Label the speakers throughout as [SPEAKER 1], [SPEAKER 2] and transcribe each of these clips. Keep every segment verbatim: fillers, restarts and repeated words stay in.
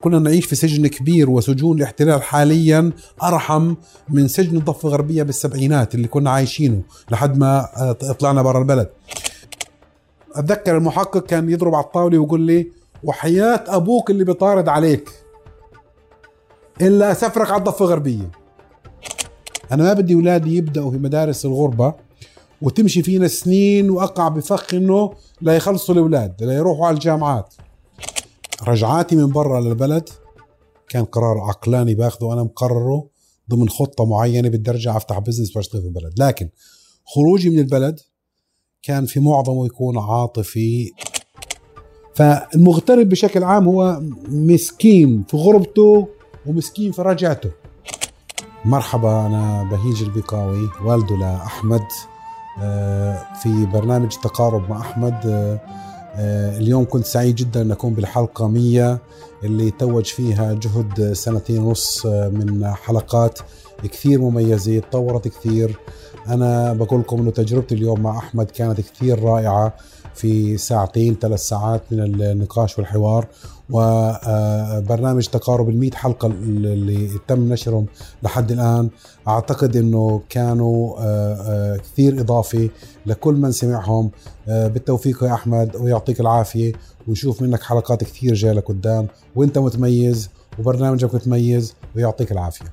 [SPEAKER 1] كنا نعيش في سجن كبير، وسجون الاحتلال حاليا أرحم من سجن الضفة الغربية بالسبعينات اللي كنا عايشينه لحد ما طلعنا برا البلد. أتذكر المحقق كان يضرب على الطاولة ويقول لي وحياة أبوك اللي بيطارد عليك إلا سفرك على الضفة الغربية. أنا ما بدي أولادي يبدأوا في مدارس الغربة وتمشي فينا سنين وأقع بفخ إنه لا يخلصوا الأولاد لا يروحوا على الجامعات. رجعاتي من برا للبلد كان قرار عقلاني باخده أنا مقرره ضمن خطة معينة بالدرجة أفتح بزنس واشتغل في البلد، لكن خروجي من البلد كان في معظمه يكون عاطفي. فالمغترب بشكل عام هو مسكين في غربته ومسكين في رجعته. مرحبا، أنا بهيج البقاوي والده لأحمد في برنامج تقارب مع أحمد. اليوم كنت سعيد جدا أن أكون بالحلقة مية اللي توج فيها جهد سنتين ونص من حلقات كثير مميزة تطورت كثير. أنا بقول لكم أنه تجربتي اليوم مع أحمد كانت كثير رائعة في ساعتين ثلاث ساعات من النقاش والحوار. وبرنامج تقارب المئة حلقة اللي تم نشرهم لحد الآن أعتقد أنه كانوا كثير إضافي لكل من سمعهم. بالتوفيق يا أحمد ويعطيك العافية، ونشوف منك حلقات كثير جاية لقدام، وانت متميز وبرنامجك متميز ويعطيك العافية.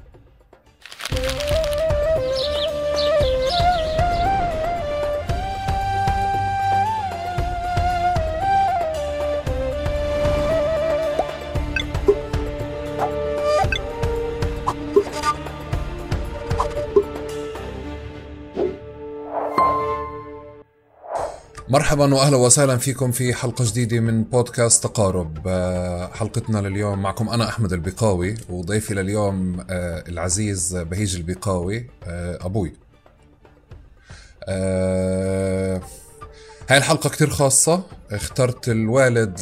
[SPEAKER 2] مرحبا واهلا وسهلا فيكم في حلقة جديدة من بودكاست تقارب. حلقتنا لليوم معكم انا احمد البقاوي، وضيفي لليوم العزيز بهيج البقاوي ابوي. هاي الحلقة كتير خاصة، اخترت الوالد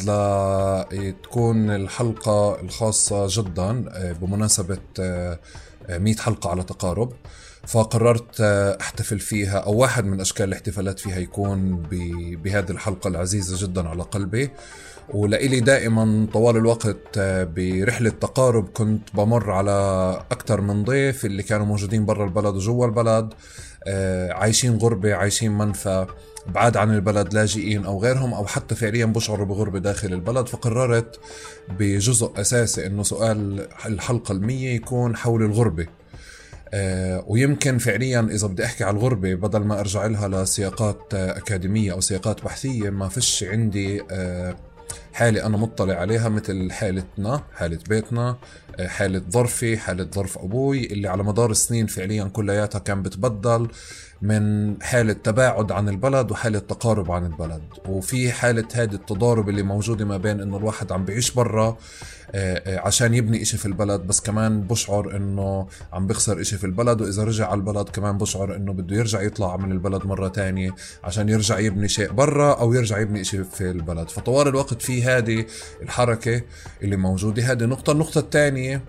[SPEAKER 2] لتكون الحلقة الخاصة جدا بمناسبة مئة حلقة على تقارب، فقررت احتفل فيها او واحد من اشكال الاحتفالات فيها يكون بهذه الحلقة العزيزة جدا على قلبي. ولإلي دائما طوال الوقت برحلة تقارب كنت بمر على اكثر من ضيف اللي كانوا موجودين برا البلد وجوا البلد، عايشين غربة، عايشين منفى، بعاد عن البلد، لاجئين او غيرهم، او حتى فعليا بشعروا بغربة داخل البلد. فقررت بجزء اساسي انه سؤال الحلقة المية يكون حول الغربة. آه ويمكن فعليا إذا بدي أحكي على الغربة بدل ما أرجع لها لسياقات آه أكاديمية أو سياقات بحثية، ما فيش عندي آه حالة أنا مطلع عليها مثل حالتنا، حالة بيتنا، آه حالة ظرفي، حالة ظرف أبوي، اللي على مدار السنين فعليا كلياتها كان بتبدل من حالة تباعد عن البلد وحالة تقارب عن البلد. وفي حالة هذه التضارب اللي موجودة ما بين إنه الواحد عم بيعيش برا عشان يبني إشي في البلد، بس كمان بشعر إنه عم بخسر إشي في البلد، وإذا رجع على البلد كمان بشعر إنه بده يرجع يطلع من البلد مرة تانية عشان يرجع يبني شيء برا أو يرجع يبني إشي في البلد. فطوال الوقت في هذه الحركة اللي موجودة. هذه نقطة. النقطة الثانية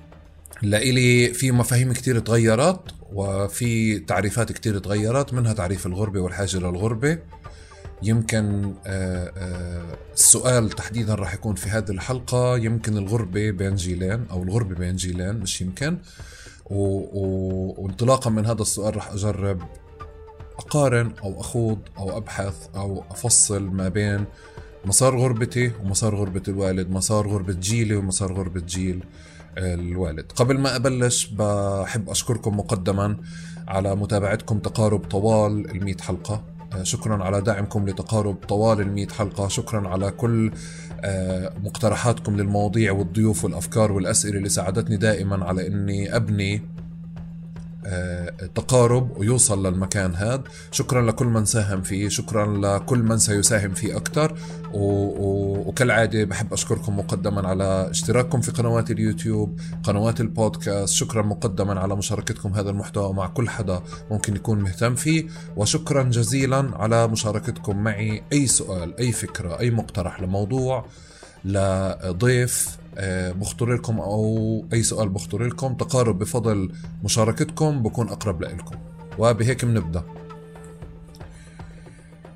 [SPEAKER 2] لإلي في مفاهيم كتير تغيرت وفي تعريفات كتير تغيرت، منها تعريف الغربة والحاجة للغربة. يمكن السؤال تحديدا راح يكون في هذه الحلقة يمكن الغربة بين جيلين أو الغربة بين جيلين، مش يمكن. وانطلاقا من هذا السؤال راح أجرب أقارن أو أخوض أو أبحث أو أفصل ما بين مسار غربتي ومسار غربة الوالد، مسار غربة جيلي ومسار غربة جيل الوالد. قبل ما أبلش بحب أشكركم مقدما على متابعتكم تقارب طوال المئة حلقة. شكرا على دعمكم لتقارب طوال المئة حلقة. شكرا على كل مقترحاتكم للمواضيع والضيوف والأفكار والأسئلة اللي ساعدتني دائما على أني أبني تقارب ويوصل للمكان هذا. شكرا لكل من ساهم فيه، شكرا لكل من سيساهم فيه أكتر. وكالعادة بحب أشكركم مقدما على اشتراككم في قنوات اليوتيوب، قنوات البودكاست. شكرا مقدما على مشاركتكم هذا المحتوى مع كل حدا ممكن يكون مهتم فيه. وشكرا جزيلا على مشاركتكم معي أي سؤال، أي فكرة، أي مقترح لموضوع، لضيف بخطر لكم أو أي سؤال بخطر لكم. تقارب بفضل مشاركتكم بكون أقرب لكم. وبهيك بنبدأ.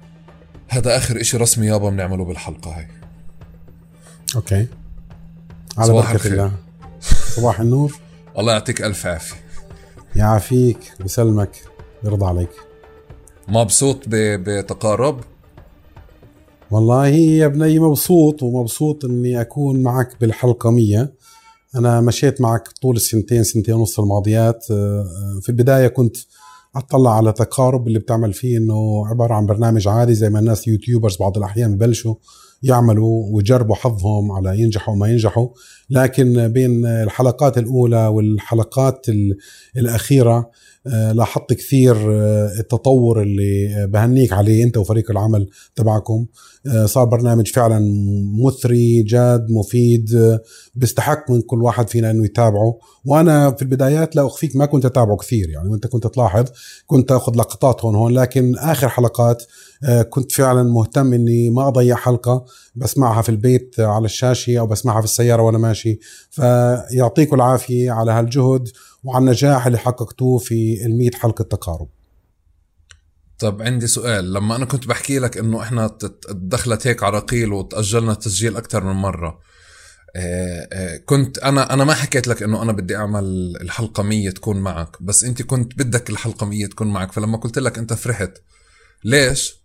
[SPEAKER 2] هذا آخر إشي رسمي يابا بنعمله بالحلقة هاي.
[SPEAKER 1] أوكي. على بركة الله. صباح النور.
[SPEAKER 2] الله يعطيك ألف عافية.
[SPEAKER 1] يعافيك ويسلمك يرضى عليك.
[SPEAKER 2] مبسوط بتقارب؟
[SPEAKER 1] والله يا بني مبسوط، ومبسوط اني اكون معك بالحلقة مية. انا مشيت معك طول السنتين سنتين ونص الماضيات. في البداية كنت اطلع على تقارب اللي بتعمل فيه انه عبارة عن برنامج عادي زي ما الناس يوتيوبرز بعض الاحيان ببلشوا يعملوا ويجربوا حظهم على ينجحوا وما ينجحوا. لكن بين الحلقات الأولى والحلقات الأخيرة لاحظت كثير التطور اللي بهنيك عليه أنت وفريق العمل تبعكم. صار برنامج فعلا مثري جاد مفيد بيستحق من كل واحد فينا أنه يتابعه. وأنا في البدايات لا أخفيك ما كنت أتابعه كثير يعني، وأنت كنت تلاحظ كنت أخذ لقطات هون هون، لكن آخر حلقات كنت فعلا مهتم اني ما اضيع حلقة بسمعها في البيت على الشاشة او بسمعها في السيارة وانا ماشي. فيعطيكم العافية على هالجهد وعلى النجاح اللي حققتوه في المية حلقة تقارب.
[SPEAKER 2] طب عندي سؤال، لما انا كنت بحكي لك انه احنا دخلت هيك عراقيل وتأجلنا التسجيل اكتر من مرة، كنت انا انا ما حكيت لك انه انا بدي اعمل الحلقة مية تكون معك، بس انت كنت بدك الحلقة مية تكون معك. فلما قلت لك انت فرحت ليش؟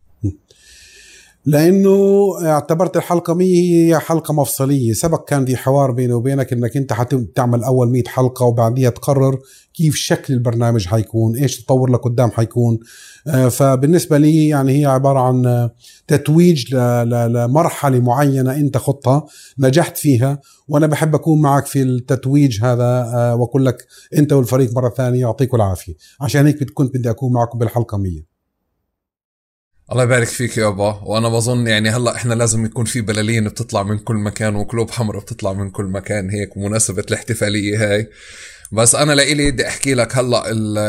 [SPEAKER 1] لأنه اعتبرت الحلقة مية هي حلقة مفصلية. سبق كان دي حوار بيني وبينك إنك أنت حتعمل أول مية حلقة وبعديها تقرر كيف شكل البرنامج حيكون، إيش تطور لك قدام حيكون. فبالنسبة لي يعني هي عبارة عن تتويج لمرحلة معينة أنت خطها نجحت فيها، وأنا بحب أكون معك في التتويج هذا وأقول لك أنت والفريق مرة ثانية يعطيكم العافية. عشان هيك كنت بدي أكون معكم بالحلقة مية.
[SPEAKER 2] الله يبارك فيك يابا. وانا بظن يعني هلا احنا لازم يكون في بلالين بتطلع من كل مكان وكلوب حمراء بتطلع من كل مكان هيك مناسبة الاحتفالية هاي. بس انا لإلي بدي احكي لك هلا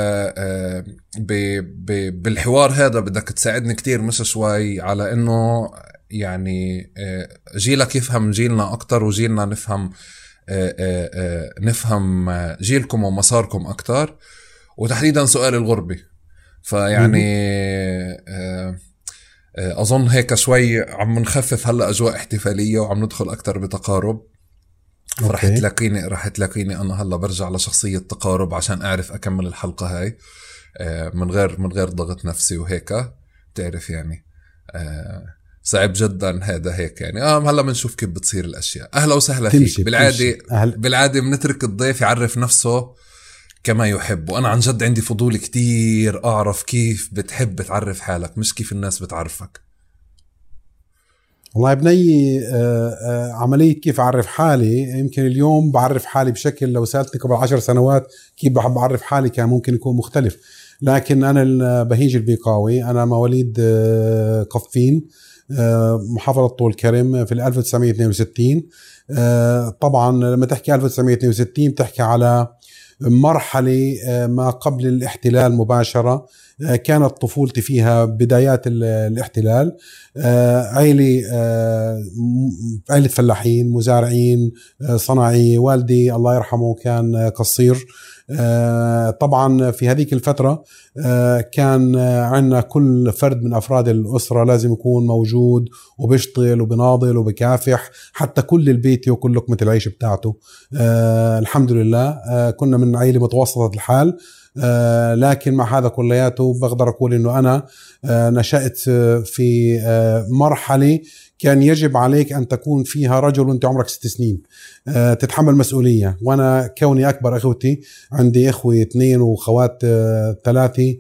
[SPEAKER 2] بالحوار هذا بدك تساعدني كتير مش شوي على انه يعني جيلك يفهم جيلنا اكتر وجيلنا نفهم نفهم جيلكم ومساركم اكتر، وتحديدا سؤال الغربة. فيعني أظن هيك شوي عم نخفف هلأ أجواء احتفالية وعم ندخل أكتر بتقارب. فرح تلاقيني رح تلاقيني أنا هلأ برجع لشخصية تقارب عشان أعرف أكمل الحلقة هاي من غير من غير ضغط نفسي وهيك تعرف يعني. صعب جدا هذا هيك يعني. آه هلا بنشوف كيف بتصير الأشياء. أهلا وسهلا فيك. بالعادة بالعادة بنترك الضيف يعرف نفسه كما يحب، وأنا عن جد عندي فضول كتير أعرف كيف بتحب تعرف حالك مش كيف الناس بتعرفك.
[SPEAKER 1] والله يا بني عملية كيف أعرف حالي يمكن اليوم بعرف حالي بشكل لو سألتني قبل عشر سنوات كيف بحب أعرف حالي كان ممكن يكون مختلف. لكن أنا بهيج البيقاوي، أنا مواليد قفين محافظة طول كرم في ألف وتسعمية واثنين وستين. طبعا لما تحكي ألف وتسعمية واثنين وستين بتحكي على مرحلة ما قبل الاحتلال مباشرة. كانت طفولتي فيها بدايات الاحتلال. عائلة عائلة فلاحين مزارعين صناعي. والدي الله يرحمه كان قصير. طبعا في هذيك الفترة كان عندنا كل فرد من أفراد الأسرة لازم يكون موجود وبيشتغل وبناضل وبكافح حتى كل البيت وكل لقمة العيش بتاعته. الحمد لله كنا من عائلة متوسطة الحال. آه لكن مع هذا كلياته بقدر أقول إنه أنا آه نشأت في آه مرحلة كان يجب عليك أن تكون فيها رجل وأنت عمرك ست سنين آه تتحمل مسؤولية. وأنا كوني أكبر أخوتي عندي إخوة اثنين وخوات آه ثلاثة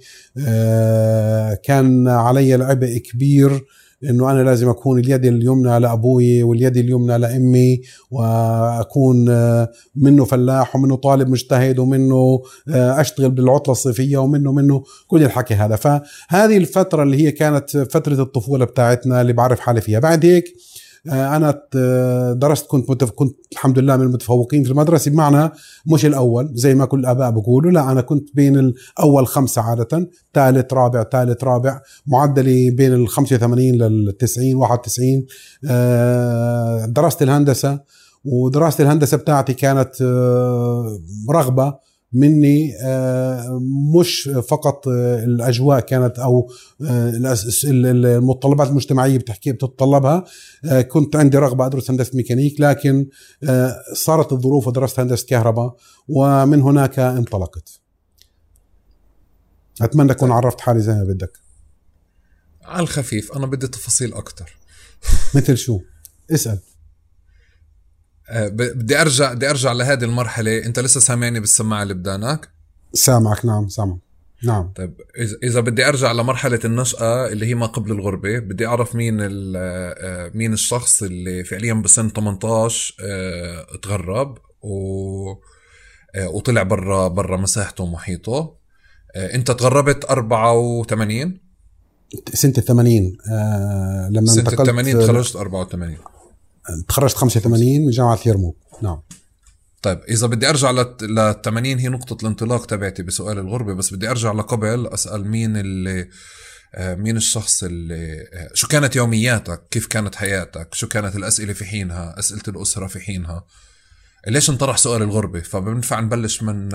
[SPEAKER 1] آه كان علي العبء كبير إنه أنا لازم أكون اليد اليمنى لأبوي واليد اليمنى لأمي، وأكون منه فلاح ومنه طالب مجتهد ومنه أشتغل بالعطلة الصيفية ومنه منه كل الحكي هذا. فهذه الفترة اللي هي كانت فترة الطفولة بتاعتنا اللي بعرف حالي فيها. بعد هيك أنا درست كنت متف... كنت الحمد لله من المتفوقين في المدرسة، بمعنى مش الأول زي ما كل الآباء بيقولوا، لا أنا كنت بين الأول خمسة عادة، ثالث رابع ثالث رابع، معدلي بين الخمسة وثمانين للتسعين واحد وتسعين. درست الهندسة، ودراسة الهندسة بتاعتي كانت رغبة مني مش فقط الأجواء كانت أو المتطلبات المجتمعية بتحكي بتتطلبها. كنت عندي رغبة أدرس هندسة ميكانيك، لكن صارت الظروف ودرست هندسة كهرباء، ومن هناك انطلقت. أتمنى أكون عرفت حالي زي ما بدك.
[SPEAKER 2] على الخفيف، أنا بدي تفاصيل أكتر.
[SPEAKER 1] مثل شو؟ اسأل.
[SPEAKER 2] بدي أرجع بدي أرجع لهذه المرحلة. أنت لسه سامعني بالسماعة اللي بدانك؟
[SPEAKER 1] سامعك. نعم سامع. نعم.
[SPEAKER 2] طيب إذا إذا بدي أرجع لمرحلة النشأة اللي هي ما قبل الغربة، بدي أعرف مين مين الشخص اللي فعليا بسن ثمانية عشر تغرب و وطلع برا برا مساحته ومحيطه. أنت تغربت أربعة وثمانين
[SPEAKER 1] سنة الثمانين. آه لما
[SPEAKER 2] سنة
[SPEAKER 1] انتقلت
[SPEAKER 2] الثمانين تخرجت أربعة وثمانين.
[SPEAKER 1] تخرجت خمسة وثمانين من جامعة يرموك. نعم.
[SPEAKER 2] طيب إذا بدي أرجع للثمانين، هي نقطة الانطلاق تبعتي بسؤال الغربة، بس بدي أرجع لقبل أسأل مين اللي مين الشخص اللي شو كانت يومياتك، كيف كانت حياتك، شو كانت الأسئلة في حينها، أسئلة الأسرة في حينها. ليش انطرح سؤال الغربة؟ فبنفع نبلش من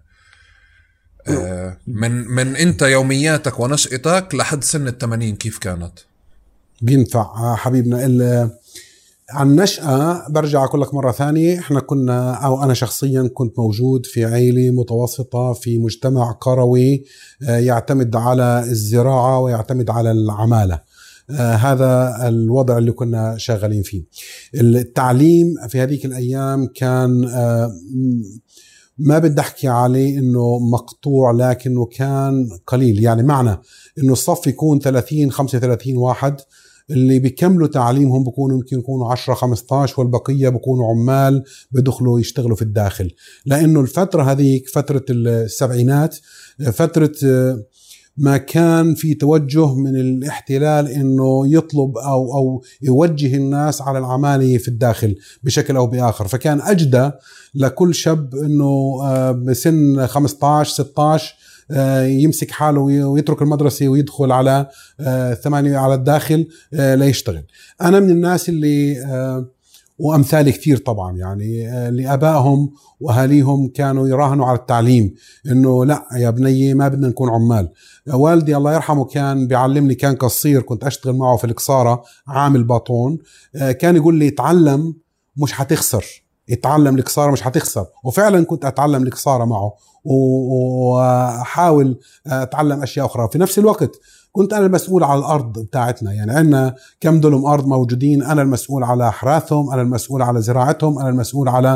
[SPEAKER 2] من من أنت يومياتك ونشأتك لحد سن الثمانين كيف كانت؟
[SPEAKER 1] بينفع حبيبنا. عن نشأة برجع أقول لك مرة ثانية، إحنا كنا أو أنا شخصيا كنت موجود في عائلة متوسطة في مجتمع قروي يعتمد على الزراعة ويعتمد على العمالة. آه هذا الوضع اللي كنا شغالين فيه. التعليم في هذيك الأيام كان آه ما بدي أحكي عليه إنه مقطوع، لكنه كان قليل. يعني معنى إنه الصف يكون ثلاثين خمسة وثلاثين واحد، اللي بيكملوا تعليمهم بيكونوا يمكن يكونوا عشرة خمسة عشر، والبقية بيكونوا عمال بدخلوا يشتغلوا في الداخل. لأنه الفترة هذيك فترة السبعينات، فترة ما كان في توجه من الاحتلال انه يطلب او او يوجه الناس على العمالة في الداخل بشكل او باخر. فكان اجدى لكل شاب انه بسن خمسة عشر ستة عشر يمسك حاله ويترك المدرسة ويدخل على ثمانية على الداخل ليشتغل. انا من الناس اللي وأمثالي كتير طبعا، يعني اللي أبائهم وأهاليهم كانوا يراهنوا على التعليم، إنه لا يا بني ما بدنا نكون عمال. والدي الله يرحمه كان بيعلمني، كان قصير كنت أشتغل معه في القصارى عامل باطون، كان يقول لي اتعلم مش هتخسر، اتعلم القصارى مش هتخسر. وفعلا كنت أتعلم القصارى معه وأحاول أتعلم أشياء أخرى. في نفس الوقت كنت أنا المسؤول على الأرض بتاعتنا، يعني عندنا كم دلم أرض موجودين، أنا المسؤول على أحراثهم، أنا المسؤول على زراعتهم، أنا المسؤول على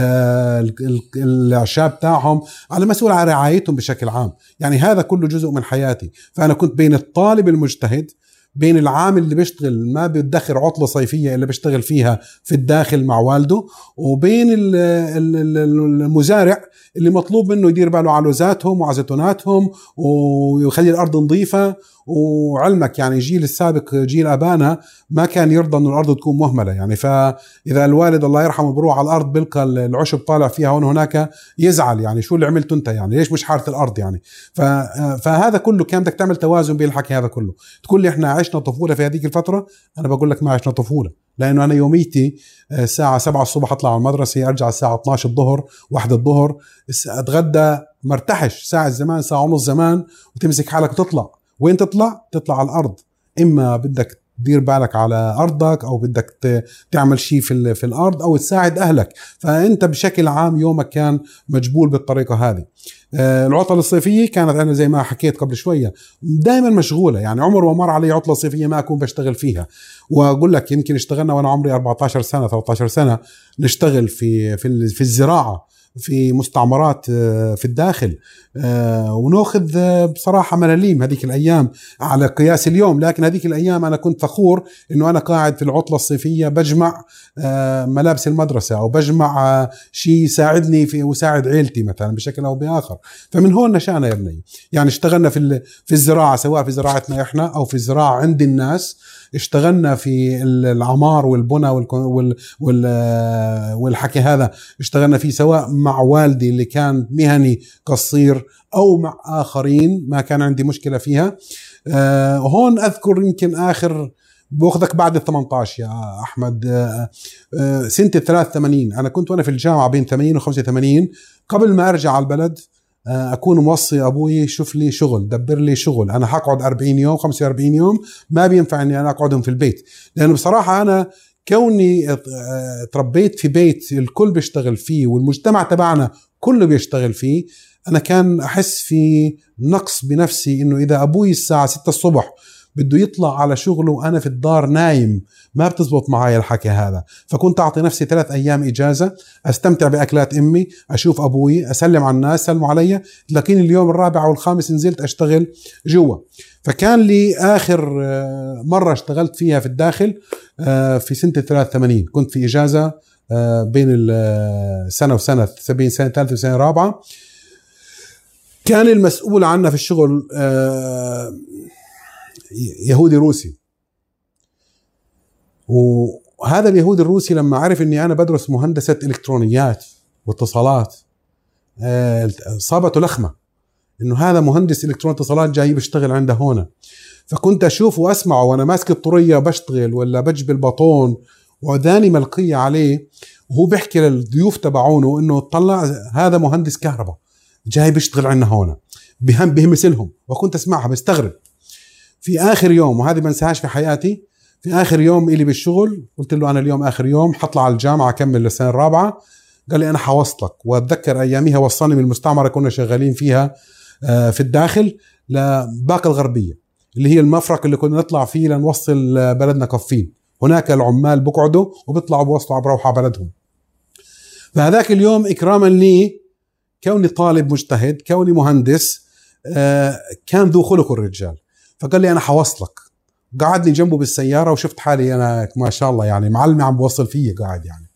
[SPEAKER 1] الأعشاب بتاعهم، أنا المسؤول على رعايتهم بشكل عام. يعني هذا كله جزء من حياتي. فأنا كنت بين الطالب المجتهد، بين العامل اللي بيشتغل ما بيدخر عطلة صيفية اللي بيشتغل فيها في الداخل مع والده، وبين المزارع اللي مطلوب منه يدير باله على وزاتهم وعلى زيتوناتهم ويخلي الأرض نظيفة. وعلمك يعني جيل السابق جيل أبانا ما كان يرضى أن الأرض تكون مهملة. يعني فإذا الوالد الله يرحمه بروح على الأرض بلقى العشب طالع فيها هون هناك يزعل، يعني شو اللي عملته أنت، يعني ليش مش حارة الأرض يعني. فهذا كله كان بدك تعمل توازن بين الحكي هذا كله. تقول لي إحنا عشنا طفولة في هذيك الفترة، أنا بقول لك ما عشنا طفولة، لأنه أنا يوميتي الساعة سبعة الصبح أطلع على المدرسة، أرجع الساعة اثني عشر الظهر واحدة الظهر، أتغدى مرتاحش ساعة زمان ساعة ونص زمان، وتمسك حالك وتطلع. وين تطلع؟ تطلع على الأرض. إما بدك تدير بالك على أرضك، أو بدك تعمل شيء في في الأرض، أو تساعد أهلك. فأنت بشكل عام يومك كان مجبول بالطريقة هذه. العطلة الصيفية كانت أنا زي ما حكيت قبل شوية دائما مشغولة، يعني عمر ومر علي عطلة صيفية ما أكون بشتغل فيها. وأقول لك يمكن اشتغلنا وأنا عمري أربعة عشر سنة ثلاثة عشر سنة نشتغل في في في الزراعة في مستعمرات في الداخل، ونأخذ بصراحة ملاليم هذيك الأيام على قياس اليوم. لكن هذيك الأيام أنا كنت فخور إنه أنا قاعد في العطلة الصيفية بجمع ملابس المدرسة، أو بجمع شيء يساعدني في وساعد عيلتي مثلا بشكل أو بآخر. فمن هون نشأنا يا ابني. يعني اشتغلنا في في الزراعة، سواء في زراعتنا إحنا أو في الزراعة عند الناس. اشتغلنا في العمار والبنى وال والحكي هذا اشتغلنا فيه، سواء مع والدي اللي كان مهني قصير أو مع آخرين ما كان عندي مشكلة فيها. أه هون أذكر يمكن آخر باخذك بعد ال ثمانية عشر يا احمد. سنه ثلاثة وثمانين انا كنت وانا في الجامعه بين ثمانين وخمسة وثمانين، قبل ما ارجع على البلد اكون موصي ابوي شوف لي شغل، دبر لي شغل، انا حقعد أربعين يوم خمسة وأربعين يوم، ما بينفع اني انا اقعدهم في البيت. لانه بصراحه انا كوني تربيت في بيت الكل بيشتغل فيه والمجتمع تبعنا كله بيشتغل فيه، انا كان احس في نقص بنفسي انه اذا ابوي الساعه ستة الصبح بده يطلع على شغله وأنا في الدار نايم ما بتزبط معايا الحكي هذا. فكنت أعطي نفسي ثلاث أيام إجازة أستمتع بأكلات أمي، أشوف أبوي، أسلم على الناس سلموا علي، لكن اليوم الرابع والخامس نزلت أشتغل جوا. فكان لي آخر مرة اشتغلت فيها في الداخل في سنة ثلاثة وثمانين، كنت في إجازة بين السنة وسنة سبعين سنة ثالثة وسنة رابعة. كان المسؤول عنا في الشغل يهودي روسي، وهذا اليهودي الروسي لما عرف اني انا بدرس مهندسة الكترونيات واتصالات صابته لخمة انه هذا مهندس الكترونيات واتصالات جاي بيشتغل عنده هنا. فكنت اشوفه واسمعه وانا ماسك الطرية بشتغل ولا بجبل بطون وذاني ملقية عليه، وهو بيحكي للضيوف تبعونه انه طلع هذا مهندس كهرباء جاي بيشتغل عنا هنا، بهم بهمسلهم. وكنت اسمعها بستغرب. في آخر يوم، وهذه ما انساهاش في حياتي، في آخر يوم إلي بالشغل قلت له أنا اليوم آخر يوم حطلع على الجامعة أكمل للسنة الرابعة. قال لي أنا حوصلك. وأتذكر أياميها وصلني من المستعمرة كنا شغالين فيها في الداخل لباقة الغربية اللي هي المفرق اللي كنا نطلع فيه لنوصل بلدنا كفين. هناك العمال بقعدوا وبيطلعوا بوصلوا بروحوا على بلدهم. فهذاك اليوم إكراما لي كوني طالب مجتهد، كوني مهندس، كان ذو خلق الرجال. فقال لي أنا حوصلك. قعدني جنبه بالسيارة وشفت حالي أنا ما شاء الله يعني معلمي عم بوصل فيه قاعد يعني.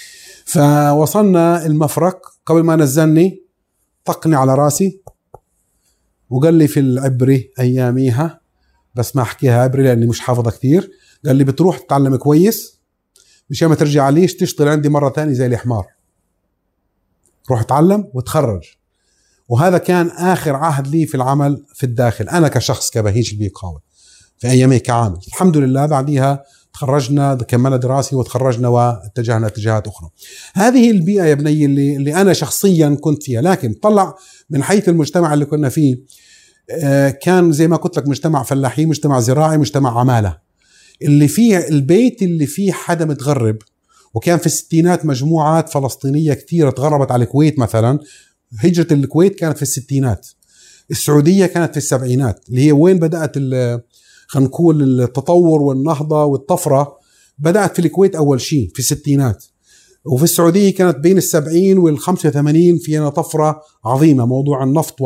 [SPEAKER 1] فوصلنا المفرق، قبل ما نزلني طقني على راسي وقال لي في العبري أياميها، بس ما أحكيها عبري لأني مش حافظة كثير، قال لي بتروح تتعلم كويس مشان ما ترجع ليش تشتغل عندي مرة تانية زي الحمار، روح اتعلم وتخرج. وهذا كان آخر عهد لي في العمل في الداخل أنا كشخص كبهيج البيقاوي في أيامي كعامل. الحمد لله بعديها تخرجنا كملنا دراسي وتخرجنا واتجهنا اتجاهات أخرى. هذه البيئة يا بني اللي, اللي أنا شخصيا كنت فيها. لكن طلع من حيث المجتمع اللي كنا فيه، كان زي ما قلت لك مجتمع فلاحي، مجتمع زراعي، مجتمع عمالة، اللي فيه البيت اللي فيه حدا متغرب. وكان في الستينات مجموعات فلسطينية كثيرة تغربت على الكويت مثلا. هجرة الكويت كانت في الستينات، السعودية كانت في السبعينات، اللي هي وين بدأت خلينا نقول التطور والنهضة والطفرة. بدأت في الكويت أول شيء في الستينات، وفي السعودية كانت بين السبعين والخمسة وثمانين فينا طفرة عظيمة، موضوع النفط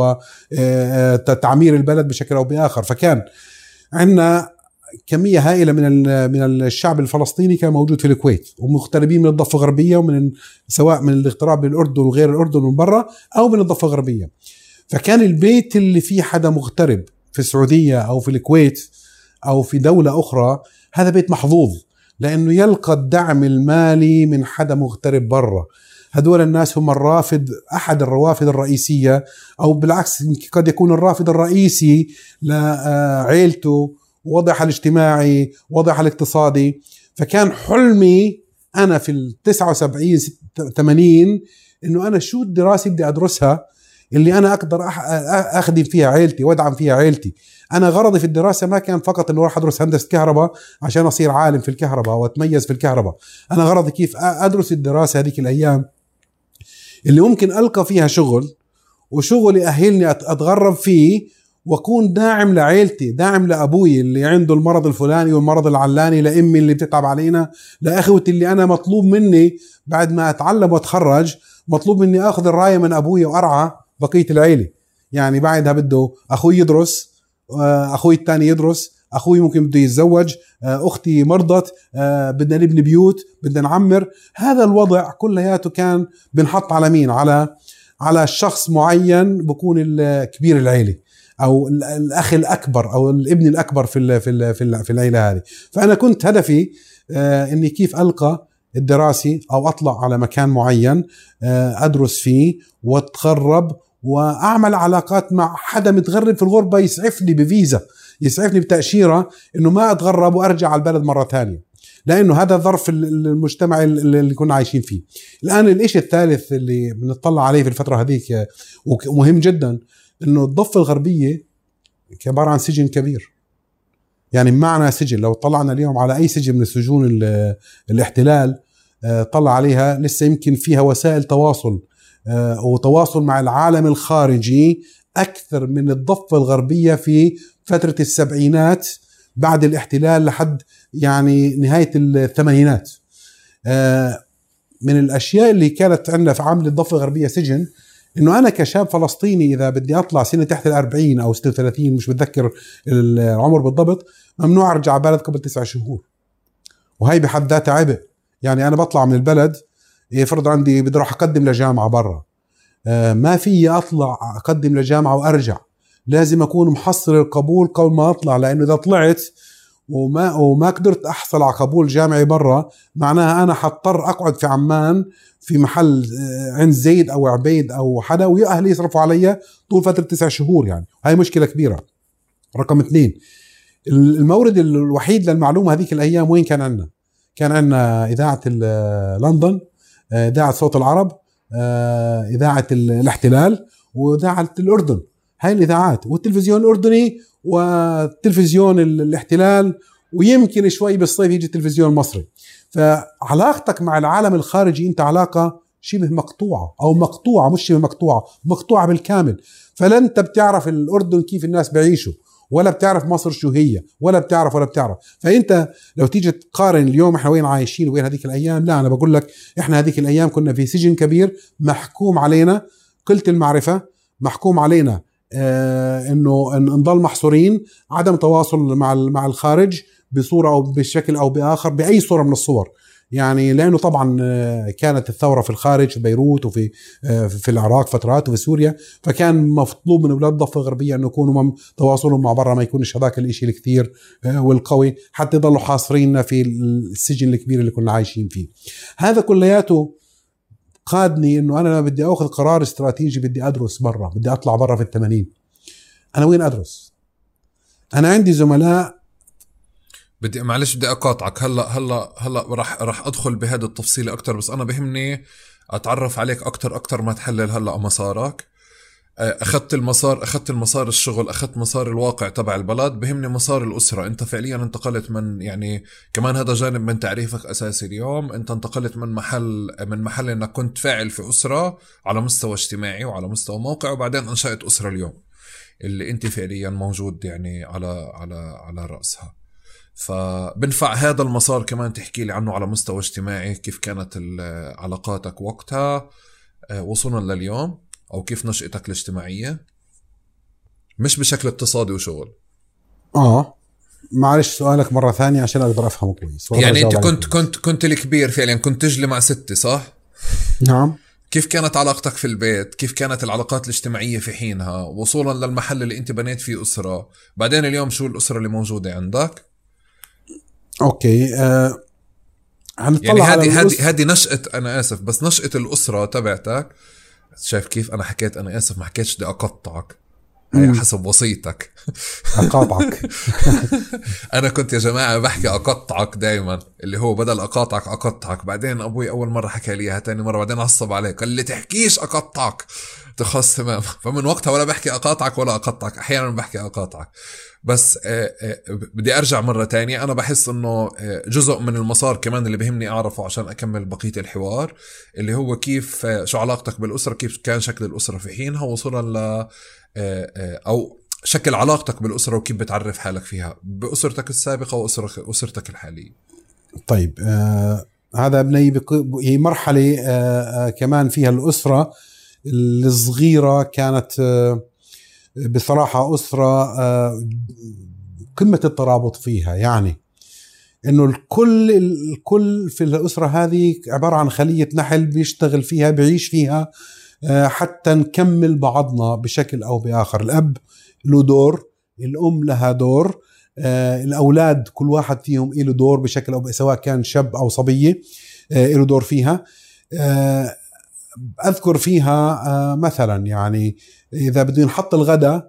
[SPEAKER 1] وتعمير البلد بشكل أو بآخر. فكان عندنا كمية هائلة من من الشعب الفلسطيني كان موجود في الكويت، ومغتربين من الضفة الغربية، ومن سواء من الاغتراب بالأردن وغير الأردن من برا أو من الضفة الغربية. فكان البيت اللي فيه حدا مغترب في السعودية أو في الكويت أو في دولة أخرى، هذا بيت محظوظ لأنه يلقى الدعم المالي من حدا مغترب برا. هدول الناس هم الرافد، أحد الروافد الرئيسية، أو بالعكس قد يكون الرافد الرئيسي لعائلته، وضعها الاجتماعي، وضعها الاقتصادي. فكان حلمي أنا في التسعة وسبعين ثمانين إنه أنا شو الدراسة بدي أدرسها اللي أنا أقدر أخدم فيها عائلتي وأدعم فيها عائلتي. أنا غرضي في الدراسة ما كان فقط إنه راح أدرس هندسة كهرباء عشان أصير عالم في الكهرباء وأتميز في الكهرباء. أنا غرضي كيف أدرس الدراسة هذيك الأيام اللي ممكن ألقى فيها شغل، وشغل يأهلني أتغرب فيه وأكون داعم لعائلتي، داعم لأبوي اللي عنده المرض الفلاني والمرض العلاني، لأمي اللي بتتعب علينا، لأخوتي اللي أنا مطلوب مني بعد ما أتعلم وأتخرج مطلوب مني أخذ الراية من أبوي وأرعى بقية العائلة. يعني بعدها بده أخوي يدرس، أخوي الثاني يدرس، أخوي ممكن بده يتزوج، أختي مرضت، بدنا نبني بيوت، بدنا نعمر. هذا الوضع كلياته كان بنحط على مين؟ على على شخص معين بكون الكبير العائلة أو الأخ الأكبر أو الابن الأكبر في في في العائلة هذه. فأنا كنت هدفي إني كيف ألقى الدراسي أو أطلع على مكان معين أدرس فيه وأتغرب وأعمل علاقات مع حدا متغرب في الغربة يسعف لي بفيزا. يسعفني بتأشيرة إنه ما أتغرب وأرجع على البلد مرة ثانية، لأنه هذا ظرف المجتمع اللي كنا عايشين فيه. الآن الإشي الثالث اللي بنطلع عليه في الفترة هذيك ومهم جدا، إنه الضفة الغربية عبارة عن سجن كبير. يعني معنى سجن، لو طلعنا اليوم على أي سجن من السجون الاحتلال طلع عليها، لسه يمكن فيها وسائل تواصل وتواصل مع العالم الخارجي أكثر من الضفة الغربية في فترة السبعينات بعد الاحتلال لحد يعني نهاية الثمانينات. من الأشياء اللي كانت عندنا في عامل الضفة الغربية سجن، إنه أنا كشاب فلسطيني إذا بدي أطلع سنة تحت الأربعين أو ستة وثلاثين، مش بتذكر العمر بالضبط، ممنوع أرجع بلد قبل تسعة شهور. وهي بحد ذاتها عبء. يعني أنا بطلع من البلد، يفرض عندي بدي أروح أقدم لجامعة برا، ما في أطلع أقدم لجامعة وأرجع، لازم أكون محصل القبول قبل ما أطلع، لأنه إذا طلعت وما وما قدرت أحصل على قبول جامعي برا، معناها أنا حضطر أقعد في عمان في محل عند زيد أو عبيد أو حدا، وأهلي يصرفوا علي طول فترة تسع شهور. يعني هاي مشكلة كبيرة. رقم اثنين، المورد الوحيد للمعلومة هذيك الأيام وين كان عندنا؟ كان عندنا إذاعة لندن، إذاعة صوت العرب، إذاعة الاحتلال، وإذاعة الأردن. هاي الإذاعات، والتلفزيون الأردني والتلفزيون الاحتلال، ويمكن شوي بالصيف يجي التلفزيون المصري. فعلاقتك مع العالم الخارجي أنت علاقة شبه مقطوعة، أو مقطوعة، مش شبه مقطوعة، مقطوعة بالكامل. فلا أنت بتعرف الأردن كيف الناس بيعيشوا، ولا بتعرف مصر شو هي، ولا بتعرف ولا بتعرف. فأنت لو تيجي تقارن اليوم إحنا وين عايشين وين هذيك الأيام، لا، أنا بقول لك إحنا هذيك الأيام كنا في سجن كبير محكوم علينا قلة المعرفة، محكوم علينا آه إنه نضل محصورين، عدم تواصل مع مع الخارج بصورة أو بشكل أو بآخر، بأي صورة من الصور. يعني لأنه طبعا كانت الثورة في الخارج، في بيروت وفي في العراق فترات وفي سوريا، فكان مطلوب من أولاد الضفة الغربية أن يكونوا تواصلهم مع برا ما يكونش هذاك الإشي الكثير والقوي، حتى يضلوا حاصرين في السجن الكبير اللي كنا عايشين فيه. هذا كلياته قادني إنه أنا بدي أخذ قرار استراتيجي، بدي أدرس برا، بدي أطلع برا في الثمانين. أنا وين أدرس؟ أنا عندي زملاء.
[SPEAKER 2] بدي معلش بدي أقاطعك هلا هلا هلا راح راح أدخل بهذا التفصيل أكتر، بس أنا بهمني أتعرف عليك أكتر أكتر ما تحلل هلا مسارك. أخذت المسار أخذت المسار الشغل، أخذت مسار الواقع تبع البلد، بهمني مسار الأسرة. أنت فعليا انتقلت من، يعني كمان هذا جانب من تعريفك أساسي اليوم، أنت انتقلت من محل من محل أنك كنت فاعل في أسرة على مستوى اجتماعي وعلى مستوى موقع، وبعدين أنشأت أسرة اليوم اللي أنت فعليا موجود يعني على على على رأسها. فبنفع هذا المسار كمان تحكي لي عنه على مستوى اجتماعي، كيف كانت علاقاتك وقتها وصولا لليوم، أو كيف نشأتك الاجتماعية، مش بشكل اقتصادي وشغل.
[SPEAKER 1] آه معلش سؤالك مرة ثانية عشان أقدر أفهمه كويس.
[SPEAKER 2] يعني أنت كنت كنت كنت الكبير فعليا، كنت تجلي مع ستي صح؟
[SPEAKER 1] نعم.
[SPEAKER 2] كيف كانت علاقتك في البيت؟ كيف كانت العلاقات الاجتماعية في حينها وصولا للمحل اللي أنت بنيت فيه أسرة؟ بعدين اليوم شو الأسرة اللي موجودة عندك؟
[SPEAKER 1] أوكي أه
[SPEAKER 2] يعني هذه هذه هذه نشأة، أنا آسف بس نشأة الأسرة تبعتك. شايف كيف أنا حكيت، أنا آسف ما حكيتش بدي أقطعك، هي حسب وصيتك
[SPEAKER 1] أقاطعك.
[SPEAKER 2] أنا كنت يا جماعة بحكي أقطعك دايما، اللي هو بدل أقاطعك أقطعك. بعدين أبوي أول مرة حكى لي تاني مرة، بعدين عصب عليه قال لي تحكيش أقطعك، تخص تمام. فمن وقتها ولا بحكي أقاطعك ولا أقطعك، أحيانا بحكي أقاطعك. بس بدي أرجع مرة تانية، أنا بحس أنه جزء من المسار كمان اللي بهمني أعرفه عشان أكمل بقية الحوار، اللي هو كيف شو علاقتك بالأسرة، كيف كان شكل الأسرة في حينها وصولا ل أو شكل علاقتك بالأسرة، وكيف بتعرف حالك فيها بأسرتك السابقة وأسرتك الحالية.
[SPEAKER 1] طيب آه هذا ابني هي مرحلة آه آه كمان فيها الأسرة الصغيرة كانت آه بصراحة أسرة آه قمة الترابط فيها. يعني إنه الكل الكل في الأسرة هذه عبارة عن خلية نحل بيشتغل فيها بيعيش فيها آه حتى نكمل بعضنا بشكل أو بآخر. الأب له دور، الأم لها دور، آه الأولاد كل واحد فيهم له دور بشكل أو سواء كان شاب أو صبية آه له دور فيها. آه أذكر فيها آه مثلا يعني إذا بدي نحط الغداء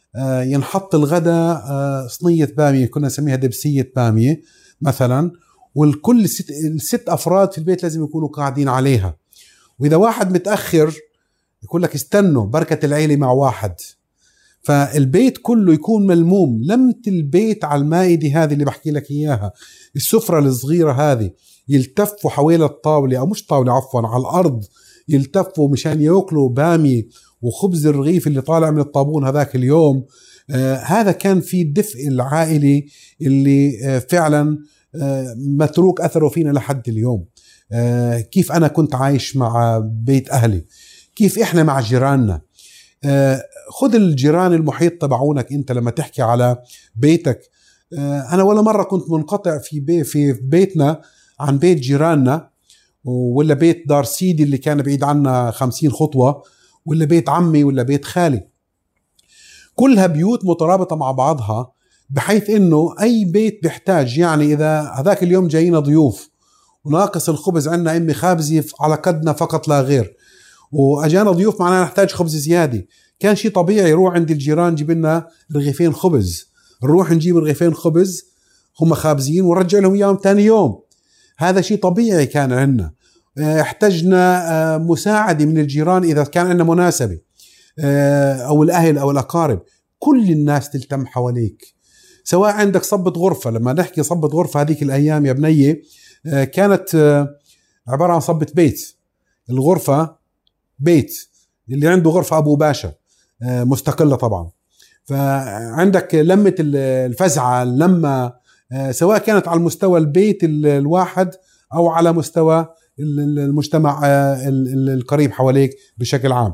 [SPEAKER 1] ينحط الغداء صينية بامية، كنا نسميها دبسية بامية مثلا، والكل الست, الست أفراد في البيت لازم يكونوا قاعدين عليها. وإذا واحد متأخر يقول لك استنوا بركة العيلة مع واحد. فالبيت كله يكون ملموم، لمة البيت على المائدة هذه اللي بحكي لك إياها، السفرة الصغيرة هذه، يلتفوا حوالي الطاولة أو مش طاولة عفوا على الأرض، يلتفوا مشان يأكلوا بامي وخبز الرغيف اللي طالع من الطابون هذاك اليوم. آه هذا كان في الدفء العائلي اللي آه فعلا آه متروك أثره فينا لحد اليوم. آه كيف أنا كنت عايش مع بيت أهلي، كيف إحنا مع جيراننا. آه خذ الجيران المحيط تبعونك أنت لما تحكي على بيتك. آه أنا ولا مرة كنت منقطع في, بي في بيتنا عن بيت جيراننا، ولا بيت دار سيدي اللي كان بعيد عنا خمسين خطوة، ولا بيت عمي، ولا بيت خالي. كلها بيوت مترابطة مع بعضها، بحيث انه اي بيت بيحتاج، يعني اذا هذاك اليوم جايين ضيوف وناقص الخبز عندنا امي خابزي على قدنا فقط لا غير، واجانا ضيوف معناها نحتاج خبز زيادة، كان شيء طبيعي يروح عند الجيران جيب لنا رغيفين خبز، نروح نجيب رغيفين خبز هم خابزين ونرجع لهم اياهم ثاني يوم. هذا شيء طبيعي كان عندنا. احتجنا مساعدة من الجيران إذا كان عندنا مناسبة، أو الأهل أو الأقارب، كل الناس تلتم حواليك. سواء عندك صبة غرفة، لما نحكي صبة غرفة هذيك الأيام يا بنية كانت عبارة عن صبة بيت، الغرفة بيت، اللي عنده غرفة أبو باشا مستقلة طبعا. فعندك لمة الفزعة، لما سواء كانت على المستوى البيت الواحد أو على مستوى المجتمع القريب حواليك بشكل عام.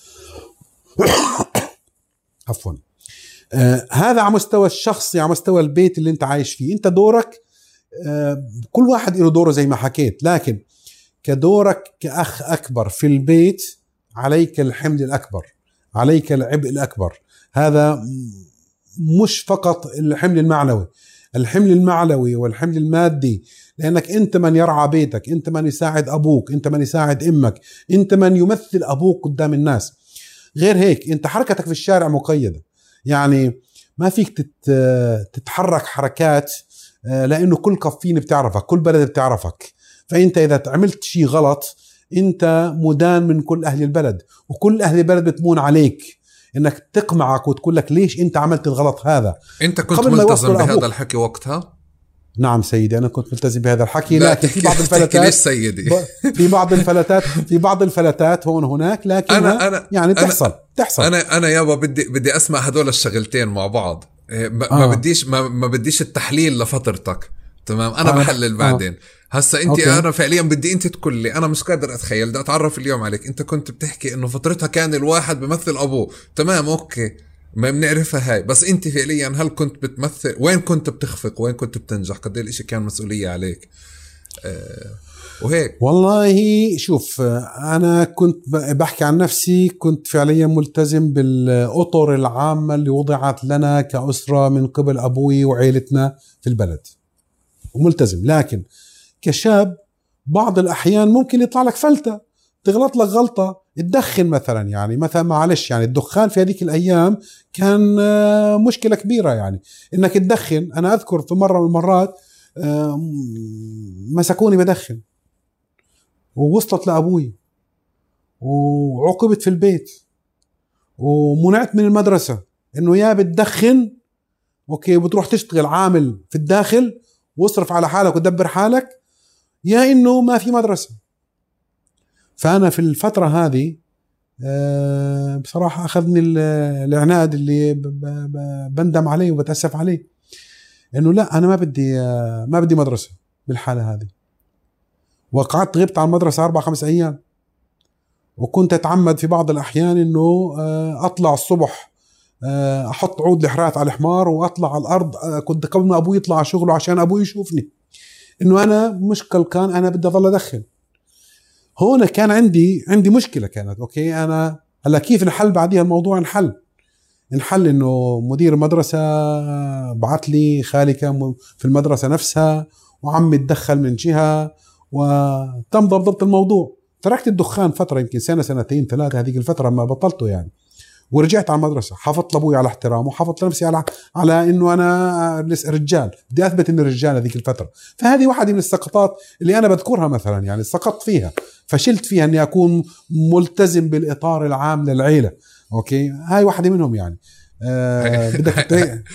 [SPEAKER 1] عفوا. آه هذا على مستوى الشخصي، على مستوى البيت اللي انت عايش فيه. انت دورك، آه كل واحد له دوره زي ما حكيت، لكن كدورك كأخ أكبر في البيت عليك الحمل الأكبر، عليك العبء الأكبر. هذا مش فقط الحمل المعنوي، الحمل المعنوي والحمل المادي، لأنك أنت من يرعى بيتك، أنت من يساعد أبوك، أنت من يساعد أمك، أنت من يمثل أبوك قدام الناس. غير هيك أنت حركتك في الشارع مقيدة، يعني ما فيك تتحرك حركات، لأنه كل قفين بتعرفك، كل بلد بتعرفك. فأنت إذا عملت شيء غلط أنت مدان من كل أهل البلد، وكل أهل البلد بتمون عليك انك تقمعك وتقول لك ليش انت عملت الغلط هذا.
[SPEAKER 2] انت كنت ملتزم بهذا الحكي وقتها؟
[SPEAKER 1] نعم سيدي، انا كنت ملتزم بهذا الحكي، لكن في بعض الفلتات
[SPEAKER 2] ليش سيدي
[SPEAKER 1] في بعض الفلتات في بعض الفلتات هون هناك، لكن أنا أنا يعني تحصل
[SPEAKER 2] أنا
[SPEAKER 1] تحصل
[SPEAKER 2] انا انا يابا بدي بدي اسمع هدول الشغلتين مع بعض. ما, آه. ما بديش ما, ما بديش التحليل لفترتك، تمام؟ انا آه. بحلل بعدين. آه. هسا انت أوكي. انا فعليا بدي انت تقول لي، انا مش قادر اتخيل، بدي اتعرف اليوم عليك. انت كنت بتحكي انه فترتها كان الواحد بمثل ابوه، تمام اوكي ما بنعرفها هاي، بس انت فعليا هل كنت بتمثل؟ وين كنت بتخفق؟ وين كنت بتنجح؟ قد ايه الاشي كان مسؤولية عليك؟ أه وهيك.
[SPEAKER 1] والله شوف، انا كنت بحكي عن نفسي، كنت فعليا ملتزم بالاطر العامة اللي وضعت لنا كأسرة من قبل ابوي وعائلتنا في البلد، وملتزم. لكن كشاب بعض الأحيان ممكن يطلع لك فلتة، تغلط لك غلطة، تدخن مثلا. يعني مثلا معلش، يعني الدخان في هذيك الأيام كان مشكلة كبيرة، يعني إنك تدخن. أنا أذكر في مرة من المرات مسكوني بدخن ووصلت لأبوي، وعوقبت في البيت، ومنعت من المدرسة، إنه يا بتدخن أوكي بتروح تشتغل عامل في الداخل واصرف على حالك وتدبر حالك، يا إنه ما في مدرسة. فأنا في الفترة هذه بصراحة أخذني العناد اللي بندم عليه وبتأسف عليه، إنه لا أنا ما بدي ما بدي مدرسة بالحالة هذه. وقعدت غبت عن المدرسة أربع خمس أيام، وكنت أتعمد في بعض الأحيان إنه أطلع الصبح أحط عود الحرات على الحمار وأطلع على الأرض. كنت قبل ما أبوي يطلع على شغله عشان أبوي يشوفني إنه أنا مشكل، كان أنا بدي أظل أدخن. هون كان عندي عندي مشكلة كانت أوكي. أنا هلا كيف نحل بعديها الموضوع؟ نحل نحل إنه مدير المدرسة بعت لي، خالي كان في المدرسة نفسها، وعمي تدخل من جهة، وتم ضبط الموضوع. تركت الدخان فترة، يمكن سنة سنتين ثلاثة، هذيك الفترة ما بطلته يعني. ورجعت على المدرسة، حافظت لأبوي على احترام، وحافظت لنفسي على على إنه أنا لسه رجال، بدي أثبت إني رجال هذيك الفترة. فهذه واحدة من السقطات اللي أنا بذكرها مثلا، يعني سقطت فيها، فشلت فيها إني أكون ملتزم بالإطار العام للعيلة. أوكي، هاي واحدة منهم يعني. آه بدك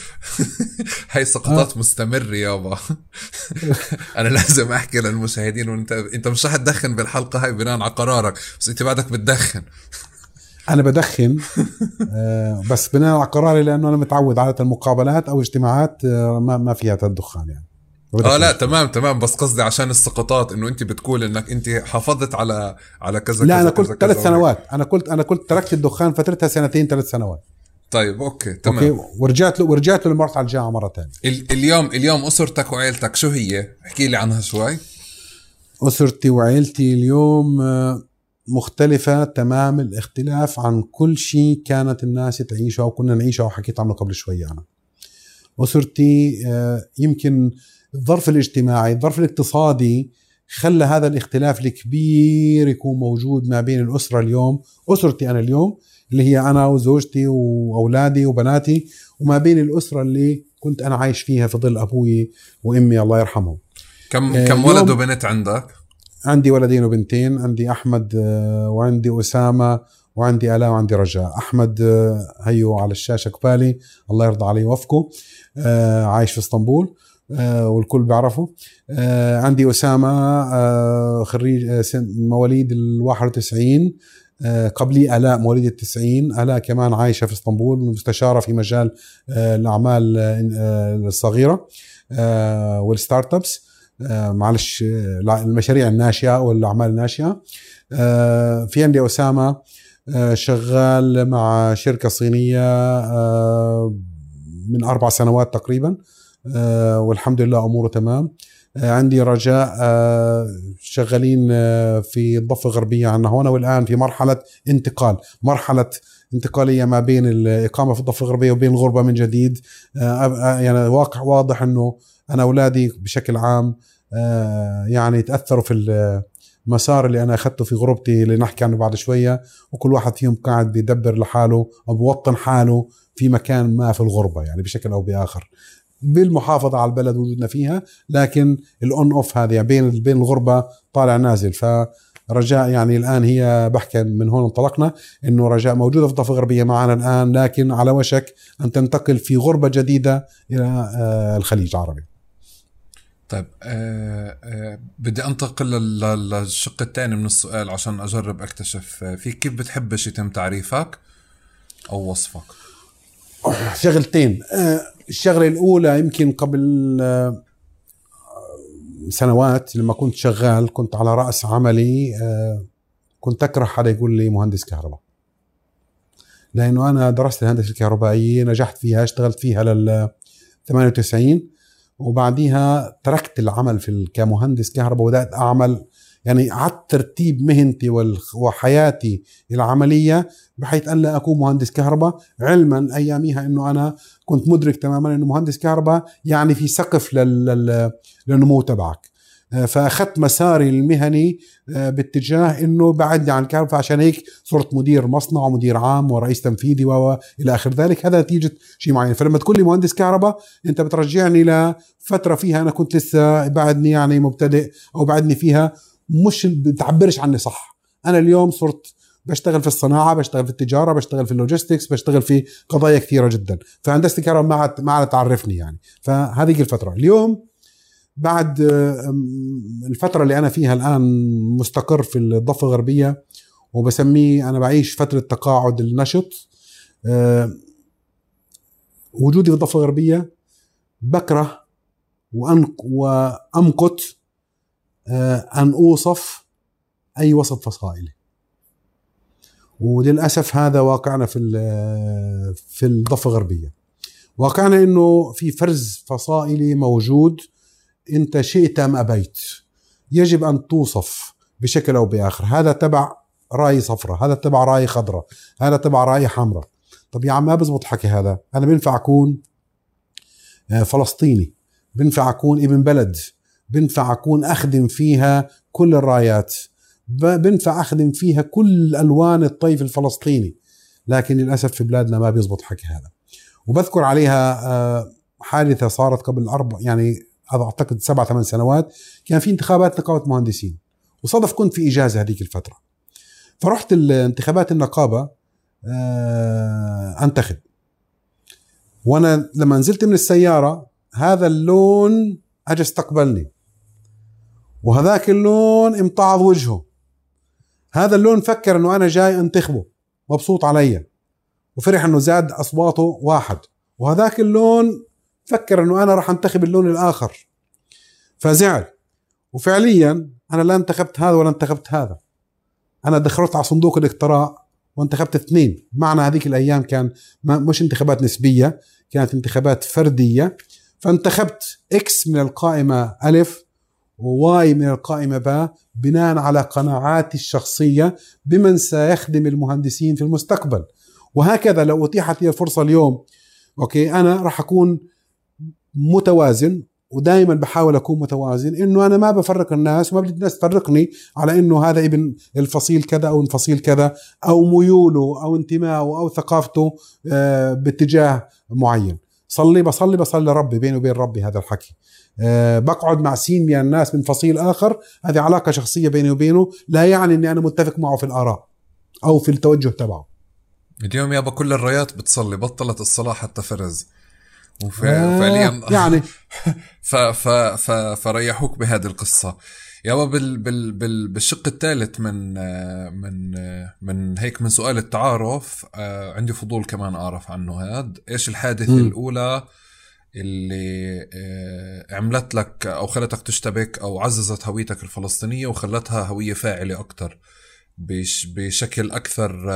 [SPEAKER 2] هاي سقطات آه. مستمرة يابا. أنا لازم أحكي للمشاهدين، وأنت أنت مش رح تدخن بالحلقة هاي بناء على قرارك، بس أنت بعدك بتدخن.
[SPEAKER 1] أنا بدخن آه بس بناء على قراري، لأنه أنا متعود على المقابلات أو اجتماعات آه ما ما فيها الدخان يعني.
[SPEAKER 2] اه لا تمام تمام، بس قصدي عشان السقطات، انه انت بتقول انك انت حافظت على على كذا
[SPEAKER 1] لا
[SPEAKER 2] كذا.
[SPEAKER 1] انا قلت ثلاث سنوات، انا قلت انا قلت تركت الدخان فترتها سنتين ثلاث سنوات.
[SPEAKER 2] طيب اوكي تمام.
[SPEAKER 1] اوكي ورجعت له ورجعت له لمرحله الجامعه مره ثانيه.
[SPEAKER 2] اليوم اليوم اسرتك وعائلتك شو هي؟ احكي لي عنها شوي.
[SPEAKER 1] اسرتي وعائلتي اليوم مختلفه تمام الاختلاف عن كل شيء كانت الناس تعيشه او كنا نعيشه او حكيت عنه قبل شوي. انا اسرتي يمكن الظرف الاجتماعي الظرف الاقتصادي خلى هذا الاختلاف الكبير يكون موجود ما بين الأسرة اليوم. أسرتي أنا اليوم اللي هي أنا وزوجتي وأولادي وبناتي، وما بين الأسرة اللي كنت أنا عايش فيها في ظل أبوي وأمي الله يرحمهم.
[SPEAKER 2] كم آه كم ولد وبنت عندك؟
[SPEAKER 1] عندي ولدين وبنتين، عندي أحمد وعندي أسامة وعندي آلاء وعندي رجاء. أحمد هيو على الشاشة قبالي، الله يرضى عليه ويوفقه، عايش في اسطنبول آه والكل بيعرفه. آه عندي أسامة آه خريج آه مواليد الواحد وتسعين، آه قبلي آلاء مواليد التسعين. آلاء كمان عايشة في اسطنبول، مستشارة في مجال آه الأعمال آه الصغيرة آه والستارت ابس، آه معلش آه المشاريع الناشئة والأعمال الناشئة. آه في عندي أسامة آه شغال مع شركة صينية آه من أربع سنوات تقريبا، آه والحمد لله أموره تمام. آه عندي رجاء آه شغالين آه في الضفة الغربية عنا هنا، والآن في مرحلة انتقال مرحلة انتقالية ما بين الإقامة في الضفة الغربية وبين الغربة من جديد. آه يعني واقع واضح أنه أنا أولادي بشكل عام آه يعني تأثروا في المسار اللي أنا أخذته في غربتي اللي نحكي عنه بعد شوية، وكل واحد فيهم قاعد بيدبر لحاله أو بوطن حاله في مكان ما في الغربة يعني بشكل أو بآخر، بالمحافظة على البلد وجودنا فيها، لكن الأون أوف هذه يعني بين بين الغربة طالع نازل. فرجاء يعني الآن هي بحكي من هون انطلقنا إنه رجاء موجودة في الضفة الغربية معنا الآن، لكن على وشك أن تنتقل في غربة جديدة إلى الخليج العربي.
[SPEAKER 2] طيب أه أه بدي أنتقل للشق الثاني من السؤال عشان أجرب أكتشف في كيف بتحبش يتم تعريفك أو وصفك.
[SPEAKER 1] شغلتين. الشغلة الأولى يمكن قبل سنوات لما كنت شغال كنت على رأس عملي، كنت أكره حدا يقول لي مهندس كهرباء، لأنه أنا درست الهندسة الكهربائية، نجحت فيها، اشتغلت فيها لل ثمانية وتسعين، وبعديها تركت العمل في كمهندس كهرباء وبدأت أعمل يعني عدت ترتيب مهنتي وحياتي العملية بحيث أن لا أكون مهندس كهرباء، علما أياميها أنه أنا كنت مدرك تماما أنه مهندس كهرباء يعني في سقف للنمو تبعك. فأخذت مساري المهني باتجاه أنه بعدني عن الكهرباء، فعشان هيك صرت مدير مصنع ومدير عام ورئيس تنفيذي وإلى آخر ذلك. هذا نتيجة شيء معين. فلما تقول لي مهندس كهرباء أنت بترجعني لفترة فيها أنا كنت لسه بعدني يعني مبتدئ أو بعدني فيها مش بتعبرش عني صح. أنا اليوم صرت بشتغل في الصناعة، بشتغل في التجارة، بشتغل في اللوجيستكس، بشتغل في قضايا كثيرة جدا. فهندسة الكهرباء ما عاد تعرفني يعني. فهذه الفترة اليوم بعد الفترة اللي أنا فيها الآن مستقر في الضفة الغربية، وبسميه أنا بعيش فترة تقاعد النشط. وجودي في الضفة الغربية بكره وأمقت أن أوصف أي وسط فصائلي، وللأسف هذا واقعنا في في الضفة الغربية. واقعنا إنه في فرز فصائلي موجود، أنت شئت أم أبيت يجب أن توصف بشكل أو بآخر. هذا تبع راي صفرة، هذا تبع راي خضرة، هذا تبع راي حمرة. طب يا عم ما بزبط حكي هذا. أنا بنفع أكون فلسطيني، بنفع أكون ابن بلد، بنفع أكون أخدم فيها كل الرايات، بنفع أخدم فيها كل ألوان الطيف الفلسطيني. لكن للأسف في بلادنا ما بيزبط حكي هذا. وبذكر عليها حادثة صارت قبل أربع يعني أعتقد سبع ثمان سنوات، كان في انتخابات نقابة مهندسين، وصدف كنت في إجازة هذيك الفترة، فرحت الانتخابات النقابة أنتخب. وأنا لما نزلت من السيارة هذا اللون أجى استقبلني، وهذاك اللون امتعض وجهه. هذا اللون فكر أنه أنا جاي أنتخبه، مبسوط علي، وفرح أنه زاد أصواته واحد. وهذاك اللون فكر أنه أنا راح أنتخب اللون الآخر، فزعل. وفعليا أنا لا انتخبت هذا ولا انتخبت هذا، أنا دخلت على صندوق الاقتراع وانتخبت اثنين. معنى هذيك الأيام كان مش انتخابات نسبية، كانت انتخابات فردية، فانتخبت إكس من القائمة ألف وواي من القائمة باء بناء على قناعاتي الشخصية بمن سيخدم المهندسين في المستقبل. وهكذا لو أتيحت لي الفرصة اليوم، أوكي، أنا راح أكون متوازن، ودائما بحاول أكون متوازن، إنه أنا ما بفرق الناس وما بدي الناس تفرقني على إنه هذا ابن الفصيل كذا أو الفصيل كذا، أو ميوله أو انتمائه أو ثقافته آه باتجاه معين. صلي بصلي بصلي ربي، بيني وبين ربي هذا الحكي. أه بقعد مع سين من الناس من فصيل آخر، هذه علاقة شخصية بيني وبينه، لا يعني أني أنا متفق معه في الآراء أو في التوجه تبعه.
[SPEAKER 2] اليوم يابا كل الرايات بتصلي، بطلت الصلاة حتى فرز وفعليا
[SPEAKER 1] آه يعني
[SPEAKER 2] ف ف ف فريحوك بهذه القصة يابا. بال بال بال بالشق الثالث من من من هيك من سؤال التعارف، عندي فضول كمان أعرف عنه هاد. إيش الحادثة م. الأولى اللي عملت لك أو خلتك تشتبك أو عززت هويتك الفلسطينية وخلتها هوية فاعلة أكتر بش بشكل أكثر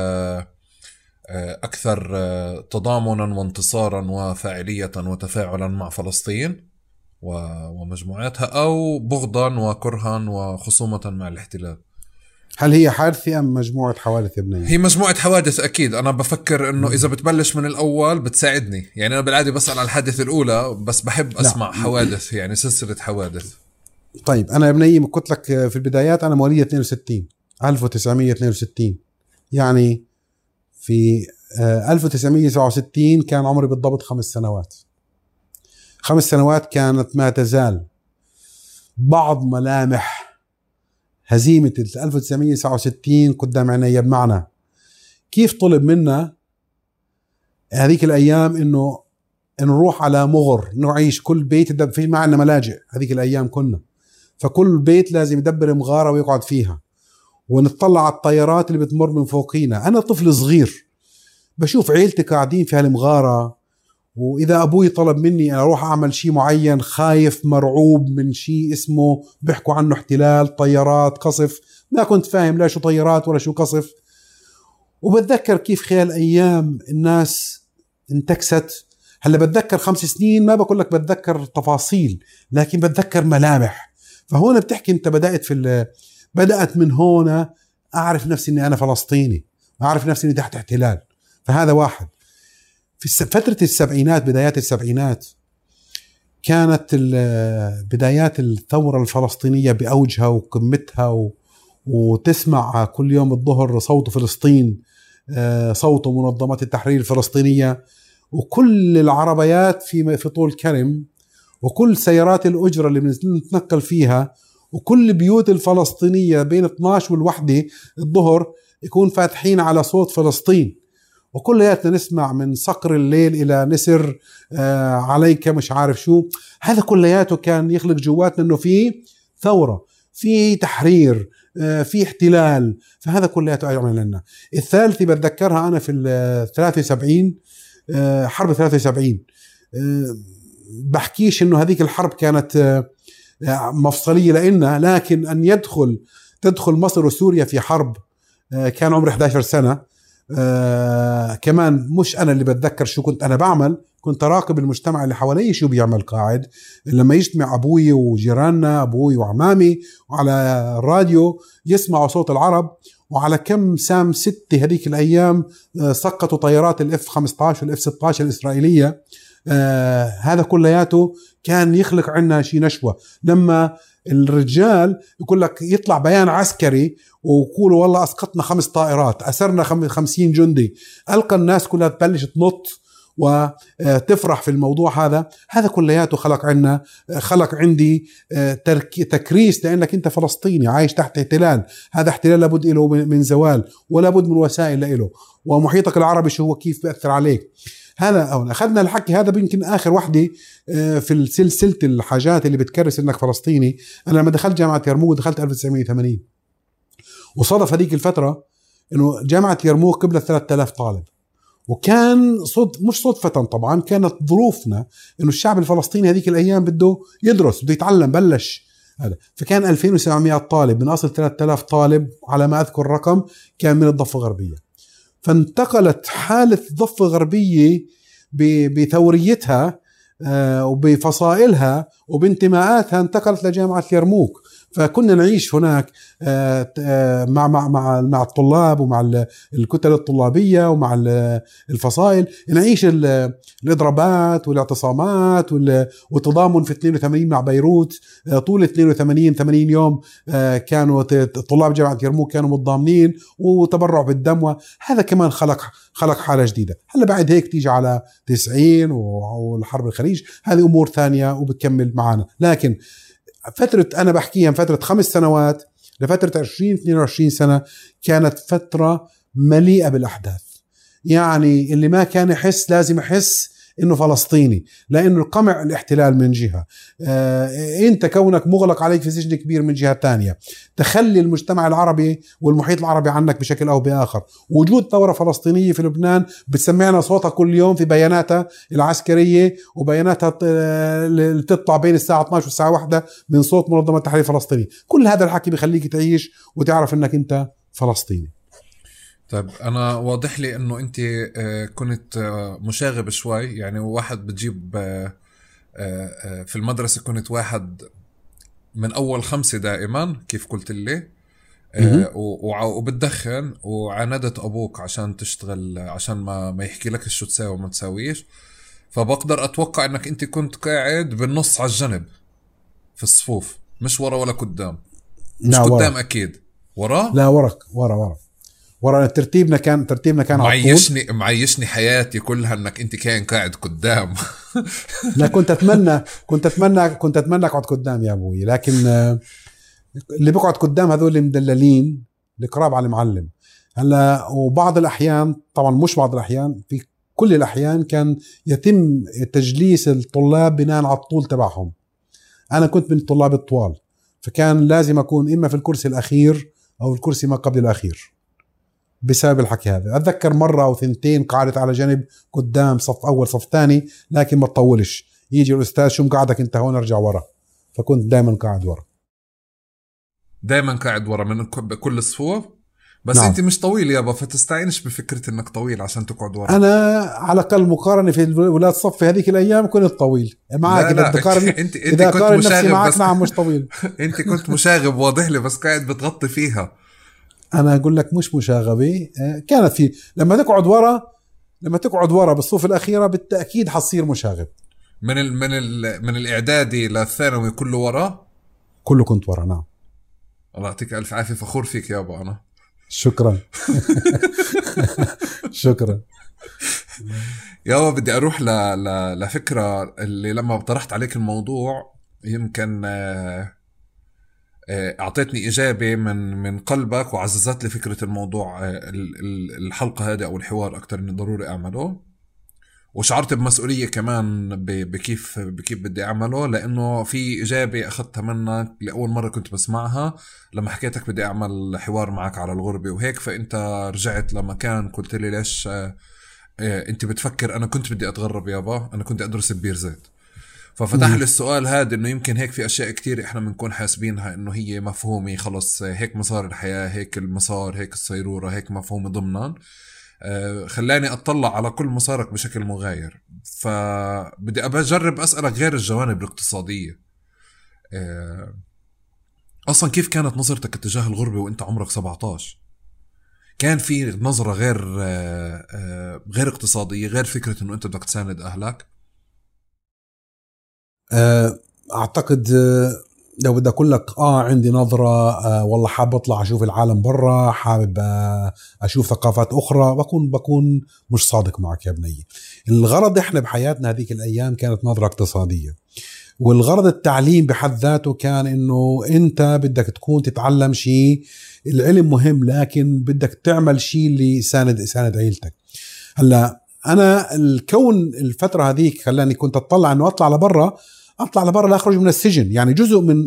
[SPEAKER 2] أكثر تضامنا وانتصارا وفاعلية وتفاعلا مع فلسطين ومجموعاتها، أو بغضا وكرها وخصومة مع الاحتلال؟
[SPEAKER 1] هل هي حادثة أم مجموعة حوادث ابنية؟
[SPEAKER 2] هي مجموعة حوادث أكيد. أنا بفكر إنه إذا بتبلش من الأول بتساعدني، يعني أنا بالعادة بسأل عن الحادثة الأولى بس بحب أسمع لا. حوادث، يعني سلسلة حوادث.
[SPEAKER 1] طيب أنا ابني قلت لك في البدايات أنا مواليد اثنين وستين ألف وتسعمية واثنين وستين، يعني في ألف وتسعمية وسبعة وستين كان عمري بالضبط خمس سنوات. خمس سنوات كانت ما تزال بعض ملامح هزيمة ألف وتسعمية وسبعة وستين قدام عيني. بمعنى كيف طلب منا هذيك الأيام إنه نروح على مغر نعيش، كل بيت في معنا ملاجئ هذيك الأيام كنا، فكل بيت لازم يدبر مغارة ويقعد فيها، ونطلع على الطيارات اللي بتمر من فوقينا. أنا طفل صغير بشوف عيلتي قاعدين في هالمغارة، وإذا أبوي طلب مني أنا أروح أعمل شيء معين خايف مرعوب من شيء اسمه بيحكوا عنه احتلال، طيارات، قصف، ما كنت فاهم لا شو طيارات ولا شو قصف. وبتذكر كيف خلال أيام الناس انتكست. هلا بتذكر خمس سنين، ما بقول لك بتذكر تفاصيل، لكن بتذكر ملامح. فهون بتحكي أنت بدأت في بدأت من هون أعرف نفسي أني أنا فلسطيني، أعرف نفسي أني تحت احتلال. فهذا واحد. في فترة السبعينات، بدايات السبعينات، كانت بدايات الثورة الفلسطينية بأوجها وقمتها، و... وتسمع كل يوم الظهر صوت فلسطين، صوت منظمات التحرير الفلسطينية، وكل العربيات في في طول كرم، وكل سيارات الأجرة اللي بنتنقل فيها، وكل بيوت الفلسطينية بين اثناشر والوحدة الظهر يكون فاتحين على صوت فلسطين. وكلياتنا نسمع من صقر الليل إلى نسر آه عليك مش عارف شو. هذا كلياته كان يخلق جواتنا إنه في ثورة، في تحرير، آه في احتلال. فهذا كلياته يعمل لنا. الثالثة بتذكرها أنا في الثلاثة وسبعين، آه حرب ثلاثة وسبعين. آه بحكيش إنه هذيك الحرب كانت آه مفصلية لنا، لكن أن يدخل تدخل مصر وسوريا في حرب، آه كان عمري إحدى عشرة سنة. آه كمان مش أنا اللي بتذكر شو كنت أنا بعمل، كنت أراقب المجتمع اللي حوالي شو بيعمل قاعد. لما يجتمع أبوي وجيراننا، أبوي وعمامي، وعلى الراديو يسمعوا صوت العرب، وعلى كم سام ستة هذيك الأيام آه سقطوا طيارات الإف خمسة عشر والإف ستة عشر الإسرائيلية آه هذا كلياته كان يخلق عنا شيء نشوة. لما الرجال يقول لك يطلع بيان عسكري ويقولوا والله أسقطنا خمس طائرات، أسرنا خمسين جندي، ألقى الناس كلها تبلش تنط وتفرح في الموضوع هذا. هذا كلياته خلق عنا خلق عندي تكريس، لأنك أنت فلسطيني عايش تحت احتلال. هذا احتلال لابد له من زوال ولا بد من وسائل له، ومحيطك العربي شو هو كيف بيأثر عليك. هذا أو أخذنا الحكي هذا يمكن آخر وحدة في سلسلة الحاجات اللي بتكرس إنك فلسطيني. أنا لما دخلت جامعة يرموك دخلت ألف وتسعمية وثمانين، وصادف هذيك الفترة إنه جامعة يرموك قبل ثلاثة آلاف طالب، وكان صد مش صدفة طبعا، كانت ظروفنا إنه الشعب الفلسطيني هذيك الأيام بده يدرس بده يتعلم بلش هذا. فكان ألفين وسبعمية طالب من أصل ثلاثة آلاف طالب على ما أذكر الرقم كان من الضفة الغربية. فانتقلت حالة الضفة الغربية بثوريتها وبفصائلها وبانتماءاتها انتقلت لجامعة يرموك. فكنا نعيش هناك مع مع مع مع الطلاب ومع الكتل الطلابية ومع الفصائل، نعيش الإضرابات والاعتصامات والتضامن في اثنين وثمانين مع بيروت. طول اثنين وثمانين ثمانين يوم كانوا طلاب جامعة يرموك كانوا متضامنين وتبرع بالدم، وهذا كمان خلق خلق حالة جديدة. هلا بعد هيك تيجي على تسعين والحرب الخليج، هذه أمور ثانية وبتكمل معنا. لكن فترة أنا بحكيها فترة خمس سنوات لفترة عشرين اثنين وعشرين سنة كانت فترة مليئة بالأحداث. يعني اللي ما كان يحس لازم يحس إنه فلسطيني، لأنه القمع الاحتلال من جهة، آه أنت كونك مغلق عليك في سجن كبير من جهة تانية، تخلي المجتمع العربي والمحيط العربي عنك بشكل أو بآخر. وجود ثورة فلسطينية في لبنان بتسمعنا صوتها كل يوم في بياناتها العسكرية وبياناتها اللي تطلع بين الساعة اثناشر والساعة واحدة من صوت منظمة التحرير الفلسطيني. كل هذا الحكي بيخليك تعيش وتعرف إنك أنت فلسطيني.
[SPEAKER 2] طيب أنا واضح لي أنه أنت كنت مشاغب شوي، يعني واحد بتجيب في المدرسة كنت واحد من أول خمسة دائما كيف قلت لي، وبتدخن وعاندت أبوك عشان تشتغل عشان ما ما يحكي لك شو تساوي وما تساويش. فبقدر أتوقع أنك أنت كنت قاعد بالنص على الجنب في الصفوف، مش ورا ولا قدام. مش قدام ورا. أكيد ورا.
[SPEAKER 1] لا ورا ورا ورا ورا. ترتيبنا كان ترتيبنا كان
[SPEAKER 2] معيشني معيشني حياتي كلها انك انت كان قاعد قدام.
[SPEAKER 1] لا كنت اتمنى كنت اتمنى كنت اتمنى اقعد قدام يا ابوي، لكن اللي بقعد قدام هذول اللي مدللين القراب على المعلم. هلا وبعض الاحيان طبعا مش بعض الاحيان في كل الاحيان كان يتم تجليس الطلاب بناء على الطول تبعهم. انا كنت من الطلاب الطوال، فكان لازم اكون اما في الكرسي الاخير او الكرسي ما قبل الاخير بسبب الحكي هذا. أتذكر مرة أو ثنتين قعدت على جنب قدام صف أول صف ثاني، لكن ما تطولش يجي الأستاذ شو مقعدك أنت هون ارجع ورا، فكنت دائما قاعد ورا.
[SPEAKER 2] دائما قاعد ورا من كل الصفوف. بس نعم. أنت مش طويل يابا، فتستعينش بفكرة أنك طويل عشان تقعد ورا.
[SPEAKER 1] أنا على الأقل مقارنة في ولاد صف هذيك الأيام كنت طويل معك.
[SPEAKER 2] لا لا.
[SPEAKER 1] تقارن
[SPEAKER 2] انت انت
[SPEAKER 1] إذا
[SPEAKER 2] كنت
[SPEAKER 1] مشاغب معك
[SPEAKER 2] بس...
[SPEAKER 1] نعم مش طويل.
[SPEAKER 2] أنت كنت مشاغب واضح لي، بس قاعد بتغطي فيها.
[SPEAKER 1] أنا أقول لك مش مشاغبة، كانت في لما تقعد ورا لما تقعد ورا بالصف الأخيرة بالتأكيد حصير مشاغب.
[SPEAKER 2] من ال من ال من الإعدادي للثانوي كله ورا.
[SPEAKER 1] كله كنت ورا. نعم.
[SPEAKER 2] الله يعطيك ألف عافية، فخور فيك يا أبو. أنا
[SPEAKER 1] شكرا. شكرا
[SPEAKER 2] يا بدي أروح ل ل لفكرة اللي لما طرحت عليك الموضوع يمكن أعطيتني إجابة من من قلبك وعززت لي فكرة الموضوع الحلقة هذه أو الحوار أكتر إنه ضروري أعمله، وشعرت بمسؤولية كمان بكيف بكيف بدي أعمله، لأنه في إجابة أخذتها منك لأول مرة كنت بسمعها لما حكيتك بدي أعمل حوار معك على الغربة وهيك. فأنت رجعت لمكان قلت لي ليش أنت بتفكر أنا كنت بدي أتغرب يابا، أنا كنت أدرس ببير زيت. ففتح لي السؤال هذا إنه يمكن هيك في أشياء كتير إحنا بنكون حاسبينها إنه هي مفهومي خلاص، هيك مسار الحياة، هيك المسار، هيك الصيرورة، هيك مفهومي ضمنا. آه خلاني أطلع على كل مسارك بشكل مغاير. فبدي أجرب أسألك غير الجوانب الاقتصادية. آه أصلا كيف كانت نظرتك اتجاه الغربة وإنت عمرك سبعة عشر؟ كان في نظرة غير آه آه غير اقتصادية، غير فكرة إنه أنت بدك تساند أهلك؟
[SPEAKER 1] اعتقد لو بدي اقول لك اه عندي نظره آه والله حابب اطلع اشوف العالم برا، حابب آه اشوف ثقافات اخرى، بكون بكون مش صادق معك يا بني. الغرض احنا بحياتنا هذيك الايام كانت نظره اقتصاديه، والغرض التعليم بحد ذاته كان انه انت بدك تكون تتعلم شيء. العلم مهم لكن بدك تعمل شيء اللي يساند يساند عيلتك. هلا انا الكون الفتره هذيك خلاني كنت اطلع انه اطلع لبرا، اطلع لبرا لا اخرج من السجن. يعني جزء من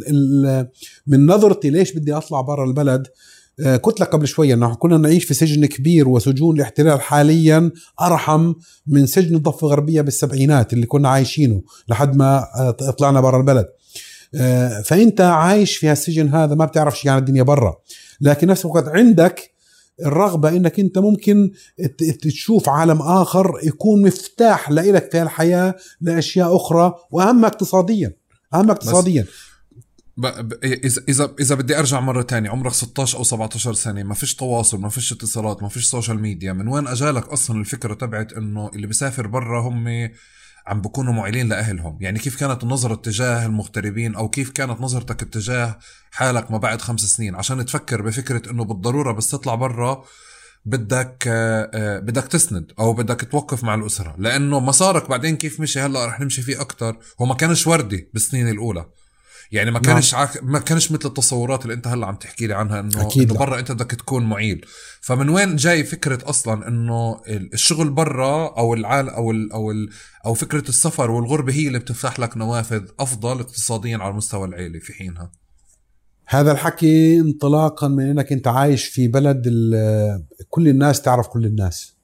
[SPEAKER 1] من نظرتي ليش بدي اطلع برا البلد. آه قلت لك قبل شويه انه كنا نعيش في سجن كبير، وسجون الاحتلال حاليا ارحم من سجن الضفه الغربيه بالسبعينات اللي كنا عايشينه لحد ما آه طلعنا برا البلد. آه فانت عايش في هالسجن هذا ما بتعرف شيء عن الدنيا برا، لكن نفس الوقت عندك الرغبة انك انت ممكن تشوف عالم اخر يكون مفتاح لإلك في الحياة لاشياء اخرى، واهم اقتصاديا اهم اقتصاديا.
[SPEAKER 2] ب... ب... اذا اذا اذا بدي ارجع مرة تانية، عمرك ستة عشر او سبعة عشر سنة، ما فيش تواصل، ما فيش اتصالات، ما فيش سوشيال ميديا، من وين اجالك اصلا الفكرة تبعت انه اللي بيسافر برا هم عم بكونوا معيلين لأهلهم؟ يعني كيف كانت النظرة تجاه المغتربين، أو كيف كانت نظرتك تجاه حالك ما بعد خمس سنين عشان تفكر بفكرة أنه بالضرورة بس تطلع برا بدك بدك تسند أو بدك توقف مع الأسرة؟ لأنه مسارك بعدين كيف مشي هلأ رح نمشي فيه أكتر، هو ما كانش وردي بالسنين الأولى. يعني ما كانش عك... ما كانش مثل التصورات اللي انت هلا عم تحكي لي عنها انه انه برا انت بدك تكون معيل. فمن وين جاي فكره اصلا انه الشغل برا او العال او ال... او ال... او فكره السفر والغربه هي اللي بتفتح لك نوافذ افضل اقتصاديا على المستوى العائلي في حينها؟
[SPEAKER 1] هذا الحكي انطلاقا من انك انت عايش في بلد ال... كل الناس تعرف كل الناس،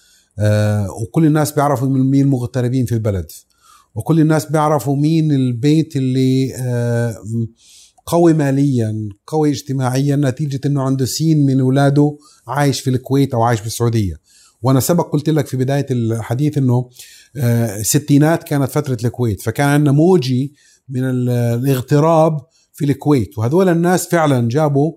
[SPEAKER 1] آه وكل الناس بيعرفوا مين المغتربين في البلد، وكل الناس بيعرفوا مين البيت اللي قوي ماليا قوي اجتماعيا نتيجة انه عنده سين من اولاده عايش في الكويت او عايش في السعودية. وانا سبق قلت لك في بداية الحديث انه الستينات كانت فترة الكويت، فكان عندنا موجي من الاغتراب في الكويت، وهذول الناس فعلا جابوا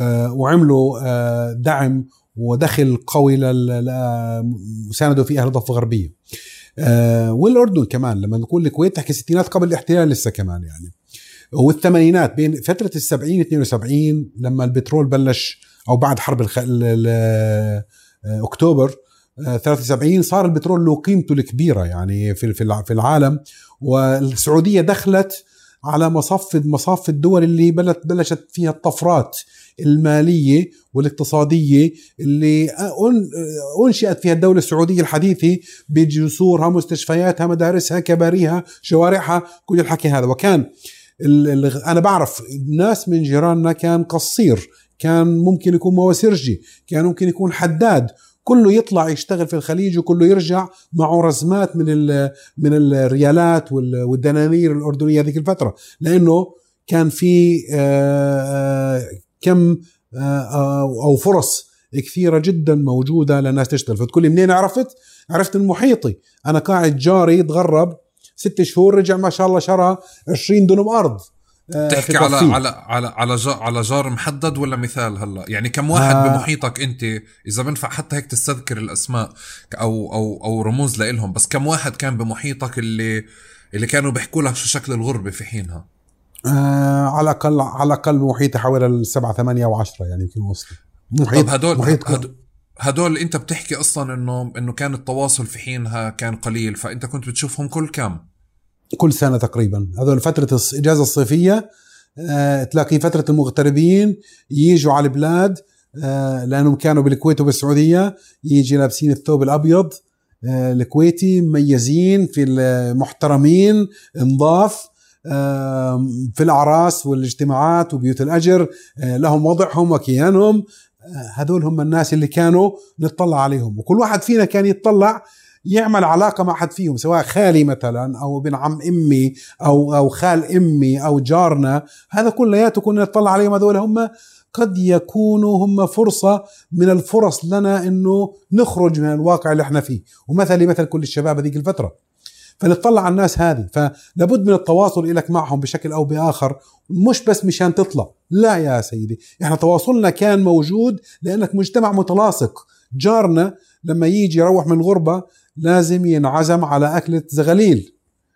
[SPEAKER 1] وعملوا دعم ودخل قوي لمساندوا في اهل الضفة الغربية. آه والأردن كمان. لما نقول الكويت تحكي الستينات قبل الاحتلال لسه كمان يعني، والثمانينات بين فترة السبعين اثنين وسبعين لما البترول بلش، أو بعد حرب الخ... ال... ال... أكتوبر آه ثلاثة وسبعين صار البترول له قيمته الكبيرة يعني في في العالم، والسعودية دخلت على مصف مصاف الدول اللي بلشت فيها الطفرات المالية والاقتصادية اللي أنشئت فيها الدولة السعودية الحديثة بجسورها، مستشفياتها، مدارسها، كباريها، شوارعها، كل الحكي هذا. وكان أنا بعرف ناس من جيراننا كان قصير، كان ممكن يكون مواسرجي، كان ممكن يكون حداد، كله يطلع يشتغل في الخليج وكله يرجع معه رزمات من من الريالات والدنانير الأردنية هذيك الفترة، لأنه كان في كم أو فرص كثيرة جدا موجودة للناس تشتغل. فتقول لي منين عرفت؟ عرفت من محيطي. أنا قاعد جاري تغرب ست شهور رجع ما شاء الله شرى عشرين دنم أرض.
[SPEAKER 2] تحكي على على على على جار, على جار محدد ولا مثال هلا؟ يعني كم واحد آه بمحيطك انت، اذا بنفع حتى هيك تستذكر الاسماء او او او رموز لإلهم، بس كم واحد كان بمحيطك اللي اللي كانوا بيحكوا لك شو شكل الغربة في حينها؟
[SPEAKER 1] آه على الاقل على الاقل محيطي حوالي السبعة ثمانية وعشرة يعني يمكن وصل
[SPEAKER 2] محيط. طب هدول محيط هدول, هدول انت بتحكي اصلا انه انه كان التواصل في حينها كان قليل، فانت كنت بتشوفهم كل كم؟
[SPEAKER 1] كل سنة تقريبا. هذول فترة الإجازة الصيفية آه، تلاقي فترة المغتربين ييجوا على البلاد آه، لأنهم كانوا بالكويت وبالسعودية، ييجي لابسين الثوب الأبيض آه، الكويتي، مميزين في المحترمين، نضاف آه، في الأعراس والاجتماعات وبيوت الأجر آه، لهم وضعهم وكيانهم. آه، هذول هم الناس اللي كانوا نتطلع عليهم، وكل واحد فينا كان يتطلع يعمل علاقة مع حد فيهم، سواء خالي مثلا أو ابن عم أمي أو أو خال أمي أو جارنا. هذا كلياته كنا نطلع عليهم. هذول هم قد يكونوا هم فرصة من الفرص لنا إنه نخرج من الواقع اللي احنا فيه، ومثلي مثل كل الشباب هذيك الفترة. فنطلع على الناس هذه، فلابد من التواصل إليك معهم بشكل أو بآخر، مش بس مشان تطلع. لا يا سيدي، احنا تواصلنا كان موجود لأنك مجتمع متلاصق. جارنا لما يجي يروح من الغربة لازم ينعزم على أكلة زغليل،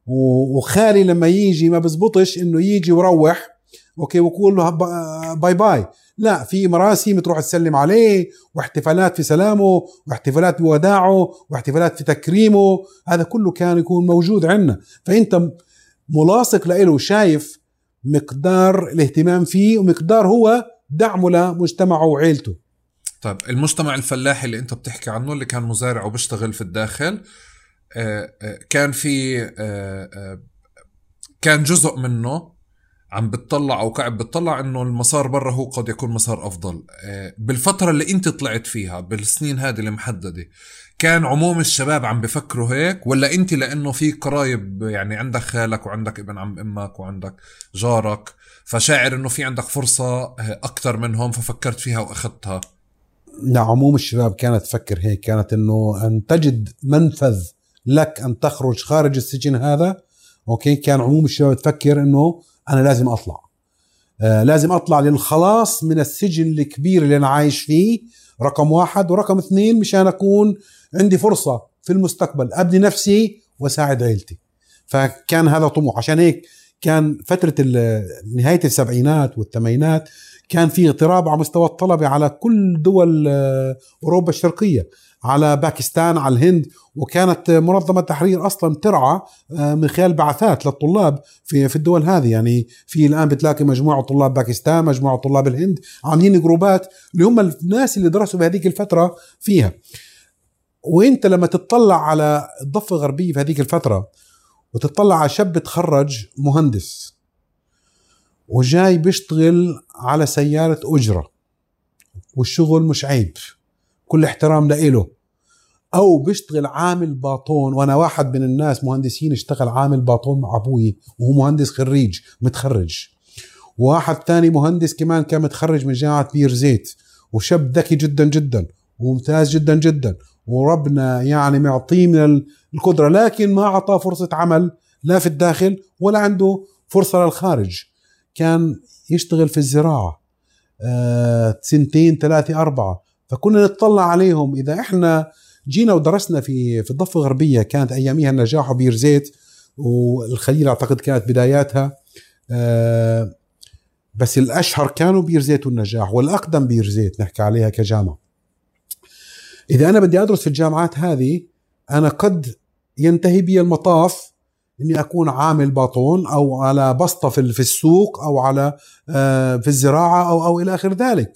[SPEAKER 1] وخالي لما يجي ما بزبطش انه يجي وروح اوكي ويقول له باي باي، لا في مراسم تروح تسلم عليه واحتفالات في سلامه واحتفالات بوداعه واحتفالات في تكريمه، هذا كله كان يكون موجود عندنا. فانت ملاصق له، شايف مقدار الاهتمام فيه ومقدار هو دعمه لمجتمعه وعيلته.
[SPEAKER 2] طيب المجتمع الفلاحي اللي انت بتحكي عنه اللي كان مزارع وبيشتغل في الداخل، كان في كان جزء منه عم بتطلع او قاعد بتطلع انه المسار برا هو قد يكون مسار افضل. بالفترة اللي انت طلعت فيها بالسنين هذه المحددة، كان عموم الشباب عم بفكروا هيك، ولا انت لانه في قرايب يعني عندك خالك وعندك ابن عم امك وعندك جارك فشاعر انه في عندك فرصة اكتر منهم ففكرت فيها واخدتها؟
[SPEAKER 1] لا، عموم الشباب كانت تفكر هيك، كانت انه ان تجد منفذ لك ان تخرج خارج السجن هذا. اوكي، كان عموم الشباب تفكر انه انا لازم اطلع، آه لازم اطلع للخلاص من السجن الكبير اللي انا عايش فيه، رقم واحد، ورقم اثنين مشان اكون عندي فرصة في المستقبل ابني نفسي وساعد عيلتي. فكان هذا طموح. عشان هيك كان فترة نهاية السبعينات والثمانينات كان في اضطراب على مستوى الطلبة على كل دول أوروبا الشرقية، على باكستان، على الهند، وكانت منظمة التحرير أصلا ترعى من خلال بعثات للطلاب في في الدول هذه. يعني في الآن بتلاقي مجموعة طلاب باكستان، مجموعة طلاب الهند، عاملين جروبات اللي هم الناس اللي درسوا بهذيك الفترة فيها. وانت لما تطلع على الضفة الغربية في هذيك الفترة وتطلع على شاب تخرج مهندس وجاي بيشتغل على سيارة أجرة والشغل مش عيب، كل احترام لإله، أو بيشتغل عامل باطون، وأنا واحد من الناس مهندسين اشتغل عامل باطون مع أبوي وهو مهندس خريج متخرج، وواحد تاني مهندس كمان كان متخرج من جامعة بير زيت، وشاب ذكي جدا جدا وممتاز جدا جدا، وربنا يعني معطيه من القدرة، لكن ما عطاه فرصة عمل لا في الداخل ولا عنده فرصة للخارج. كان يشتغل في الزراعة آه، سنتين ثلاثة أربعة. فكنا نتطلع عليهم. إذا إحنا جينا ودرسنا في في الضفة الغربية، كانت أياميها النجاح وبير زيت والخليل أعتقد كانت بداياتها، آه، بس الأشهر كانوا بير زيت والنجاح، والأقدم بير زيت نحكي عليها كجامعة. إذا أنا بدي أدرس في الجامعات هذه، أنا قد ينتهي بي المطاف إني أكون عامل باطون أو على بسطة في السوق أو على في الزراعة أو أو إلى آخر ذلك.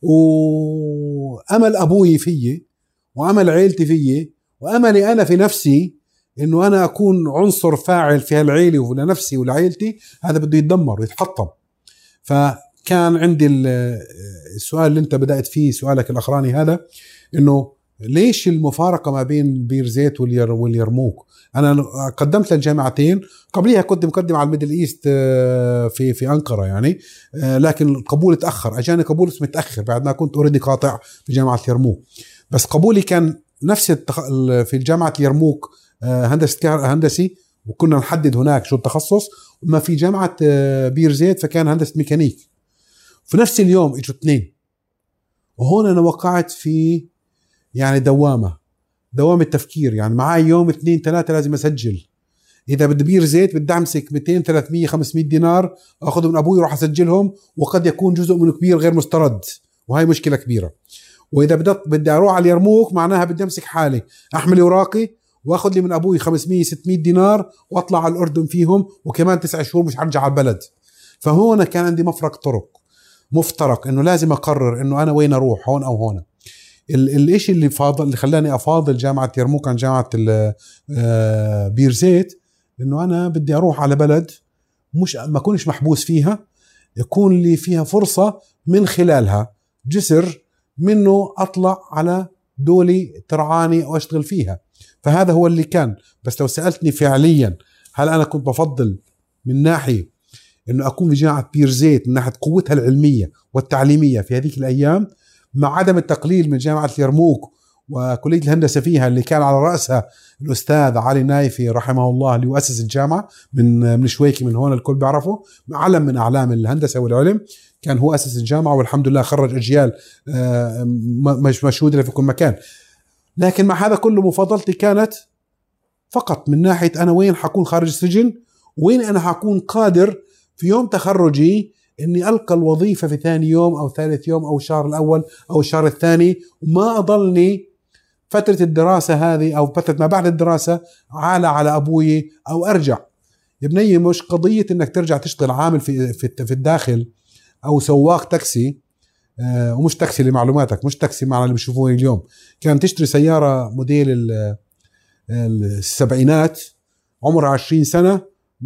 [SPEAKER 1] وأمل أبوي فيي وأمل عيلتي فيي وأملي أنا في نفسي إنه أنا أكون عنصر فاعل في هالعيلة ولنفسي ولعيلتي، هذا بده يتدمر ويتحطم. فكان عندي السؤال اللي أنت بدأت فيه، سؤالك الأخراني هذا، إنه ليش المفارقة ما بين بير زيت واليرموك؟ أنا قدمت للجامعتين، قبليها كنت مقدم على الميدل إيست في في أنقرة يعني، لكن القبول تأخر، أجاني قبول متأخر بعد ما كنت أوريدي قاطع في جامعة اليرموك. بس قبولي كان نفس التخ... في جامعة اليرموك هندسة هندسي، وكنا نحدد هناك شو التخصص، وما في جامعة بير زيت فكان هندسة ميكانيك. في نفس اليوم اجوا اثنين، وهون أنا وقعت في يعني دوامة دوامة تفكير. يعني معاي يوم اثنين ثلاثة لازم أسجل، إذا بدي بير زيت بدي أمسك مئتين ثلاثمية خمسمية دينار أخذ من أبوي وراح أسجلهم، وقد يكون جزء منه كبير غير مسترد، وهي مشكلة كبيرة. وإذا بدي بدي أروح على اليرموك معناها بدي أمسك حالي أحمل وراقي وأخذ لي من أبوي خمسمية ستمية دينار وأطلع على الأردن فيهم، وكمان تسعة شهور مش هرجع على البلد. فهون كان عندي مفرق طرق مفترق، إنه لازم أقرر إنه أنا وين أروح، هون أو هون. الاشي اللي فاضل اللي خلاني افاضل جامعة يرموك عن جامعة بير زيت، انه انا بدي اروح على بلد مش ما اكونش محبوس فيها، يكون لي فيها فرصة من خلالها جسر منه اطلع على دولي ترعاني واشتغل فيها. فهذا هو اللي كان. بس لو سألتني فعليا هل انا كنت بفضل من ناحية انه اكون في جامعة بير زيت من ناحية قوتها العلمية والتعليمية في هذيك الايام، مع عدم التقليل من جامعة اليرموك وكلية الهندسة فيها اللي كان على رأسها الأستاذ علي نايفي رحمه الله اللي مؤسس الجامعة من من شويكي، من هون الكل بيعرفه، علم من أعلام الهندسة والعلم، كان هو أسس الجامعة والحمد لله خرج أجيال مش مشهودة في كل مكان. لكن مع هذا كله مفاضلتي كانت فقط من ناحية أنا وين حكون خارج السجن، وين أنا حكون قادر في يوم تخرجي إني ألقى الوظيفة في ثاني يوم أو ثالث يوم أو الشهر الأول أو الشهر الثاني، وما أضلني فترة الدراسة هذه أو فترة ما بعد الدراسة عالة على أبوي أو أرجع. يا بني مش قضية إنك ترجع تشتغل عامل في في الداخل أو سواق تاكسي، آه ومش تاكسي لمعلوماتك، مش تاكسي معنا اللي بشوفوني اليوم، كان تشتري سيارة موديل السبعينات عمرها عشرين سنة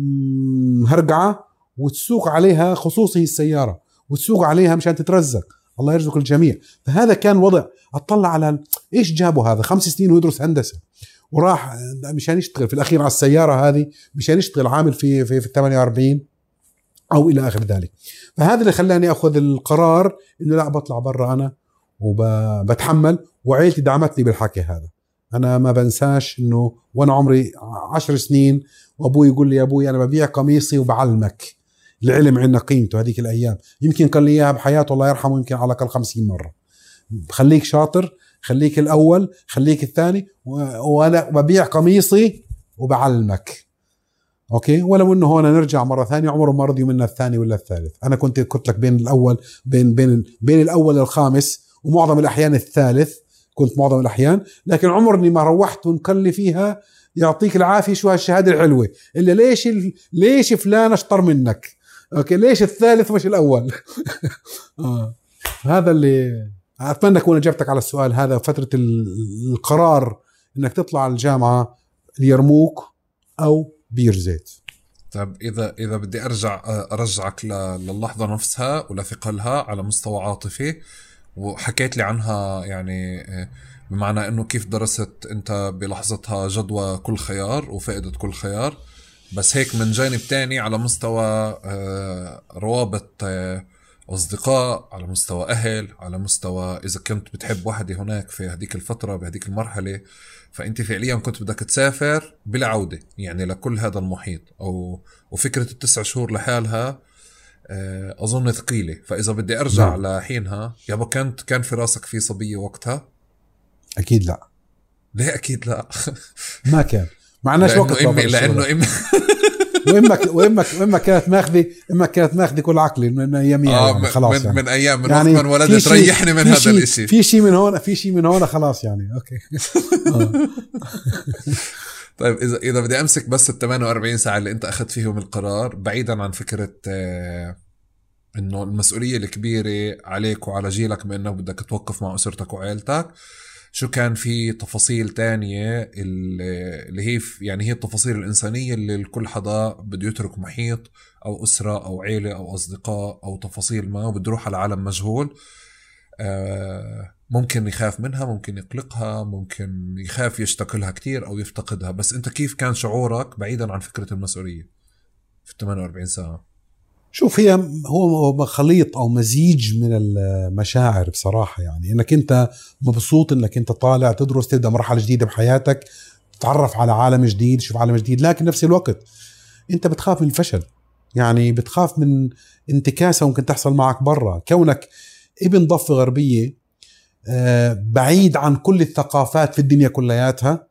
[SPEAKER 1] هرقعة وتسوق عليها، خصوصي السيارة وتسوق عليها مشان تترزق، الله يرزق الجميع. فهذا كان وضع. أطلع على إيش جابوا هذا خمس سنين ويدرس هندسة وراح مشان يشتغل في الأخير على السيارة هذه، مشان يشتغل عامل في في, في ثمانية وأربعين أو إلى آخر ذلك. فهذا اللي خلاني أخذ القرار إنه لا، بطلع برا أنا وبتحمل، وعيلتي دعمتني بالحكي هذا. أنا ما بنساش إنه وأنا عمري عشر سنين وأبوي يقول لي يا أبوي أنا ببيع قميصي وبعلمك. العلم عندنا قيمته هذيك الأيام، يمكن قال لي إياها بحياته الله يرحمه يمكن على الأقل خمسين مرة. خليك شاطر، خليك الأول، خليك الثاني، وأنا ببيع قميصي وبعلمك. أوكي، ولو إنه هون نرجع مرة ثانية عمره ما رضي منا الثاني ولا الثالث. أنا كنت قلت لك بين الأول بين بين بين الأول الخامس، ومعظم الأحيان الثالث، كنت معظم الأحيان، لكن عمرني ما روحت ونقل فيها يعطيك العافية شو هالشهادة الحلوة إلا ليش ليش فلان أشطر منك. أوكي، ليش الثالث مش الأول؟ آه. هذا اللي أتمنى أكون أجبتك على السؤال هذا. فترة القرار إنك تطلع الجامعة اليرموك أو بيرزيت.
[SPEAKER 2] طيب إذا إذا بدي أرجع أرجعك للحظة نفسها ولثقلها على مستوى عاطفي، وحكيت لي عنها يعني بمعنى إنه كيف درست أنت بلحظتها جدوى كل خيار وفائدة كل خيار، بس هيك من جانب تاني على مستوى روابط أصدقاء، على مستوى أهل، على مستوى إذا كنت بتحب واحدة هناك في هديك الفترة بهديك المرحلة، فأنت فعليا كنت بدك تسافر بلا عودة يعني لكل هذا المحيط، أو وفكرة التسع شهور لحالها أظن ثقيلة. فإذا بدي أرجع لا. لحينها يابا كانت كان في راسك في صبية وقتها؟
[SPEAKER 1] أكيد لا.
[SPEAKER 2] ليه أكيد لا؟
[SPEAKER 1] ما كان معناش وقت
[SPEAKER 2] إمي لأنه إمي
[SPEAKER 1] وإمك وإمك وإمك كانت ماخذة إمك كانت ماخذة كل عقلي من أيامها
[SPEAKER 2] آه
[SPEAKER 1] يعني خلاص
[SPEAKER 2] من,
[SPEAKER 1] يعني.
[SPEAKER 2] من أيام من
[SPEAKER 1] يعني
[SPEAKER 2] وقت من ولدت ريحني من هذا الإشي.
[SPEAKER 1] في شيء من هون في شيء من هون خلاص يعني أوكي. آه.
[SPEAKER 2] طيب إذا إذا بدي أمسك بس ال ثمانية وأربعين ساعة اللي أنت أخذت فيهم القرار، بعيدا عن فكرة آه إنه المسؤولية الكبيرة عليك وعلى جيلك بأنه بدك توقف مع أسرتك وعائلتك، شو كان في تفاصيل تانية اللي هي يعني هي التفاصيل الإنسانية اللي الكل حدا بده يترك محيط أو أسرة أو عيلة أو أصدقاء أو تفاصيل ما وبده يروح على عالم مجهول، آه ممكن يخاف منها، ممكن يقلقها، ممكن يخاف يشتاق لها كتير أو يفتقدها. بس أنت كيف كان شعورك بعيدا عن فكرة المسؤولية في ثمانية وأربعين ساعة؟
[SPEAKER 1] شوف، هي هو خليط او مزيج من المشاعر بصراحه. يعني انك انت مبسوط انك انت طالع تدرس، تبدا مرحله جديده بحياتك، تتعرف على عالم جديد، تشوف عالم جديد، لكن نفس الوقت انت بتخاف من الفشل، يعني بتخاف من انتكاسه ممكن تحصل معك برا. كونك ابن ضفه غربيه بعيد عن كل الثقافات في الدنيا كلياتها،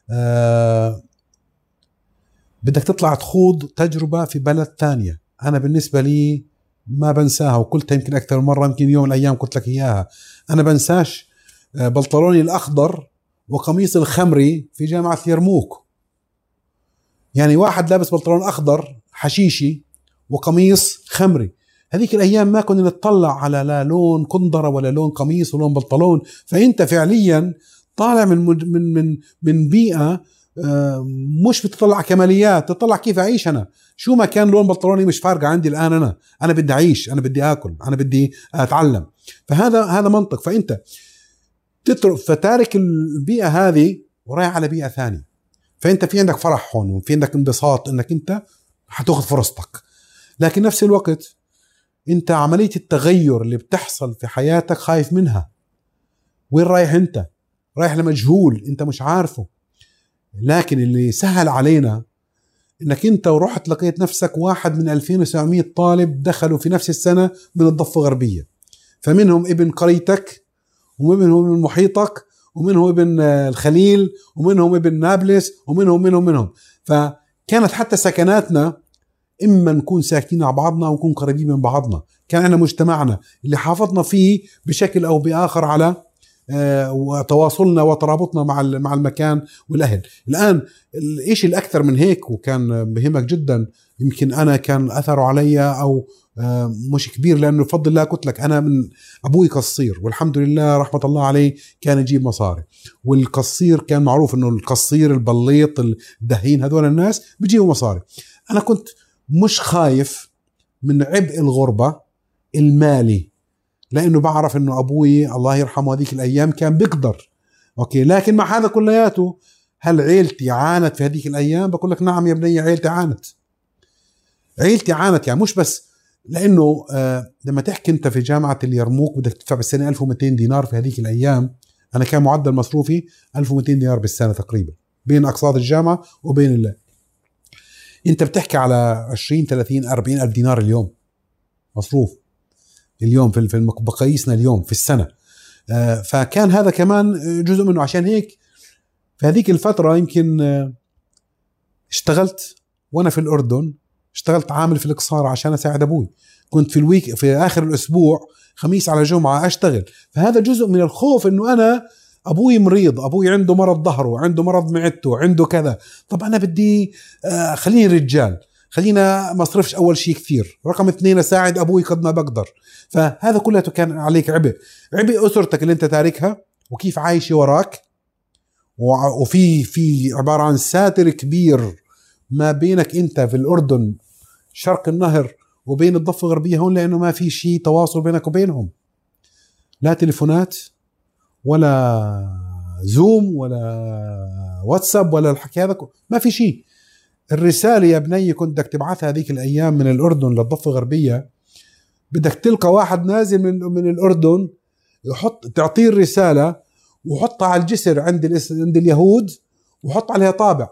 [SPEAKER 1] بدك تطلع تخوض تجربه في بلد ثانيه. أنا بالنسبة لي ما بنساها، وقلتها يمكن أكثر مرة، يمكن يوم من الأيام قلت لك إياها. أنا بنساش بلطلوني الأخضر وقميص الخمري في جامعة اليرموك. يعني واحد لابس بلطلون أخضر حشيشي وقميص خمري. هذيك الأيام ما كنا نتطلع على لا لون كندرة ولا لون قميص ولون بلطلون. فأنت فعليا طالع من من من من بيئة مش بتطلع كماليات، تطلع كيف أعيش أنا. شو ما كان لون بنطلوني مش فارقة عندي الآن. أنا أنا بدي أعيش، أنا بدي أكل، أنا بدي أتعلم. فهذا هذا منطق. فأنت تترك فتارك البيئة هذه ورايح على بيئة ثانية، فأنت في عندك فرح هون وفي عندك انبساط إنك أنت حتاخذ فرصتك. لكن نفس الوقت أنت عملية التغير اللي بتحصل في حياتك خايف منها. وين رايح أنت؟ رايح لمجهول أنت مش عارفه. لكن اللي سهل علينا انك انت ورحت لقيت نفسك واحد من ألفين وسبعمية طالب دخلوا في نفس السنة من الضفة الغربية، فمنهم ابن قريتك ومنهم من محيطك ومنهم ابن الخليل ومنهم ابن نابلس ومنهم منهم منهم. فكانت حتى سكناتنا إما نكون ساكنين على بعضنا أو نكون قريبين من بعضنا. كان عندنا مجتمعنا اللي حافظنا فيه بشكل أو بآخر على وتواصلنا وترابطنا مع مع المكان والأهل. الآن الإشي الأكثر من هيك وكان بهمك جدا، يمكن أنا كان أثره علي أو مش كبير، لأنه بفضل الله قلت لك أنا من أبوي قصير والحمد لله رحمة الله عليه كان يجيب مصاري، والقصير كان معروف أنه القصير البليط الدهين هذول الناس بيجيبوا مصاري. أنا كنت مش خايف من عبء الغربة المالي، لأنه بعرف أنه أبوي الله يرحمه هذيك الأيام كان بيقدر أوكي. لكن مع هذا كلياته هل عيلتي عانت في هذيك الأيام؟ بقول لك نعم يا بني، عيلتي عانت. عيلتي عانت يعني مش بس لأنه آه لما تحكي أنت في جامعة اليرموك بدك تدفع بالسنة ألف ومئتين دينار في هذيك الأيام. أنا كان معدل مصروفي ألف ومئتين دينار بالسنة تقريبا بين أقساط الجامعة وبين الله. أنت بتحكي على عشرين ثلاثين أربعين ألف دينار اليوم مصروف اليوم في المقاييسنا اليوم في السنة. آه فكان هذا كمان جزء منه. عشان هيك في هذيك الفترة يمكن آه اشتغلت وأنا في الأردن، اشتغلت عامل في الإقصار عشان أساعد أبوي. كنت في الويك في آخر الأسبوع خميس على جمعة أشتغل. فهذا جزء من الخوف إنه أنا أبوي مريض، أبوي عنده مرض ظهره، عنده مرض معدته، عنده كذا. طب أنا بدي آه خليني رجال، خلينا ما اصرفش اول شيء كثير، رقم اثنين اساعد ابوي قد ما بقدر. فهذا كله كان عليك عبء، عبء اسرتك اللي انت تاركها وكيف عايشه وراك، وفي في عباره عن ساتر كبير ما بينك انت في الاردن شرق النهر وبين الضفه الغربيه هون، لانه ما في شيء تواصل بينك وبينهم، لا تليفونات ولا زوم ولا واتساب ولا الحكي هذا، ما في شيء. الرسالة يا بني كنت بدك تبعثها هذيك الأيام من الأردن للضفة الغربية، بدك تلقى واحد نازل من من الأردن يحط تعطيه الرسالة وحطها على الجسر عند عند اليهود وحط عليها طابع.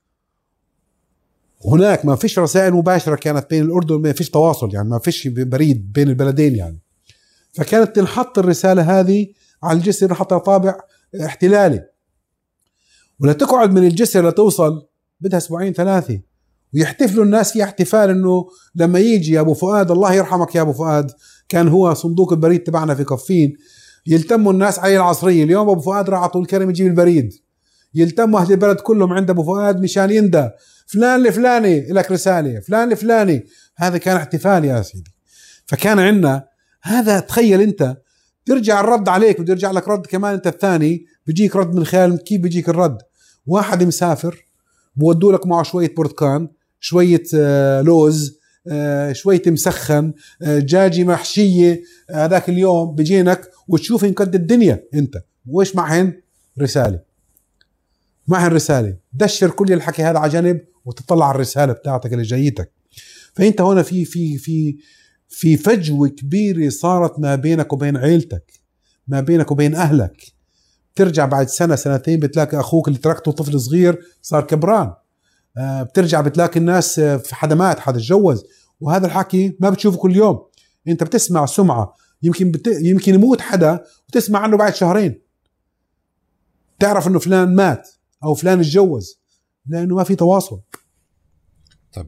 [SPEAKER 1] هناك ما فيش رسائل مباشرة كانت بين الأردن، ما فيش تواصل يعني، ما فيش بريد بين البلدين يعني. فكانت تنحط الرسالة هذه على الجسر نحطها طابع احتلالي، ولا تقعد من الجسر لتوصل بدها اسبوعين ثلاثة، ويحتفلوا الناس فيها احتفال انه لما يجي ابو فؤاد الله يرحمك يا ابو فؤاد، كان هو صندوق البريد تبعنا في كفين، يلتموا الناس عليه العصرية. اليوم ابو فؤاد راح طول الكرم يجيب البريد، يلتموا اهل البلد كلهم عند ابو فؤاد مشان يندى فلان لفلاني لك رسالة، فلان لفلاني. هذا كان احتفال يا سيدي. فكان عندنا هذا. تخيل انت ترجع الرد عليك بده يرجع لك رد كمان انت الثاني، بيجيك رد من خلال كيف بيجيك الرد. واحد مسافر بودوا لك معه شوية برتقان، شوية لوز، شوية مسخن، دجاجة محشية. هذاك اليوم بيجينك وتشوفين قد الدنيا انت، وإيش معهن؟ رسالة. معهن رسالة، دشر كل الحكي هذا على جنب وتطلع على الرسالة بتاعتك اللي جايتك. فانت هنا في في في في فجوة كبيرة صارت ما بينك وبين عيلتك، ما بينك وبين أهلك. ترجع بعد سنة سنتين بتلاقي أخوك اللي تركته طفل صغير صار كبران. آه بترجع بتلاقي الناس في حدمات، حدا اتجوز، وهذا الحكي ما بتشوفه كل يوم. انت بتسمع سمعة، يمكن بت... يمكن يموت حدا وتسمع عنه بعد شهرين، تعرف انه فلان مات او فلان اتجوز، لانه ما في تواصل.
[SPEAKER 2] طب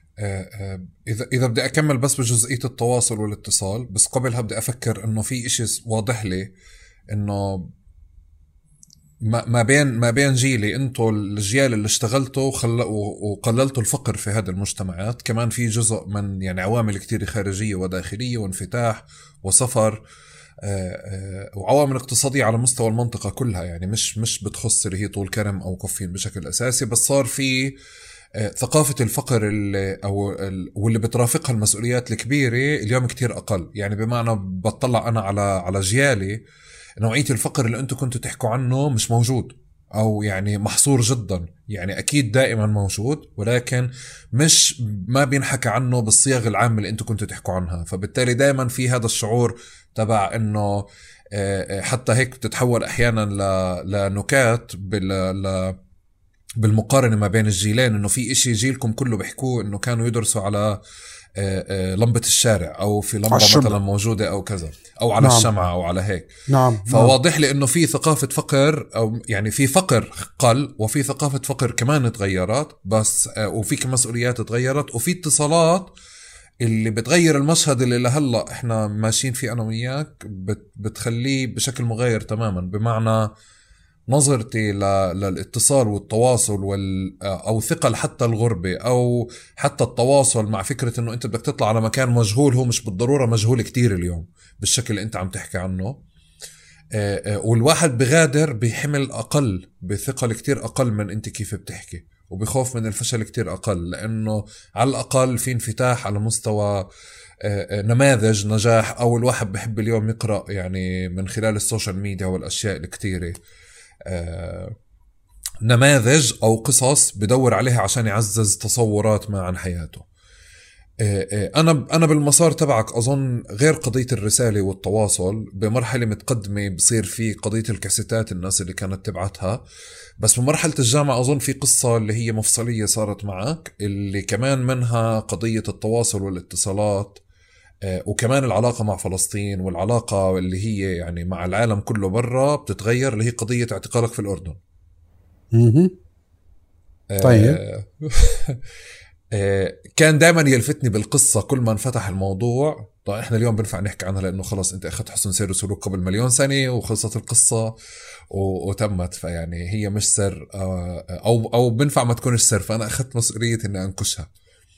[SPEAKER 2] إذا إذا بدي أكمل بس بجزئية التواصل والاتصال، بس قبلها بدي أفكر إنه في إشي واضح لي، إنه ما ما بين ما بين جيلي أنتوا الجيال اللي اشتغلتوا وقللتوا الفقر في هذه المجتمعات، كمان في جزء من يعني عوامل كتير خارجية وداخلية وانفتاح وسفر وعوامل اقتصادية على مستوى المنطقة كلها، يعني مش مش بتخص اللي هي طول كرم أو كفين بشكل أساسي، بس صار في ثقافة الفقر اللي أو واللي بترافقها المسؤوليات الكبيرة اليوم كتير أقل. يعني بمعنى بطلع أنا على على جيالي، نوعية الفقر اللي أنتوا كنتوا تحكوا عنه مش موجود، أو يعني محصور جدا. يعني أكيد دائما موجود، ولكن مش ما بينحكى عنه بالصيغ العامة اللي أنتوا كنتوا تحكوا عنها. فبالتالي دائما في هذا الشعور تبع إنه حتى هيك بتتحول أحيانا لنكات بال بالمقارنة ما بين الجيلين، إنه في إشي جيلكم كله بيحكوه إنه كانوا يدرسوا على لمبة الشارع أو في لمبة مثلا موجودة أو كذا أو على
[SPEAKER 1] نعم.
[SPEAKER 2] الشمعة أو على هيك.
[SPEAKER 1] نعم.
[SPEAKER 2] فواضح لي إنه في ثقافة فقر، أو يعني في فقر قل وفي ثقافة فقر كمان تغيرت، بس وفي مسؤوليات تغيرت وفي اتصالات اللي بتغير المشهد اللي لهلا احنا ماشيين فيه انا وياك، بتخليه بشكل مغاير تماما. بمعنى نظرتي للاتصال والتواصل وال او ثقل حتى الغربة او حتى التواصل مع فكرة انه انت بدك تطلع على مكان مجهول، هو مش بالضرورة مجهول كتير اليوم بالشكل اللي انت عم تحكي عنه. والواحد بغادر بحمل اقل، بثقل كتير اقل من انت كيف بتحكي، وبخوف من الفشل كتير أقل، لأنه على الأقل في انفتاح على مستوى نماذج نجاح. أو الواحد بحب اليوم يقرأ يعني من خلال السوشيال ميديا والأشياء الكتيرة نماذج أو قصص بدور عليها عشان يعزز تصورات ما عن حياته. أنا أنا بالمسار تبعك أظن غير قضية الرسالة والتواصل، بمرحلة متقدمة بصير في قضية الكاسيتات الناس اللي كانت تبعتها، بس بمرحلة الجامعة أظن في قصة اللي هي مفصلية صارت معك، اللي كمان منها قضية التواصل والاتصالات، وكمان العلاقة مع فلسطين والعلاقة اللي هي يعني مع العالم كله برا بتتغير، اللي هي قضية اعتقالك في الأردن.
[SPEAKER 1] طيب.
[SPEAKER 2] كان دائما يلفتني بالقصة كل ما انفتح الموضوع. طيب احنا اليوم بنفع نحكي عنها لأنه خلص انت اخذت حسن سير وسلوك قبل مليون سنة وخلصت القصة وتمت، فيعني هي مش سر أو أو بنفع ما تكونش سر، فأنا أخذت مسؤولية إني أنكشها.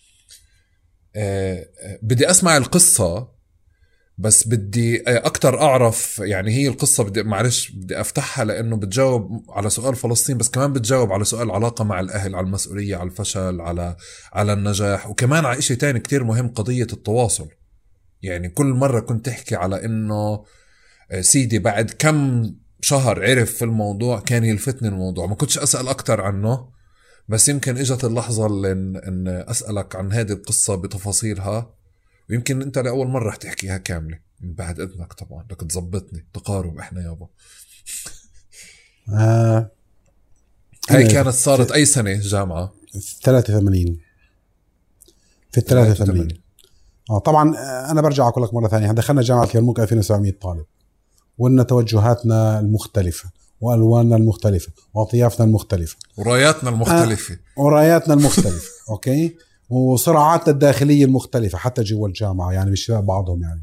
[SPEAKER 2] بدي أسمع القصة، بس بدي أكتر أعرف يعني هي القصة. بدي معلش بدي أفتحها لأنه بتجاوب على سؤال فلسطين، بس كمان بتجاوب على سؤال علاقة مع الأهل، على المسؤولية، على الفشل، على على النجاح، وكمان على إشي تاني كتير مهم، قضية التواصل. يعني كل مرة كنت تحكي على إنه سيدي بعد كم شهر عرف في الموضوع، كان يلفتني الموضوع، ما كنتش أسأل أكتر عنه، بس يمكن إجت اللحظة اللي إن, إن أسألك عن هذه القصة بتفاصيلها، ويمكن أنت لأول مرة رح تحكيها كاملة من بعد إذنك طبعا، بدك تزبطني تقارب إحنا يابا.
[SPEAKER 1] آه.
[SPEAKER 2] هاي كانت صارت أي سنة جامعة؟
[SPEAKER 1] ثلاثة وثمانين في الثلاثة وثمانين. آه طبعا أنا برجع أقول لك مرة ثانية، دخلنا جامعة اليرموك ألفين وسبعمية طالب، وإن توجهاتنا المختلفة وألواننا المختلفة وأطيافنا المختلفة
[SPEAKER 2] وراياتنا المختلفة
[SPEAKER 1] آه وراياتنا المختلفة أوكي، وصراعاتنا الداخلية المختلفة حتى جوا الجامعة يعني بالشباب بعضهم يعني.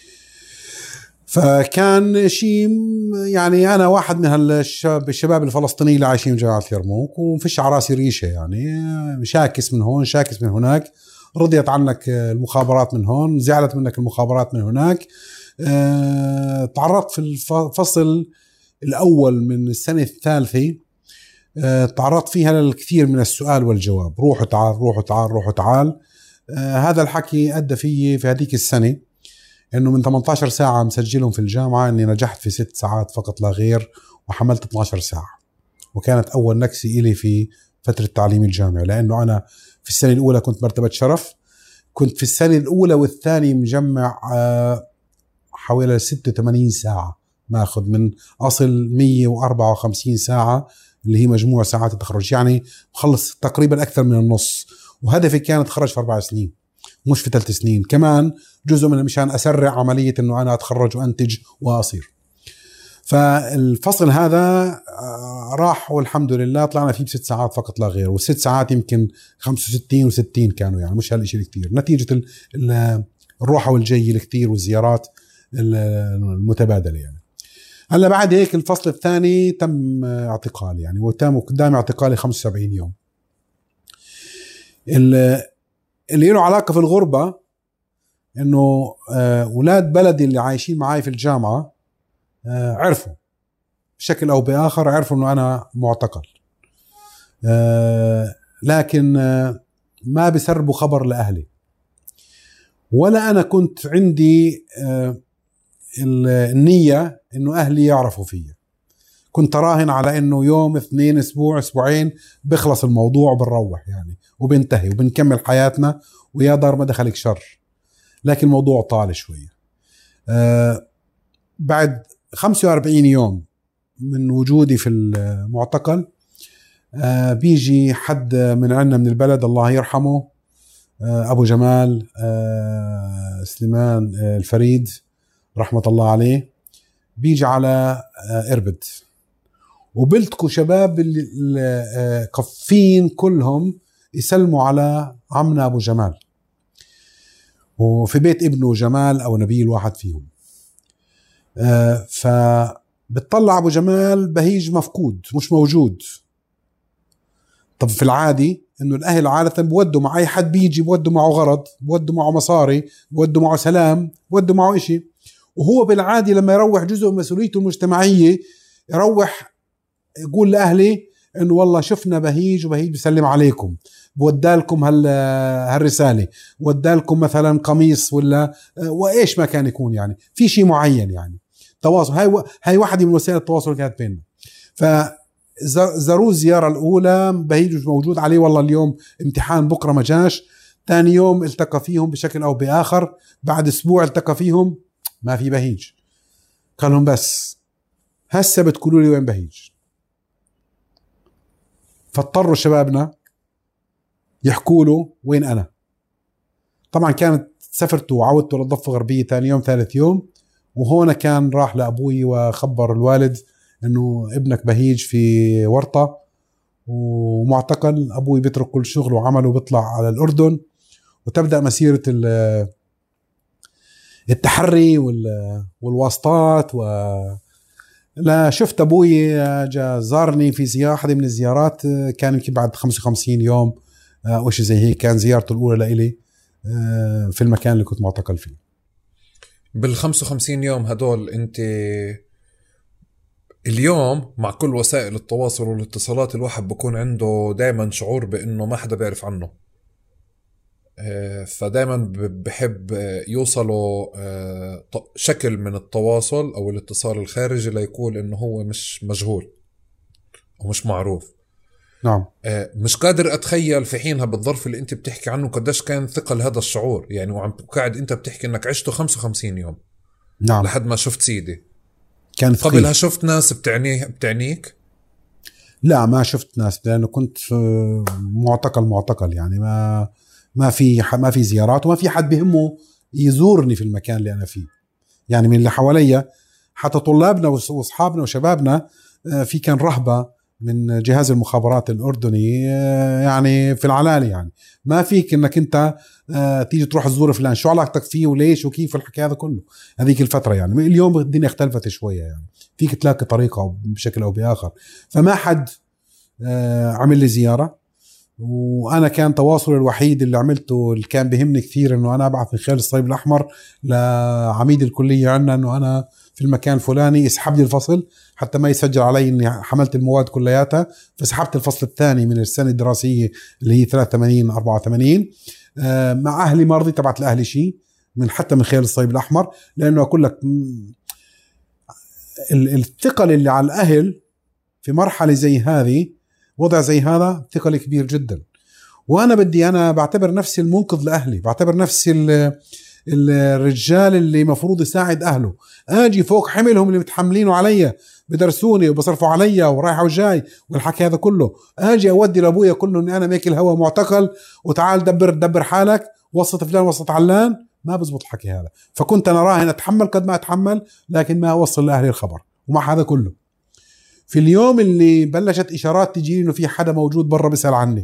[SPEAKER 1] فكان شيء يعني أنا واحد من هالشباب الشباب الفلسطينيين اللي عايشين في جامعة اليرموك، ومفيش على راسي ريشة يعني، شاكس من هون شاكس من هناك، رضيت عنك المخابرات من هون، زعلت منك المخابرات من هناك. أه تعرضت في الفصل الأول من السنة الثالثة أه تعرضت فيها للكثير من السؤال والجواب، روح وتعال روح وتعال روح وتعال. أه هذا الحكي أدى فيه في هذيك السنة إنه من ثمانية عشر ساعة مسجلهم في الجامعة إني نجحت في ست ساعات فقط لا غير، وحملت اثنتي عشرة ساعة، وكانت أول نكسة إلي في فترة تعليم الجامعة، لأنه أنا في السنة الأولى كنت مرتبة شرف، كنت في السنة الأولى والثانية مجمع حوالي ستة وثمانين ساعة، ماخذ من أصل مية وأربعة وخمسين ساعة اللي هي مجموع ساعات التخرج، يعني مخلص تقريبا أكثر من النص، وهدفي كان أتخرج في أربع سنين مش في ثلاث سنين، كمان جزء من مشان أسرع عملية إنه أنا أتخرج وأنتج وأصير. فالفصل هذا راح والحمد لله طلعنا فيه بست ساعات فقط لا غير، والست ساعات يمكن خمسة وستين وستين كانوا، يعني مش هالشيء الكتير نتيجة الروحة والجاي الكتير والزيارات المتبادلة يعني. هلا بعد هيك الفصل الثاني تم اعتقالي يعني، وتم قدامي اعتقالي خمسة وسبعين يوم. اللي له علاقة في الغربة انه اولاد بلدي اللي عايشين معاي في الجامعة عرفوا بشكل او باخر، عرفوا انه انا معتقل، لكن ما بيسربوا خبر لاهلي، ولا انا كنت عندي النية انه اهلي يعرفوا فيا، كنت راهن على انه يوم اثنين اسبوع اسبوعين بخلص الموضوع وبنروح يعني وبنتهي وبنكمل حياتنا ويا دار ما دخلك شر. لكن الموضوع طال شوية. أه بعد خمسة وأربعين يوم من وجودي في المعتقل أه بيجي حد من عنا من البلد الله يرحمه، أبو جمال سليمان الفريد رحمة الله عليه، بيجي على إربد، وبلتكوا شباب القفين كلهم يسلموا على عمنا أبو جمال، وفي بيت ابنه جمال أو نبيل واحد فيهم. فبتطلع أبو جمال بهيج مفقود مش موجود. طب في العادي إنه الأهل عادة بودوا مع أي حد بيجي، بودوا معه غرض، بودوا معه مصاري، بودوا معه سلام، بودوا معه إشي. وهو بالعادي لما يروح جزء من مسؤوليته المجتمعية يروح يقول لأهلي إنه والله شفنا بهيج وبهيج بيسلم عليكم، بودالكم هال هالرسالة، بودالكم مثلا قميص ولا وإيش ما كان يكون، يعني في شيء معين يعني تواصل. هاي و... هاي واحدة من وسائل التواصل اللي كانت بيننا. فزاروا الزيارة الأولى بهيج مش موجود عليه، والله اليوم امتحان بكرة ما جاش. ثاني يوم التقى فيهم بشكل أو بآخر، بعد أسبوع التقى فيهم ما في بهيج. قال لهم بس هسه بتقولوا لي وين بهيج. فاضطروا شبابنا يحكوا له وين أنا. طبعا كانت سفرته وعودته للضفة الغربية ثاني يوم ثالث يوم، وهنا كان راح لأبوي وخبر الوالد إنه ابنك بهيج في ورطة ومعتقل. أبوي بيترك كل شغل وعمله وبيطلع على الأردن، وتبدأ مسيرة التحري والواسطات. و لا شفت أبوي جا زارني في زيارة، واحدة من الزيارات كان يمكن بعد خمسة وخمسين يوم أو شيء زي هيك، كان زيارته الأولى لإلي في المكان اللي كنت معتقل فيه.
[SPEAKER 2] بالخمسة وخمسين يوم هدول أنت اليوم مع كل وسائل التواصل والاتصالات الواحد بكون عنده دايما شعور بأنه ما حدا بيعرف عنه، فدايما بحب يوصلوا شكل من التواصل أو الاتصال الخارجي ليقول إنه هو مش مجهول ومش معروف.
[SPEAKER 1] نعم.
[SPEAKER 2] مش قادر أتخيل في حينها بالظرف اللي أنت بتحكي عنه قديش كان ثقل هذا الشعور، يعني وعم قاعد أنت بتحكي إنك عشته خمسة وخمسين يوم.
[SPEAKER 1] نعم.
[SPEAKER 2] لحد ما شفت سيدي.
[SPEAKER 1] كان
[SPEAKER 2] قبلها شفت ناس بتعنيه بتعنيك؟
[SPEAKER 1] لا ما شفت ناس، لأنه كنت معتقل معتقل يعني ما ما في ما في زيارات، وما في حد بهمه يزورني في المكان اللي أنا فيه. يعني من اللي حواليا حتى طلابنا وأصحابنا وشبابنا في كان رهبة من جهاز المخابرات الأردني يعني في العلالي، يعني ما فيك إنك أنت تيجي تروح تزور فلان، شو علاقتك فيه وليش وكيف والحكي هذا كله هذيك الفترة. يعني اليوم الدنيا اختلفت شوية، يعني فيك تلاقي طريقة بشكل أو بآخر. فما حد عمل لي زيارة، وأنا كان تواصل الوحيد اللي عملته اللي كان بهمني كثير إنه أنا أبعث من خلال الصليب الأحمر لعميد الكلية عندنا إنه أنا في المكان الفلاني، يسحب لي الفصل حتى ما يسجل علي إني حملت المواد كلياتها. فسحبت الفصل الثاني من السنة الدراسية اللي هي ثلاثة وثمانين أربعة وثمانين مع أهلي. ما رضيت أبعث لأهلي شيء من حتى من خلال الصليب الأحمر، لأنه أقول لك الثقل اللي على الأهل في مرحلة زي هذه، وضع زي هذا ثقل كبير جدا. وأنا بدي أنا بعتبر نفسي المنقذ لأهلي، بعتبر نفسي الرجال اللي مفروض يساعد أهله. أجي فوق حملهم اللي متحملينه علي، بدرسوني وبصرفوا علي ورايحة وجاي والحكي هذا كله، أجي أودي لأبويا كله إني أنا ماكل هوا معتقل وتعال دبر دبر حالك، وسط فلان وسط علان. ما بزبط الحكي هذا. فكنت أنا راهن أتحمل قد ما أتحمل، لكن ما أوصل لأهلي الخبر. ومع هذا كله في اليوم اللي بلشت إشارات تجي إنه في حدا موجود برا بيسأل عني،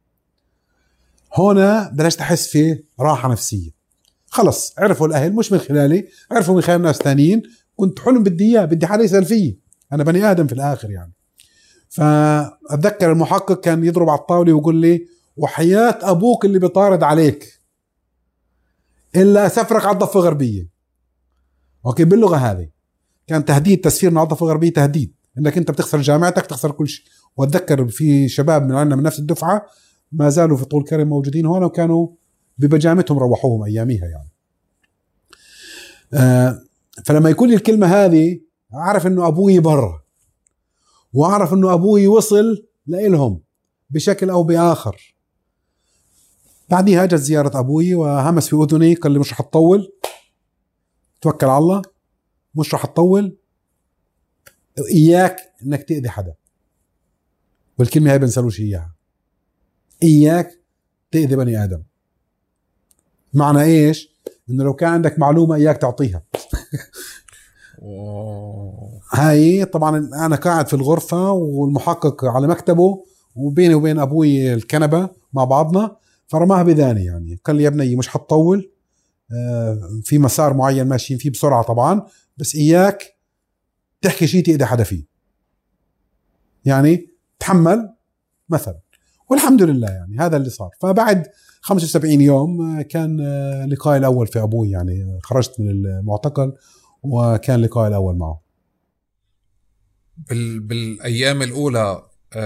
[SPEAKER 1] هنا بلشت أحس فيه راحة نفسية. خلص عرفوا الأهل مش من خلالي، عرفوا من خلال ناس تانيين. كنت حلم بدي إياه، بدي حدا يسأل فيه، أنا بني آدم في الآخر يعني. فأتذكر المحقق كان يضرب على الطاولة ويقول لي وحياة أبوك اللي بيطارد عليك إلا أسفرك على الضفة الغربية. أوكي باللغة هذه كان تهديد، تسفيرنا على الضفة الغربية تهديد انك انت بتخسر جامعتك، تخسر كل شيء. واتذكر في شباب من عندنا من نفس الدفعه ما زالوا في طول كرم موجودين هون، وكانوا ببجامتهم روحوهم اياميها يعني. آه فلما يقول لي الكلمه هذه اعرف انه ابوي برا، واعرف انه ابوي وصل لإلهم بشكل او باخر. بعديها اجت زياره ابوي وهمس في اذني قال لي مش رح تطول، توكل على الله، مش رح تطول، إياك إنك تأذي حدا. والكلمة هاي بنسالوش إياها، إياك تأذي بني آدم. معنى إيش؟ إنه لو كان عندك معلومة إياك تعطيها. هاي طبعا أنا قاعد في الغرفة والمحقق على مكتبه وبيني وبين أبوي الكنبة مع بعضنا، فرماها بذاني يعني، قال لي يا بني مش حتطول، في مسار معين ماشيين فيه بسرعة طبعا، بس إياك تحكي شيء تأذي حدا فيه، يعني تحمل مثلا. والحمد لله يعني هذا اللي صار. فبعد خمسة وسبعين يوم كان لقائي الأول في أبوي، يعني خرجت من المعتقل وكان لقائي الأول معه.
[SPEAKER 2] بال... بالأيام الأولى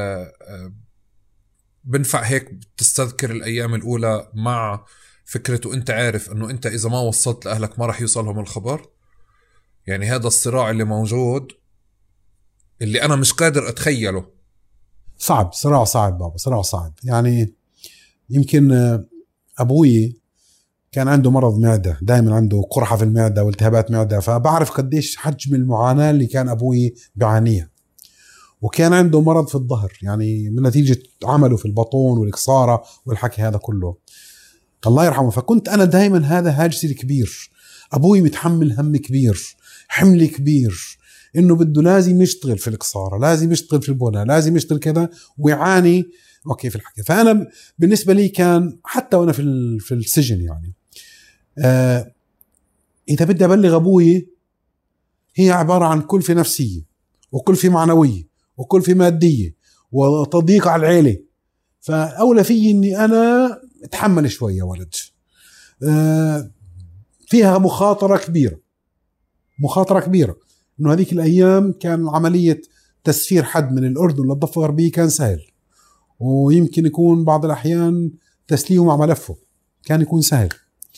[SPEAKER 2] بنفع هيك تستذكر الأيام الأولى مع فكرة وانت عارف انه انت اذا ما وصلت لأهلك ما رح يوصلهم الخبر؟ يعني هذا الصراع اللي موجود اللي انا مش قادر اتخيله.
[SPEAKER 1] صعب، صراع صعب بابا، صراع صعب. يعني يمكن ابوي كان عنده مرض معدة، دائما عنده قرحة في المعدة والتهابات معدة، فبعرف قديش حجم المعاناة اللي كان ابوي بيعانيها. وكان عنده مرض في الظهر، يعني من نتيجة عمله في البطون والإكسارة والحكي هذا كله، الله يرحمه. فكنت أنا دائما هذا هاجسي الكبير، أبوي متحمل هم كبير، حمل كبير، إنه بده لازم يشتغل في الإكسارة، لازم يشتغل في البناء، لازم يشتغل كذا، ويعاني أوكي في الحكي. فأنا بالنسبة لي كان حتى وأنا في في السجن يعني آه إذا بدي أبلغ أبوي هي عبارة عن كلفة نفسية وكلفة معنوية وكلفة مادية وتضييق على العيلة. فأولى في إني أنا اتحمل شوية ولد. آه فيها مخاطرة كبيرة، مخاطرة كبيرة. إنه هذيك الأيام كان عملية تسفير حد من الأردن للضفة الغربية كان سهل، ويمكن يكون بعض الأحيان تسليمه مع ملفه كان يكون سهل.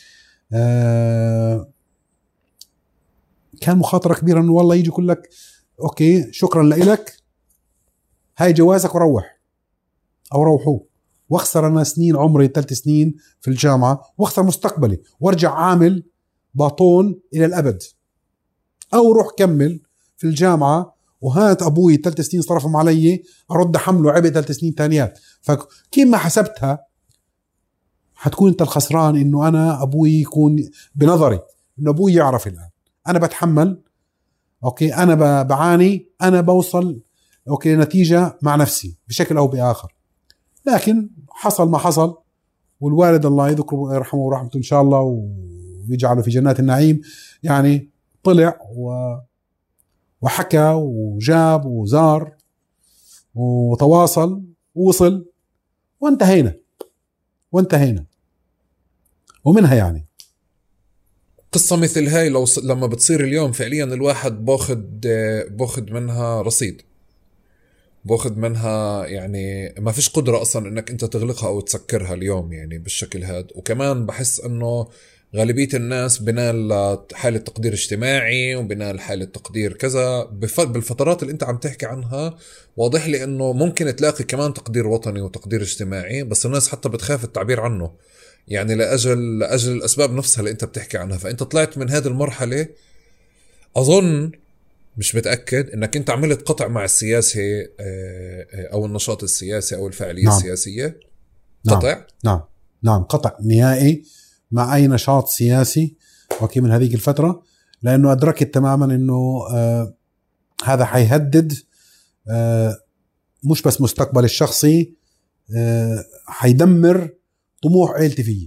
[SPEAKER 1] آه كان مخاطرة كبيرة إنه والله يجي يقول لك أوكي شكرا لإلك، هاي جوازك وروح أو روحوه، واخسر أنا سنين عمري ثلاث سنين في الجامعة، واخسر مستقبلي، وارجع عامل باطون إلى الأبد، أو روح كمل في الجامعة وهات أبوي ثلاث سنين صرفهم علي أرد حمله عبء ثلاث سنين تانيات. فكيف ما حسبتها حتكون أنت الخسران، إنه أنا أبوي يكون بنظري إنه أبوي يعرف الآن أنا بتحمل أوكي، أنا بعاني، أنا بوصل أوكي نتيجة مع نفسي بشكل أو بآخر. لكن حصل ما حصل، والوالد الله يذكره ويرحمه ورحمته إن شاء الله ويجعله في جنات النعيم، يعني طلع و... وحكى وجاب وزار وتواصل ووصل وانتهينا وانتهينا ومنها. يعني
[SPEAKER 2] قصة مثل هاي لو ص... لما بتصير اليوم فعليا الواحد باخد باخد منها رصيد، باخد منها يعني ما فيش قدرة أصلا إنك أنت تغلقها أو تسكرها اليوم يعني بالشكل هذا. وكمان بحس إنه غالبية الناس بنال حالة تقدير اجتماعي وبنال حالة تقدير كذا بالفترات اللي أنت عم تحكي عنها. واضح لي إنه ممكن تلاقي كمان تقدير وطني وتقدير اجتماعي، بس الناس حتى بتخاف التعبير عنه يعني لأجل لأجل الأسباب نفسها اللي أنت بتحكي عنها. فأنت طلعت من هذه المرحلة، أظن مش متأكد إنك أنت عملت قطع مع السياسة أو النشاط السياسي أو الفعالية نعم. السياسية قطع
[SPEAKER 1] نعم. نعم نعم قطع نهائي مع أي نشاط سياسي وكي من هذيك الفترة، لأنه أدركت تماما إنه آه هذا حيهدد آه مش بس مستقبل الشخصي، آه حيدمر طموح عيلتي فيه،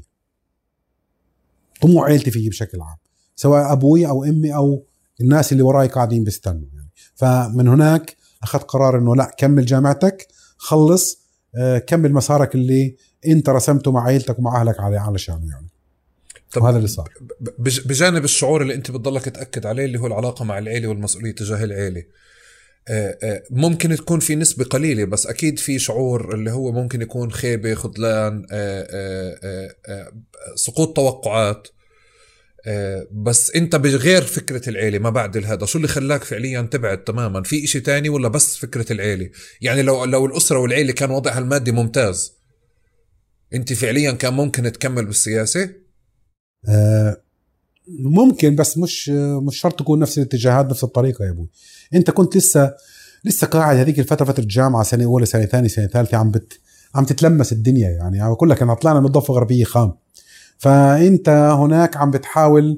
[SPEAKER 1] طموح عيلتي فيه بشكل عام، سواء أبوي أو أمي أو الناس اللي وراي قاعدين بيستنوا يعني. فمن هناك أخذت قرار إنه لا، كمل جامعتك، خلص آه كمل مسارك اللي أنت رسمته مع عيلتك ومع أهلك على علشانه يعني. وهذا اللي صار.
[SPEAKER 2] بجانب الشعور اللي أنت بتضلك تأكد عليه اللي هو العلاقة مع العيلة والمسؤولية تجاه العيلة، ممكن تكون في نسبة قليلة بس أكيد في شعور اللي هو ممكن يكون خيبة، خذلان، سقوط توقعات. بس أنت بغير فكرة العيلة ما بعد هذا، شو اللي خلاك فعليا تبعد تماما؟ في إشي تاني ولا بس فكرة العيلة؟ يعني لو لو الأسرة والعيلة كان وضعها المادي ممتاز، أنت فعليا كان ممكن تكمل بالسياسة؟
[SPEAKER 1] آه ممكن، بس مش مش شرط تكون نفس الاتجاهات نفس الطريقة يا أبوي. أنت كنت لسه لسه قاعد هذيك الفترة، فترة جامعة، سنة أولى سنة ثانية سنة ثالثة، عم بت عم تتلمس الدنيا يعني. أقول لك أنا طلعنا من الضفة الغربية خام، فأنت هناك عم بتحاول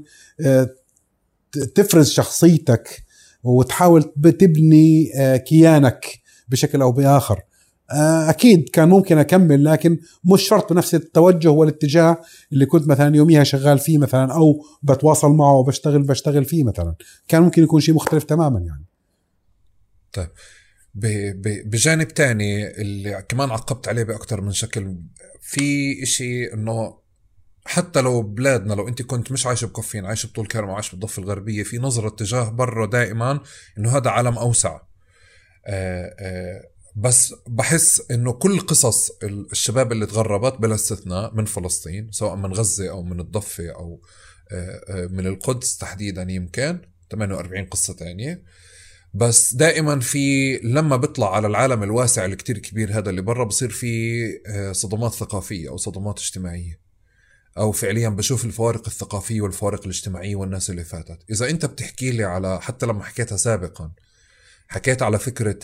[SPEAKER 1] تفرز شخصيتك وتحاول تبني كيانك بشكل أو بآخر. أكيد كان ممكن أكمل، لكن مش شرط بنفس التوجه والاتجاه اللي كنت مثلا يوميها شغال فيه مثلا، أو بتواصل معه وبشتغل بشتغل فيه مثلا. كان ممكن يكون شيء مختلف تماما يعني.
[SPEAKER 2] طيب بجانب تاني اللي كمان عقبت عليه بأكتر من شكل، في إشي إنه حتى لو بلادنا، لو انت كنت مش عايش بكفين، عايش بطول كرم وعايش بالضفة الغربية، في نظرة اتجاه برا دائما انه هذا عالم اوسع. آآ آآ بس بحس انه كل قصص الشباب اللي تغربت بلا استثناء من فلسطين، سواء من غزة او من الضفة او آآ من القدس تحديدا، يمكن ثمانية وأربعين قصة تانية، بس دائما في لما بيطلع على العالم الواسع الكتير كبير هذا اللي برا، بصير في صدمات ثقافية او صدمات اجتماعية، أو فعليا بشوف الفوارق الثقافية والفوارق الاجتماعية والناس اللي فاتت. إذا أنت بتحكي لي على، حتى لما حكيتها سابقا حكيت على فكرة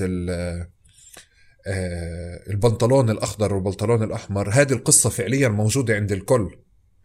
[SPEAKER 2] البنطلون الأخضر والبنطلون الأحمر، هذه القصة فعليا موجودة عند الكل،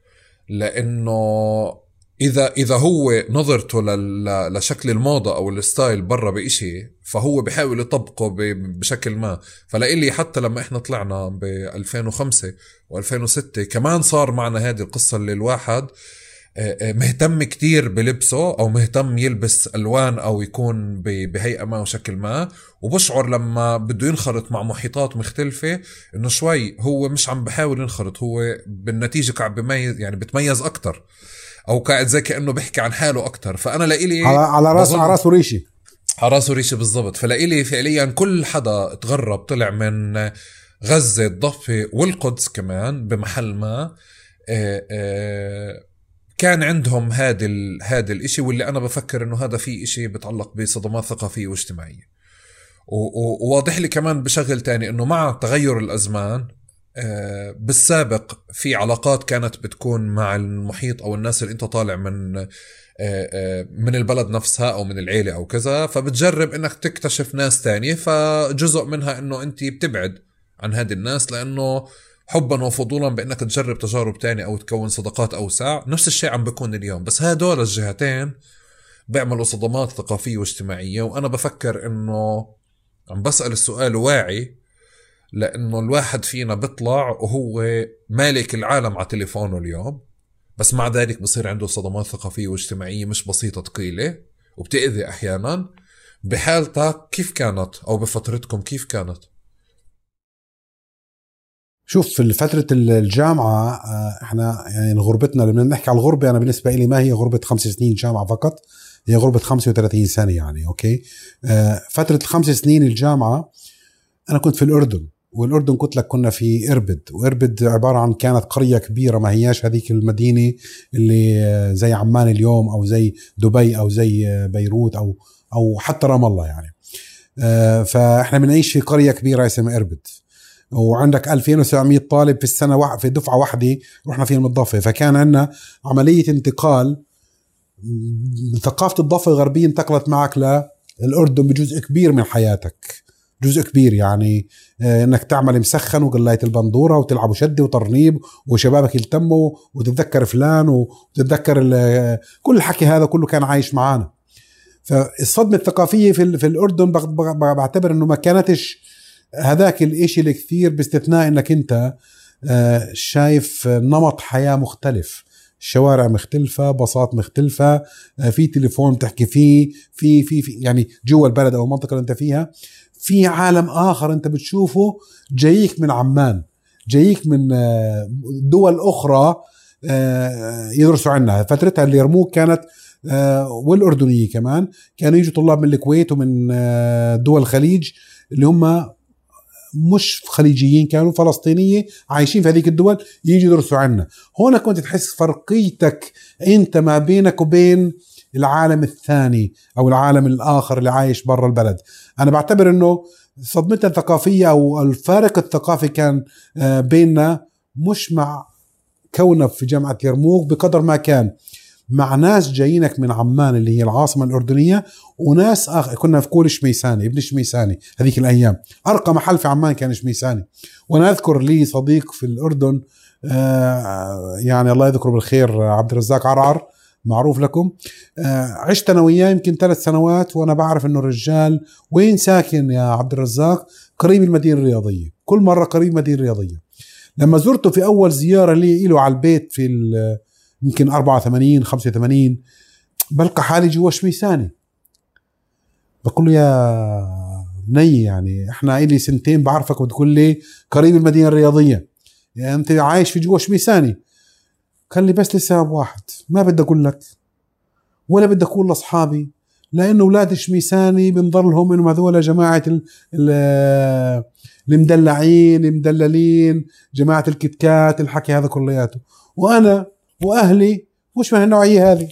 [SPEAKER 2] لأنه إذا إذا هو نظرته لشكل الموضة أو الستايل برا بإشي، فهو بيحاول يطبقه بشكل ما. فلإلي حتى لما إحنا طلعنا ب ألفين وخمسة وألفين وستة كمان صار معنا هذه القصة اللي الواحد مهتم كتير بلبسه، أو مهتم يلبس ألوان أو يكون بهيئة ما وشكل ما، وبشعر لما بده ينخرط مع محيطات مختلفة إنه شوي هو مش عم بحاول ينخرط، هو بالنتيجة قاعد بميز، يعني بتميز أكتر، او قاعد زي كأنه بيحكي عن حاله اكتر. فانا لإلي
[SPEAKER 1] على, على راس على راسه ريشي
[SPEAKER 2] على راسه ريشي بالضبط. فلإلي فعليا كل حدا تغرب طلع من غزة، الضفة والقدس كمان بمحل ما، آآ آآ كان عندهم هذا هذا الاشي، واللي انا بفكر انه هذا فيه اشي بتعلق بصدمات ثقافية واجتماعية. وواضح لي كمان بشغل تاني انه مع تغير الازمان، بالسابق في علاقات كانت بتكون مع المحيط أو الناس اللي انت طالع من من البلد نفسها أو من العيلة أو كذا، فبتجرب انك تكتشف ناس تانية، فجزء منها انه انت بتبعد عن هذه الناس لانه حبا وفضولا بانك تجرب تجارب تانية او تكون صداقات اوسع. نفس الشيء عم بكون اليوم، بس هدول الجهتين بيعملوا صدمات ثقافية واجتماعية. وانا بفكر انه عم بسأل السؤال واعي، لأنه الواحد فينا بيطلع وهو مالك العالم على تليفونه اليوم، بس مع ذلك بصير عنده صدمات ثقافية واجتماعية مش بسيطة ثقيلة وبتأذي أحيانا. بحالتك كيف كانت، أو بفترتكم كيف كانت؟
[SPEAKER 1] شوف، في فترة الجامعة احنا يعني غربتنا، لما نحكي على الغربة أنا بالنسبة لي ما هي غربة خمس سنين جامعة فقط، هي غربة خمسة وثلاثين سنة يعني. أوكي، فترة الخمس سنين الجامعة أنا كنت في الأردن، والأردن قلت لك كنا في إربد، وإربد عبارة عن كانت قرية كبيرة، ما هياش هذيك المدينة اللي زي عمان اليوم أو زي دبي أو زي بيروت أو أو حتى رام الله يعني. فإحنا بنعيش في قرية كبيرة اسمها إربد، وعندك ألفين وسبعمية طالب في السنة واحد في دفعة واحدة رحنا فيهم الضفة. فكان عندنا عملية انتقال، ثقافة الضفة الغربية انتقلت معك للأردن بجزء كبير من حياتك، جزء كبير يعني انك تعمل مسخن وقلاية البندورة وتلعبوا شدة وترنيب وشبابك يلتموا وتتذكر فلان وتتذكر كل الحكي هذا كله كان عايش معانا. فالصدمة الثقافية في, في الأردن بعتبر انه ما كانتش هذاك الاشي الكثير، باستثناء انك انت شايف نمط حياة مختلف، الشوارع مختلفة، بساط مختلفة، في تليفون تحكي فيه، في في في يعني جوا البلد او المنطقة اللي انت فيها في عالم آخر أنت بتشوفه جايك من عمان، جايك من دول أخرى يدرسوا عنها. فترتها اللي يرموك كانت والأردنية كمان كانوا يجوا طلاب من الكويت ومن دول الخليج اللي هم مش خليجيين، كانوا فلسطينية عايشين في هذيك الدول يجوا يدرسوا عنها. هنا كنت تحس فرقيتك أنت ما بينك وبين العالم الثاني أو العالم الآخر اللي عايش برا البلد. أنا بعتبر أنه صدمتنا الثقافية أو الفارق الثقافي كان بيننا مش مع كوننا في جامعة يرموك بقدر ما كان مع ناس جايينك من عمان اللي هي العاصمة الأردنية، وناس آخر. كنا في كول شميساني، ابن شميساني هذيك الأيام أرقى محل في عمان كان شميساني. وأنا أذكر لي صديق في الأردن آه يعني الله يذكره بالخير، عبد الرزاق عرعر، معروف لكم. آه عشت أنا وياه يمكن ثلاث سنوات، وأنا بعرف إنه الرجال وين ساكن يا عبد الرزاق، قريب المدينة الرياضية، كل مرة قريب المدينة الرياضية. لما زرته في أول زيارة لي له على البيت في يمكن أربعة وثمانين خمسة وثمانين، بلقى حالي جوا شميساني. بقول له يا بني يعني احنا إلي سنتين بعرفك وتقول لي قريب المدينة الرياضية، يعني انت عايش في جوا شميساني. قال لي بس لسبب واحد، ما بدي اقول لك ولا بدي اقول لاصحابي، لانه اولاد شميساني بنظلهم انهم هذول جماعة المدلعين المدللين، جماعة الكتكات، الحكي هذا كلياته، وانا واهلي مش من النوعية هذه.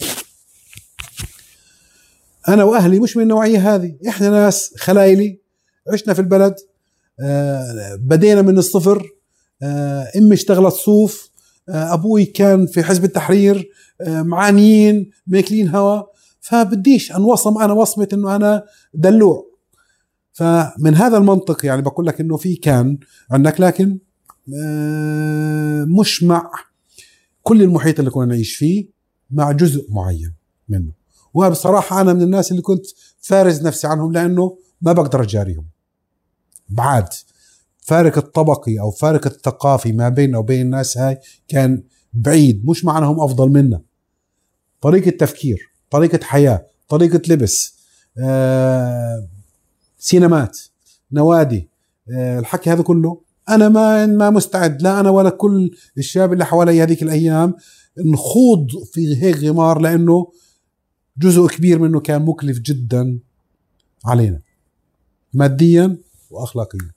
[SPEAKER 1] انا واهلي مش من النوعية هذه، احنا ناس خلايلي، عشنا في البلد، آه بدينا من الصفر، آه امي اشتغلت صوف، آه ابوي كان في حزب التحرير، آه معانيين ماكلين هوا، فبديش انوصم انا وصمة انه انا دلوع. فمن هذا المنطق يعني بقول لك انه في كان عندك، لكن آه مش مع كل المحيط اللي كنا نعيش فيه، مع جزء معين منه. وبصراحة أنا من الناس اللي كنت فارز نفسي عنهم، لأنه ما بقدر أجاريهم. بعد فارق الطبقي أو فارق الثقافي ما بيننا وبين الناس هاي كان بعيد، مش معناهم أفضل منا. طريقة تفكير، طريقة حياة، طريقة لبس، آه، سينمات، نوادي، آه، الحكي هذا كله أنا ما ما مستعد، لا أنا ولا كل الشباب اللي حوالي هذيك الأيام نخوض في هيك غمار، لأنه جزء كبير منه كان مكلف جدا علينا ماديا وأخلاقيا.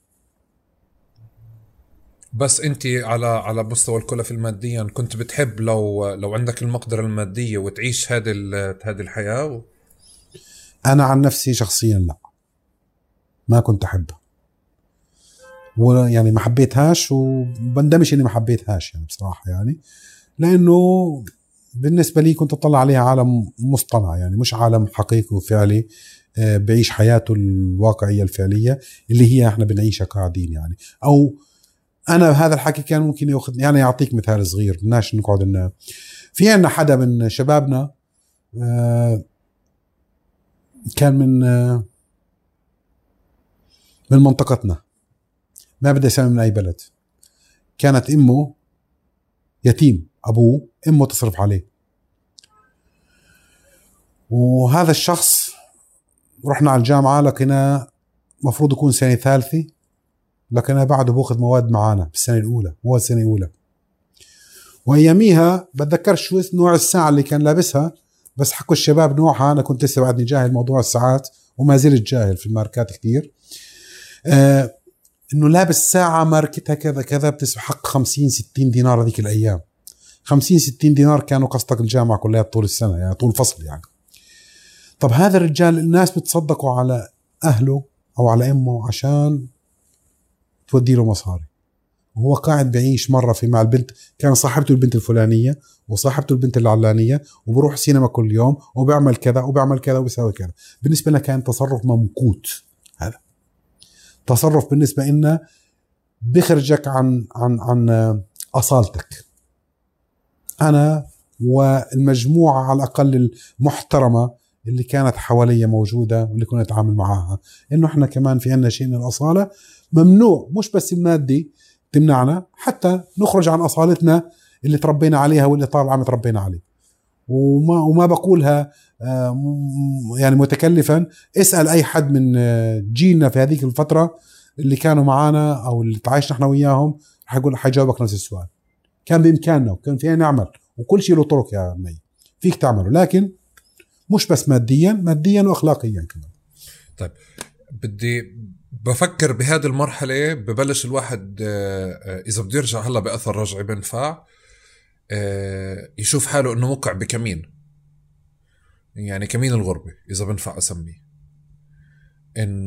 [SPEAKER 2] بس أنت على على مستوى الكلف الماديا كنت بتحب لو لو عندك المقدرة المادية وتعيش هذه هذه الحياة و...
[SPEAKER 1] أنا عن نفسي شخصيا لا، ما كنت أحبها، ويعني ما حبيتهاش، وبندمش إني ما حبيتهاش يعني بصراحة، يعني لأنه بالنسبة لي كنت أطلع عليها عالم مصطنع، يعني مش عالم حقيقي وفعلي بعيش حياته الواقعية الفعلية اللي هي احنا بنعيشها قاعدين يعني. أو أنا هذا الحكي كان ممكن يأخذ، يعني أعطيك مثال صغير، بدناش نقعد إن في عنا حدا من شبابنا كان من من منطقتنا، ما بدي أسمي من أي بلد، كانت أمه يتيم، أبوه أمه تصرف عليه، وهذا الشخص رحنا على الجامعة لكنه مفروض يكون سنة ثالثة، لكنه بعده بأخذ مواد معانا بالسنة الأولى، مواد سنة أولى. وأياميها بتذكرش شو نوع الساعة اللي كان لابسها، بس حكوا الشباب نوعها، أنا كنت لسه بعدني جاهل موضوع الساعات وما زلت جاهل في الماركات كتير، آه إنه لابس ساعة ماركتها كذا كذا بتسحق خمسين ستين دينار هذيك الأيام. خمسين ستين دينار كانوا قصتك الجامعة كلها طول السنة، يعني طول فصل يعني. طب هذا الرجال الناس بتصدقوا على أهله أو على أمه عشان تودي له مصاري، وهو قاعد بعيش مرة في مع البنت، كان صاحبته البنت الفلانية وصاحبته البنت العلانية، وبروح سينما كل يوم وبيعمل كذا وبيعمل كذا وبيسوي كذا. بالنسبة لنا كان تصرف ممقوت، هذا تصرف بالنسبة لنا بخرجك عن عن عن أصالتك. أنا والمجموعة على الأقل المحترمة اللي كانت حواليا موجودة واللي كنا نتعامل معها، إنه إحنا كمان في عنا شيء من الأصالة ممنوع، مش بس المادي تمنعنا، حتى نخرج عن أصالتنا اللي تربينا عليها واللي طال عم تربينا عليه. وما وما بقولها يعني متكلفا، اسأل أي حد من جيلنا في هذيك الفترة اللي كانوا معانا أو اللي تعايشنا إحنا وياهم، حيقول حيجاوبك نفس السؤال. كان بإمكاننا وكان فينا نعمل، وكل شيء له طرق يا مي فيك تعمله، لكن مش بس ماديا، ماديا وأخلاقيا كمان.
[SPEAKER 2] طيب بدي بفكر بهذه المرحلة ببلش الواحد إذا بده يرجع هلا بأثر رجعي بنفع يشوف حاله إنه وقع بكمين، يعني كمين الغربة إذا بنفع أسميه،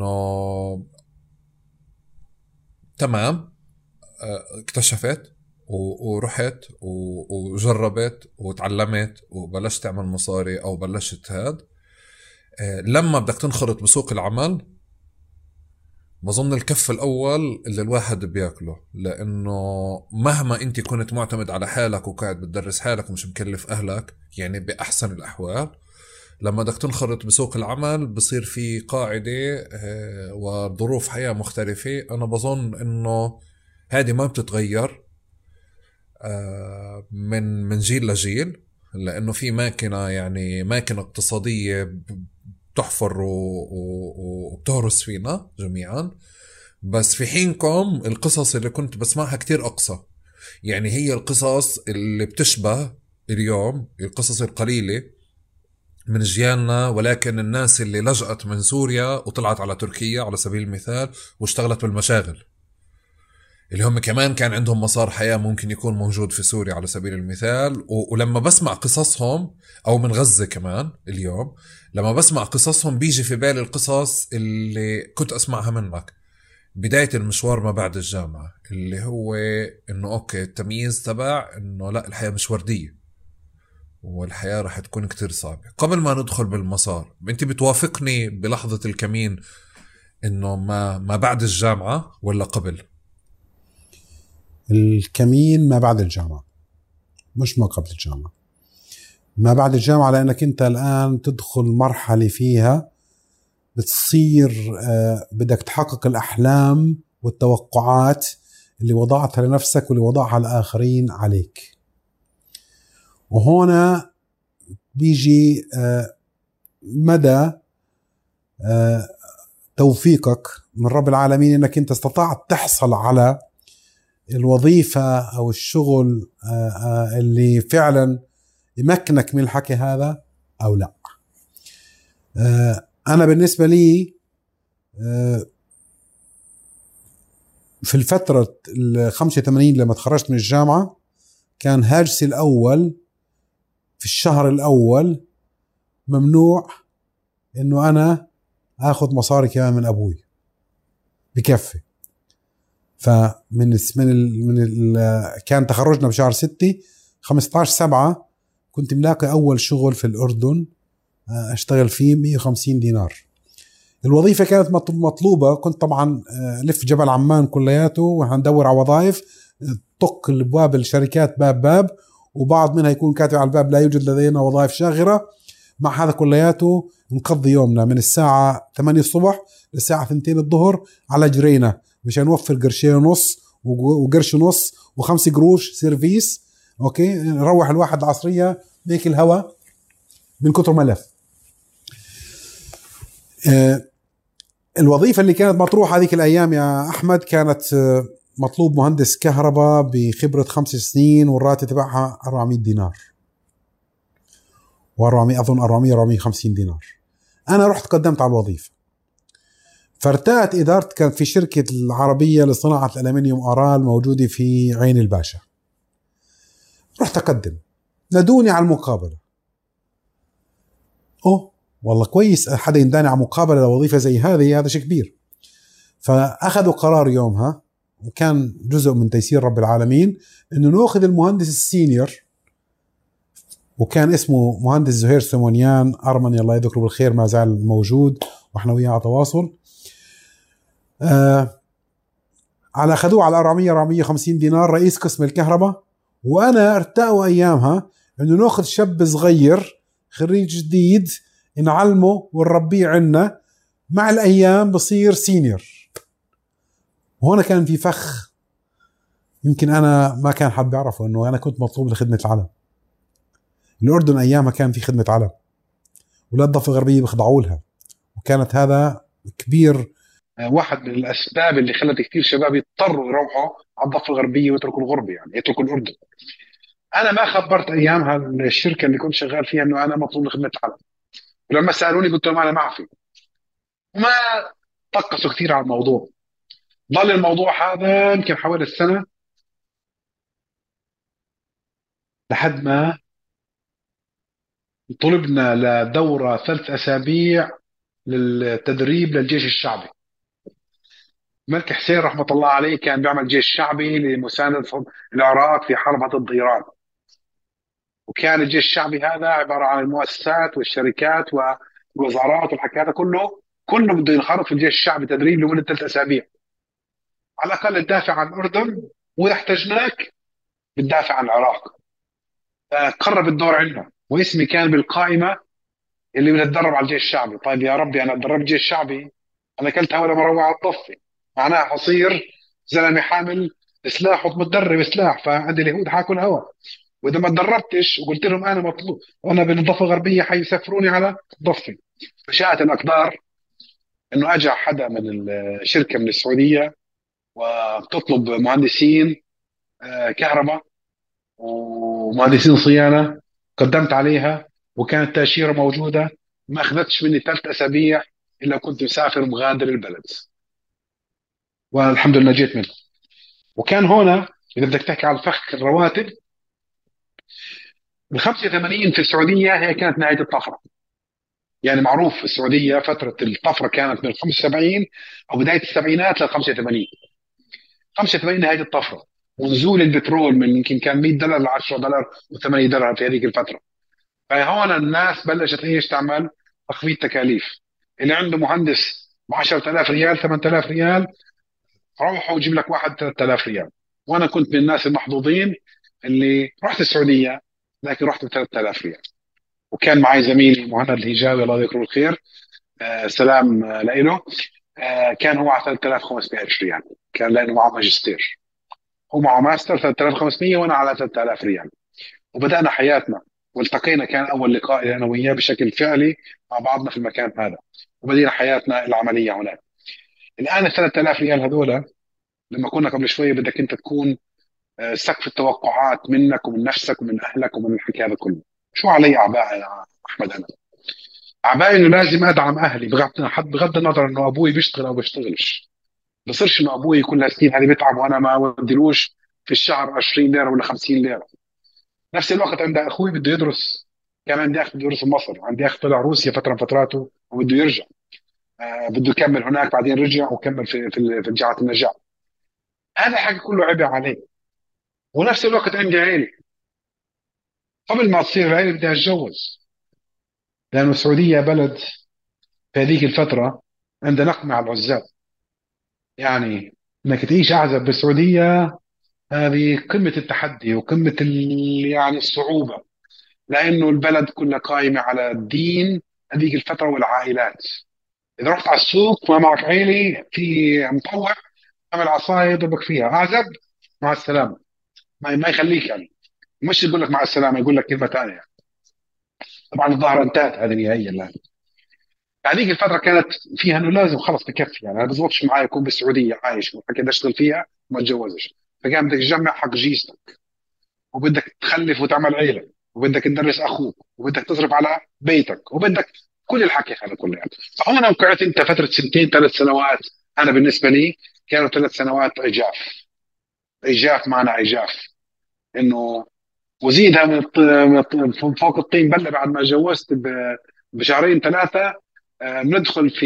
[SPEAKER 2] إنه تمام اكتشفت و- ورحت و- وجربت وتعلمت وبلشت تعمل مصاري او بلشت هاد. آه، لما بدك تنخرط بسوق العمل بظن الكف الأول اللي الواحد بياكله، لأنه مهما أنت كنت معتمد على حالك وقاعد بتدرس حالك ومش مكلف أهلك، يعني بأحسن الأحوال، لما بدك تنخرط بسوق العمل بصير في قاعدة آه، وظروف حياة مختلفة. أنا بظن إنه هذه ما بتتغير آه، من من جيل لجيل، لأنه في ماكينة، يعني ماكينة اقتصادية ب- بتحفر و- و- وبتهرس فينا جميعا. بس في حينكم القصص اللي كنت بسمعها كتير أقصى، يعني هي القصص اللي بتشبه اليوم القصص القليلة من جيالنا، ولكن الناس اللي لجأت من سوريا وطلعت على تركيا على سبيل المثال واشتغلت بالمشاغل، اللي هم كمان كان عندهم مسار حياة ممكن يكون موجود في سوريا على سبيل المثال. و- ولما بسمع قصصهم، أو من غزة كمان اليوم، لما بسمع قصصهم بيجي في بالي القصص اللي كنت أسمعها منك بداية المشوار ما بعد الجامعة، اللي هو إنه أوكي التمييز تبع إنه لا، الحياة مش وردية والحياة رح تكون كتير صعبة. قبل ما ندخل بالمسار، أنت بتوافقني بلحظة الكمين إنه ما ما بعد الجامعة ولا قبل؟
[SPEAKER 1] الكمين ما بعد الجامعة، مش ما قبل الجامعة. ما بعد الجامعة لأنك أنت الآن تدخل مرحلة فيها بتصير آه، بدك تحقق الأحلام والتوقعات اللي وضعتها لنفسك واللي وضعها الآخرين عليك. وهنا بيجي آه، مدى آه، توفيقك من رب العالمين انك انت استطعت تحصل على الوظيفة او الشغل آه، آه، اللي فعلا يمكنك من الحكي هذا او لا. آه، انا بالنسبة لي آه، في الفترة الخمسة وثمانين لما تخرجت من الجامعة كان هاجسي الاول في الشهر الاول ممنوع انه انا اخذ مصاري كمان من ابوي بكفي. فمن من ال من ال كان تخرجنا بشهر ستة، خمسة عشر سبعة كنت ملاقي أول شغل في الأردن أشتغل فيه مية وخمسين دينار. الوظيفة كانت مطلوبة، كنت طبعا لف جبل عمان كلياته وهندور على وظائف، طق البواب الشركات باب باب، وبعض منها يكون كاتب على الباب لا يوجد لدينا وظائف شاغرة. مع هذا كلياته نقضي يومنا من الساعة ثمانية الصبح للساعة اثنين الظهر على جرينا مشان نوفر قرشين ونص وقرش ونص وخمس قروش سيرفيس. اوكي نروح الواحد العصرية ميك الهواء من كتر ما لف. آه الوظيفة اللي كانت مطروحة هذيك الأيام يا أحمد كانت آه مطلوب مهندس كهرباء بخبرة خمس سنين والراتب تبعها أربعمية دينار، و400 أظن أربعمية أربعمية وخمسين دينار. أنا رحت قدمت على الوظيفة، فارتأت إدارة، كانت في شركة العربية لصناعة الألمنيوم أرال موجودة في عين الباشا. رحت أقدم، نادوني على المقابلة. أوه والله كويس، حدا ينداني على مقابلة لوظيفة زي هذه، هذا شيء كبير. فأخذوا قرار يومها، وكان جزء من تيسير رب العالمين، إنه نأخذ المهندس السينيور، وكان اسمه مهندس زهير سمونيان أرمني الله يذكره بالخير، ما زال موجود وإحنا وياه على تواصل. آه على خذوه على أربعمية أربعمية وخمسين دينار رئيس قسم الكهرباء. وأنا ارتأوا أيامها إنه نأخذ شاب صغير خريج جديد نعلمه ونربيه عنا، مع الأيام بصير سينيور. وهنا كان في فخ يمكن أنا ما كان حد بيعرفه، إنه أنا كنت مطلوب لخدمة العلم. الأردن أيامها كان في خدمة علم، ولا الضفة الغربية بيخضعوا لها، وكانت هذا كبير، واحد من الأسباب اللي خلت كثير شباب يضطروا يروحوا على الضفة الغربية ويتركوا الغربة، يعني يتركوا الأردن. أنا ما خبرت أيامها الشركة اللي كنت شغال فيها إنه أنا مطلوب لخدمة العلم، ولما سألوني قلت لهم أنا ما في، وما طقسوا كثير على الموضوع. ظل الموضوع هذا يمكن حوالي السنة، لحد ما طلبنا لدورة ثلاث أسابيع للتدريب للجيش الشعبي.
[SPEAKER 3] الملك حسين رحمة الله عليه كان بيعمل جيش شعبي لمساندة العراق في حرب ضد إيران. وكان الجيش الشعبي هذا عبارة عن المؤسسات والشركات والوزارات والحكي هذا كله، كله بده ينخرط في الجيش الشعبي تدريب لمدة ثلاث أسابيع، على الأقل تدافع عن الأردن، وإذا احتجناك بتدافع عن العراق. فقرب الدور عندنا، واسمي كان بالقائمة اللي بتتدرب على الجيش الشعبي. طيب يا ربي، أنا اتدربت جيش شعبي، أنا أكلت هوا مروع على الضفة، معناها حصير زلمة حامل سلاح ومتدرب سلاح، فعند اليهود حاكل هوا. واذا ما تدربتش وقلت لهم انا مطلوب وانا بالضفه الغربيه حيسافروني على الضفه. فشاءت الاقدار انه اجى حدا من الشركه من السعوديه وبتطلب مهندسين آه، كهرباء ومهندسين صيانه. قدمت عليها وكانت تاشيره موجوده، ما اخذتش مني ثلاث اسابيع، الا كنت مسافر ومغادر البلد، والحمد لله جيت منه. وكان هنا اذا بدك تحكي على الفخ الرواتب، ال خمسة وثمانين في السعوديه هي كانت نهايه الطفره. يعني معروف في السعوديه فتره الطفره كانت من خمسة وسبعين او بدايه السبعينات لل خمسة وثمانين. خمسة وثمانين نهايه الطفره، ونزول البترول من يمكن كان مية دولار ل عشرة دولار و8 دولار في هذيك الفتره. فهون الناس بلشت ايش تعمل؟ تخفيض تكاليف. اللي عنده مهندس ب عشرة آلاف ريال ثمانية آلاف ريال، روحوا وجيب لك واحد ثلاثة آلاف ريال. وانا كنت من الناس المحظوظين اللي رحت السعوديه، لكن رحت ب ثلاثة آلاف ريال. وكان معي زميلي مهند الهجاوي الله يذكره الخير، آه سلام آه له. آه كان هو على ثلاثة آلاف وخمسمائة ريال، كان لانه معه ماجستير. هو معه ماستر ثلاثة آلاف وخمسمائة وانا على ثلاثة آلاف ريال. وبدانا حياتنا والتقينا، كان اول لقاء انا وياه بشكل فعلي مع بعضنا في المكان هذا، وبدينا حياتنا العمليه هناك. الان ال ثلاثة آلاف ريال هذول، لما كنا قبل شويه بدك انت تكون آه، سقف التوقعات منك ومن نفسك ومن اهلك ومن الحكي هذا كله. شو علي اعباء يا احمد؟ انا اعباء انه لازم ادعم اهلي، بغض حد بغض النظر انه ابوي بيشتغل او بيشتغلش. بصيرش انه ابوي يكون له سنين هذه بيتعب وانا ما وديلوش في الشهر عشرين ليره ولا خمسين ليره. نفس الوقت عند اخوي بده يدرس، كان عندي اخ بده يدرس في مصر، عندي اخ طلع روسيا فتره من فتراته وبده يرجع، آه بده يكمل هناك، بعدين رجع وكمل في في, في جامعه النجاح. هذا الحكي كله عبء عليه. ونفس الوقت عندي عيلة، قبل ما تصير العيلة بدي اتجوز، لانه السعوديه بلد في هذيك الفتره عندها نقمه على العزاب. يعني انك تعيش اعزب بالسعوديه هذه قمه التحدي وقمه ال- يعني الصعوبه، لانه البلد كلها قائمه على الدين هذيك الفتره والعائلات. اذا رحت على السوق ما معك عيله في مطوع، عمل عصايه يضربك فيها اعزب، مع السلامه. ما, ما يخليك يعني، مش يقول لك مع السلامه، يقول لك كلمه ثانيه يعني. طبعا الظاهره انتهت هذه نهائيا الان. هذيك الفتره كانت فيها انه لازم خلص بكفي، يعني انا بزبطش معي اكون بالسعوديه عايش وحكي اشتغل فيها وما اتجوزش. فكان بدك تجمع حق جيزتك، وبدك تخلف وتعمل عيله، وبدك تدرس اخوك، وبدك تصرف على بيتك، وبدك كل الحكي هذا كله يعني. فهنا وقعت انت فتره سنتين ثلاث سنوات. انا بالنسبه لي كانوا ثلاث سنوات عجاف. عجاف معنى عجاف انه، وزيدها من الط- من الط- من فوق الطين بله بعد ما جوزت ب- بشهرين ثلاثه. آه، بندخل في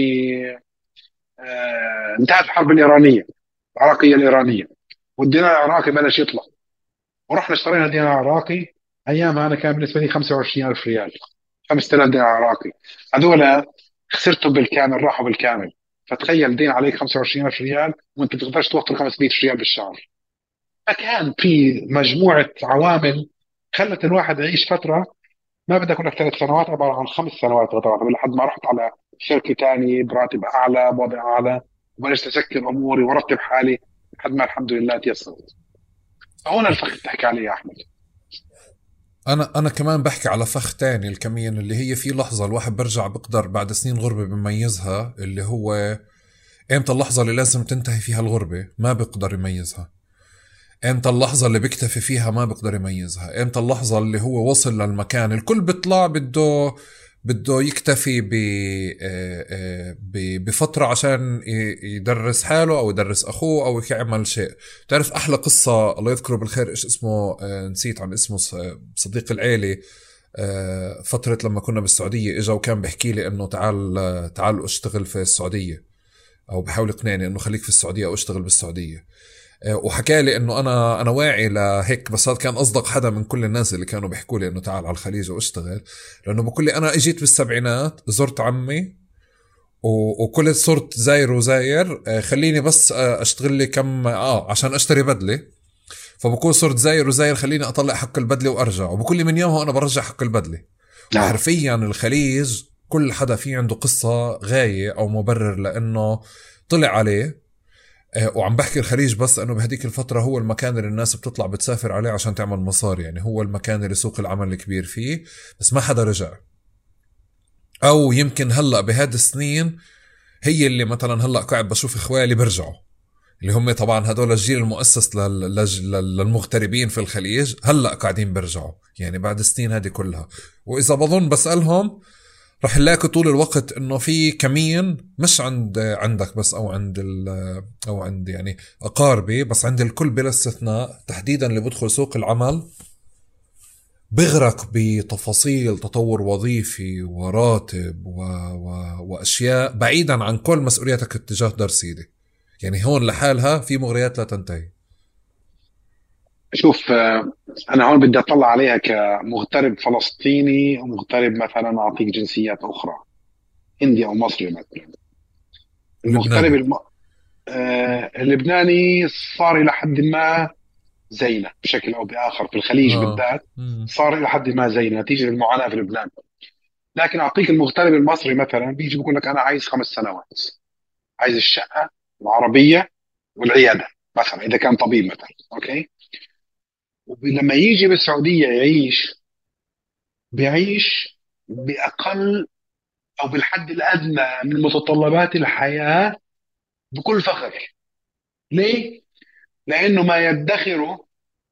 [SPEAKER 3] آه، انتهت الحرب الايرانيه العراقيه الايرانيه، والدينار العراقي بلش يطلع، ورحنا اشترينا دينار عراقي. ايامها انا كان بالنسبه لي خمسة وعشرين ألف ريال، خمسة آلاف دينار عراقي. هذول خسرتهم بالكامل، راحوا بالكامل. فتخيل دين عليك خمسة وعشرين ألف ريال وانت بتقدرش توفر خمسمائة ريال بالشهر. فكان في مجموعه عوامل خلت الواحد يعيش فتره، ما بدي اقول لك ثلاث سنوات، عباره عن خمس سنوات غضاضة، لحد ما رحت على شركه ثانيه براتب اعلى بوضع اعلى، وبلشت اسكر اموري وارتب حالي لحد ما الحمد لله تيسرت. هون الفخ اللي بتحكي عليه يا احمد.
[SPEAKER 2] انا انا كمان بحكي على فخ تاني الكمية، اللي هي في لحظة الواحد برجع بقدر بعد سنين غربة بميزها، اللي هو امتى اللحظة اللي لازم تنتهي فيها الغربة ما بقدر يميزها، امتى اللحظة اللي بيكتفي فيها ما بقدر يميزها، امتى اللحظة اللي هو وصل للمكان الكل بيطلع بده بده يكتفي ب آه، آه، ب- بفترة عشان ي- يدرس حاله أو يدرس أخوه أو يعمل شيء. تعرف أحلى قصة الله يذكره بالخير إيش اسمه؟ آه، نسيت عن اسمه، ص- صديق العيلة. آه، فترة لما كنا بالسعودية إجا وكان بيحكي لي إنه تعال، تعال أشتغل في السعودية. او بحاول يقنعني انه خليك في السعوديه او اشتغل بالسعوديه. آه، وحكى لي انه انا انا واعي لهيك، بس هذا كان اصدق حدا من كل الناس اللي كانوا بيحكوا لي انه تعال على الخليج واشتغل. لانه بقول لي انا اجيت بالسبعينات زرت عمي و- وكل صرت زاير وزاير، آه، خليني بس آه، اشتغل لي كم اه عشان اشتري بدله. فبكون صرت زاير وزاير، خليني اطلع حق البدله وارجع، وبكل من يوم انا برجع حق البدله.
[SPEAKER 3] نعم.
[SPEAKER 2] وحرفيا الخليج كل حدا فيه عنده قصة غاية او مبرر لانه طلع عليه. آه، وعم بحكي الخليج بس انه بهديك الفترة هو المكان اللي الناس بتطلع بتسافر عليه عشان تعمل مصاري، يعني هو المكان اللي سوق العمل الكبير فيه. بس ما حدا رجع. او يمكن هلأ بهذه السنين هي اللي مثلا هلأ قاعد بشوف اخوالي برجعوا، اللي هم طبعا هدول الجيل المؤسس لل- للج- لل- للمغتربين في الخليج، هلأ قاعدين برجعوا يعني بعد السنين هذه كلها. وإذا بظن بسألهم رح نلاقي طول الوقت انه في كمين، مش عند عندك بس او عند ال- او عند يعني اقاربي، بس عند الكل بلا استثناء، تحديدا اللي بدخل سوق العمل بغرق بتفاصيل تطور وظيفي وراتب و... و... واشياء بعيدا عن كل مسؤولياتك اتجاه دار سيدي. يعني هون لحالها في مغريات لا تنتهي.
[SPEAKER 3] شوف، آه، انا هون بدي اطلع عليها كمغترب فلسطيني ومغترب مثلا اعطيك جنسيات اخرى، هندي او مصري مثلا. المغترب
[SPEAKER 2] لبناني.
[SPEAKER 3] الم... آه اللبناني صار الى حد ما زينا بشكل او باخر في الخليج
[SPEAKER 2] اه.
[SPEAKER 3] بالذات.
[SPEAKER 2] مم.
[SPEAKER 3] صار الى حد ما زينا نتيجه للمعاناه في لبنان. لكن اعطيك المغترب المصري مثلا بيجي بيقول لك انا عايز خمس سنوات، عايز الشقه العربيه والعياده مثلا اذا كان طبيب مثلا. اوكي. ولما يجي بالسعوديه يعيش، بيعيش باقل او بالحد الادنى من متطلبات الحياه بكل فخر. ليه؟ لانه ما يدخره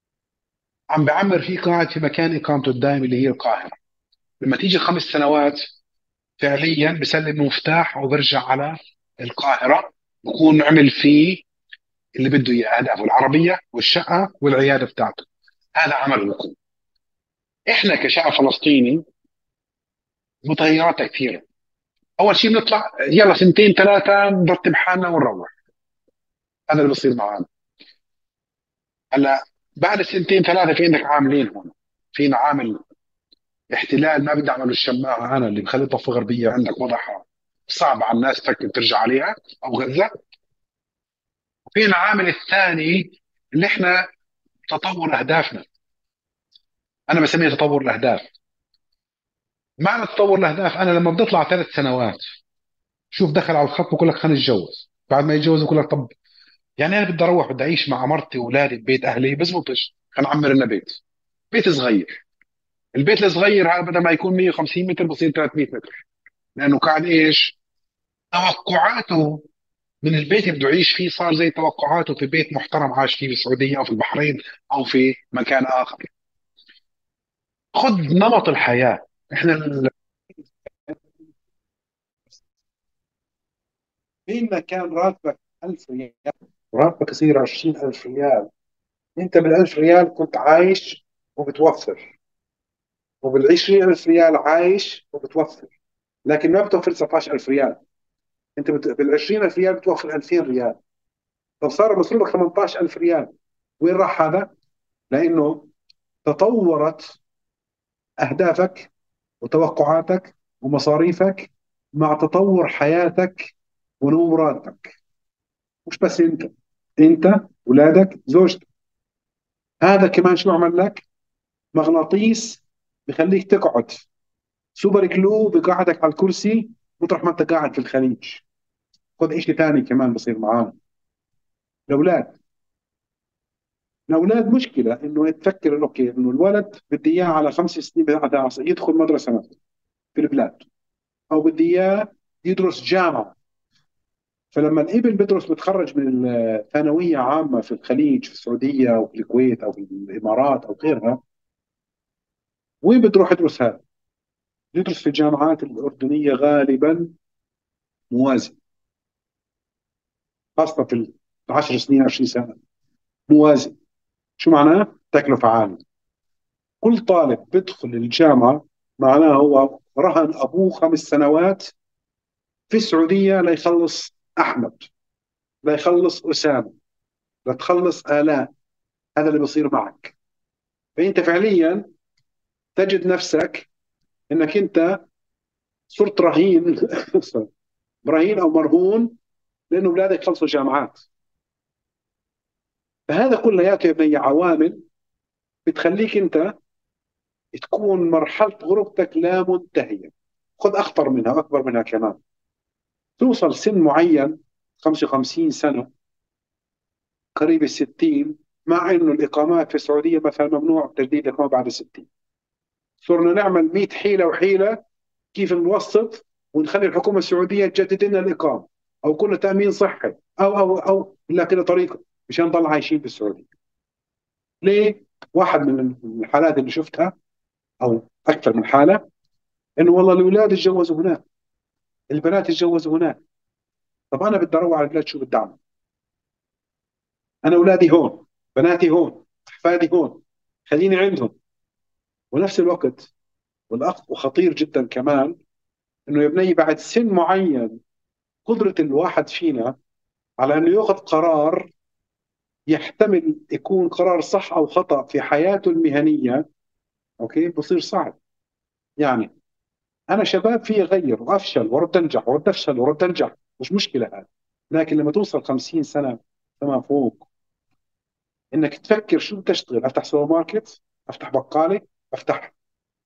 [SPEAKER 3] عم بعمر فيه قاعد في مكان اقامته الدائمه اللي هي القاهره. لما تيجي خمس سنوات، فعليا بسلم مفتاح وبرجع على القاهره، بكون عمل فيه اللي بده اياه، اهدافه العربيه والشقه والعياده بتاعته. هذا عمل بكون. احنا كشعب فلسطيني متغيراتها كثيره. اول شيء بنطلع يلا سنتين ثلاثه نرتب حالنا ونروح. هذا اللي بصير معنا. هلا بعد سنتين ثلاثه في عندك عاملين هون. فينا عامل احتلال ما بدي اعمله الشماعه انا اللي مخلي الضفه الغربيه عندك وضعها صعب على الناس تفكر ترجع عليها، او غزه. وفي العامل الثاني اللي احنا تطور اهدافنا. انا بسميه تطور الاهداف. معنى تطور الاهداف، انا لما بدي اطلع ثلاث سنوات، شوف دخل على الخط بقول لك خلينا نتجوز. بعد ما يتجوز بقول لك طب يعني انا بدي اروح بدي اعيش مع مرتي واولادي ببيت اهلي، بزبطش خلينا نعمر لنا بيت. بيت صغير. البيت الصغير هذا بدل ما يكون مية وخمسين متر بصير ثلاثمية متر. لانه قاعد ايش؟ توقعاته من البيت اللي بده يعيش فيه صار زي توقعاته في بيت محترم عاش فيه في السعوديه او في البحرين او في مكان اخر. خذ نمط الحياه. احنا ال- فيما كان راتبك ألف ريال، راتبك يصير عشرين ألف ريال. أنت بال ألف ريال كنت عايش وبتوفر، وبال عشرين ألف ريال عايش وبتوفر، لكن ما بتوفر تسعة عشر ألف ريال. أنت بت... بال عشرين ألف ريال بتوفر ألفين ريال. طب صار مصروفك ثمانية عشر ألف ريال. وين راح هذا؟ لأنه تطورت أهدافك وتوقعاتك ومصاريفك مع تطور حياتك ونمو راتبك. مش بس انت، انت اولادك زوجتك. هذا كمان شو عمل لك؟ مغناطيس بخليك تقعد، سوبر كلو بقعدك على الكرسي مطرح ما انت قاعد في الخليج. خذ شيء ثاني كمان بصير معانا. الاولاد. الاولاد مشكله انه تفكر انه اوكي انه الولد بدي اياه على خمس سنين بعد يدخل مدرسه مثلا في البلاد، او بدي اياه يدرس جامعه. فلما الابن بيدرس بتخرج من الثانويه عامه في الخليج في السعوديه او في الكويت او في الامارات او غيرها، وين بتروح يدرس هذا؟ يدرس في الجامعات الاردنيه غالبا موازي، خاصه في العشر سنين عشرين سنه موازي. شو معناه؟ تكلفه عاليه. كل طالب بيدخل الجامعه معناه هو رهن ابوه خمس سنوات في السعوديه ليخلص
[SPEAKER 4] أحمد، لا يخلص أسامة، لا تخلص آلاء. هذا اللي بصير معك. فأنت فعليا تجد نفسك أنك أنت صرت رهين رهين أو مرهون، لأنه أولادك خلصوا جامعات. فهذا كلياته يا بني عوامل بتخليك أنت تكون مرحلة غربتك لا منتهية. خذ أخطر منها وأكبر منها كمان. توصل سن معين، خمسة وخمسين سنة، قريب الستين، مع إنه الإقامات في السعودية مثلا ممنوع تجديد الإقامة بعد الستين. صرنا نعمل مئة حيلة وحيلة كيف نوسط ونخلي الحكومة السعودية تجدد لنا الإقامة، أو كل تأمين صحي، أو أو أو إلا كده طريقة مشان نضل عايشين في السعودية. ليه؟ واحد من الحالات اللي شفتها أو أكثر من حالة، إنه والله الأولاد اتجوزوا هناك، البنات اتجوزوا هناك. طب أنا بدي أروح على البلاد، شو بدي أعمل؟ أنا أولادي هون، بناتي هون، أحفادي هون، خليني عندهم. ونفس الوقت والأخ وخطير جدا كمان، إنه يا بني بعد سن معين قدرة الواحد فينا على إنه يأخذ قرار يحتمل يكون قرار صح أو خطأ في حياته المهنية، أوكي، بصير صعب. يعني أنا شباب في أغير وأفشل ورد أنجح ورد أفشل ورد أنجح، مش مشكلة هذا. لكن لما توصل خمسين سنة فما فوق، إنك تفكر شو بدي أشتغل، أفتح سوبر ماركت، أفتح بقالة، أفتح